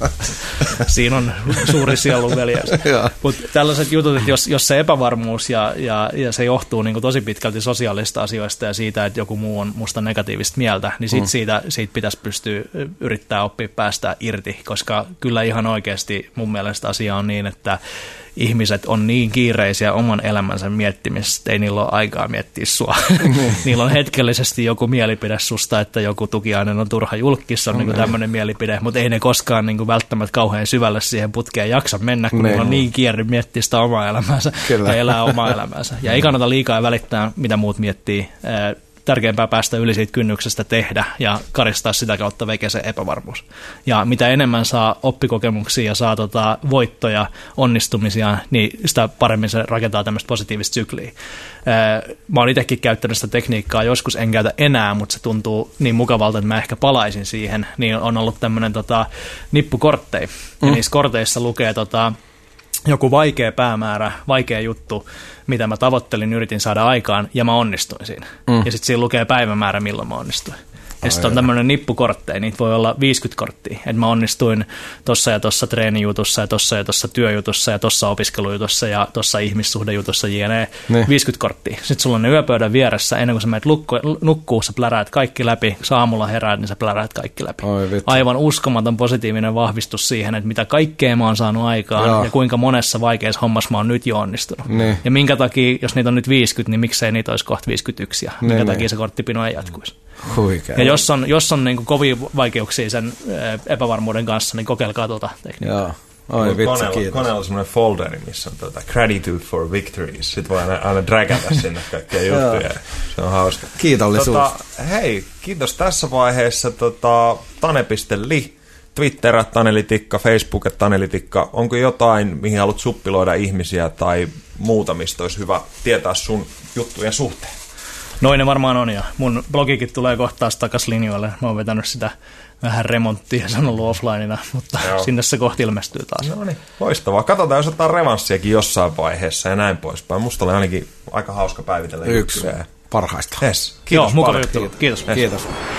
Siinä on suuri sielunveljeys. Mutta tällaiset jutut, että jos se epävarmuus ja se johtuu niin kuin tosi pitkälti sosiaalisista asioista ja siitä, että joku muu on musta negatiivista mieltä, niin siitä pitäisi pystyä yrittää oppia päästä irti, koska kyllä ihan oikeasti mun mielestä asia on niin, että ihmiset on niin kiireisiä oman elämänsä miettimisessä, että ei niillä ole aikaa miettiä sua. Niillä on hetkellisesti joku mielipide susta, että joku tukiainen on turha julkis, on niin tämmöinen mielipide, mutta ei ne koskaan niin välttämättä kauhean syvälle siihen putkeen jaksa mennä, kun niillä on niin kiire miettiä sitä omaa elämäänsä ja elää omaa elämäänsä. Ja ei kannata liikaa välittää, mitä muut miettii. Tärkeämpää päästä yli siitä kynnyksestä tehdä ja karistaa sitä kautta veke se epävarmuus. Ja mitä enemmän saa oppikokemuksia ja saa voittoja, onnistumisia, niin sitä paremmin se rakentaa tämmöistä positiivista sykliä. Mä oon itsekin käyttänyt sitä tekniikkaa, joskus en käytä enää, mutta se tuntuu niin mukavalta, että mä ehkä palaisin siihen. Niin on ollut tämmöinen nippukortteja. Ja niissä korteissa lukee joku vaikea päämäärä, vaikea juttu, mitä mä tavoittelin, yritin saada aikaan, ja mä onnistuin siinä. Ja sitten siinä lukee päivämäärä, milloin mä onnistuin. Ja sitten on tämmöinen nippukortteja, niitä voi olla 50 korttia. Että mä onnistuin tossa ja tossa treenijutussa ja tossa työjutussa ja tossa opiskelujutussa ja tossa ihmissuhdejutussa jne. 50 korttia. Sitten sulla on ne yöpöydän vieressä, ennen kuin sä menet nukkuu, sä pläräät kaikki läpi. Kun sä aamulla heräät, niin sä pläräät kaikki läpi. Aivan uskomaton positiivinen vahvistus siihen, että mitä kaikkea mä oon saanut aikaan ja kuinka monessa vaikeassa hommassa mä oon nyt jo onnistunut. Ja minkä takia, jos niitä on nyt 50, niin miksei niitä olisi kohta 51 ja minkä takia se korttipino ei jatkuisi. Huikea. Ja jos on niin kuin kovia vaikeuksia sen epävarmuuden kanssa, niin kokeilkaa tuota tekniikkaa. Joo. Oi vitsi, kiitos. Koneella on semmoinen folderi, missä on gratitude for victories. Sitten voi aina dragata sinne kaikkea juttuja. Se on hauska. Kiitollisuus. Hei, kiitos tässä vaiheessa tane.li, Twitter @tanelitikka, Facebook @tanelitikka. Onko jotain, mihin haluat suppiloida ihmisiä tai muuta, mistä olisi hyvä tietää sun juttujen suhteen? Noin ne varmaan on, ja mun blogikin tulee kohta takas linjoille. Mä oon vetänyt sitä vähän remonttia ja se on ollut offlineina, mutta sinne se kohti ilmestyy taas. No niin, loistavaa. Katsotaan, jos ottaa revanssiakin jossain vaiheessa ja näin poispäin. Musta oli ainakin aika hauska päivitellä. Yksi parhaista. Yes. Kiitos. Joo, mukava juttu. Kiitos. Kiitos.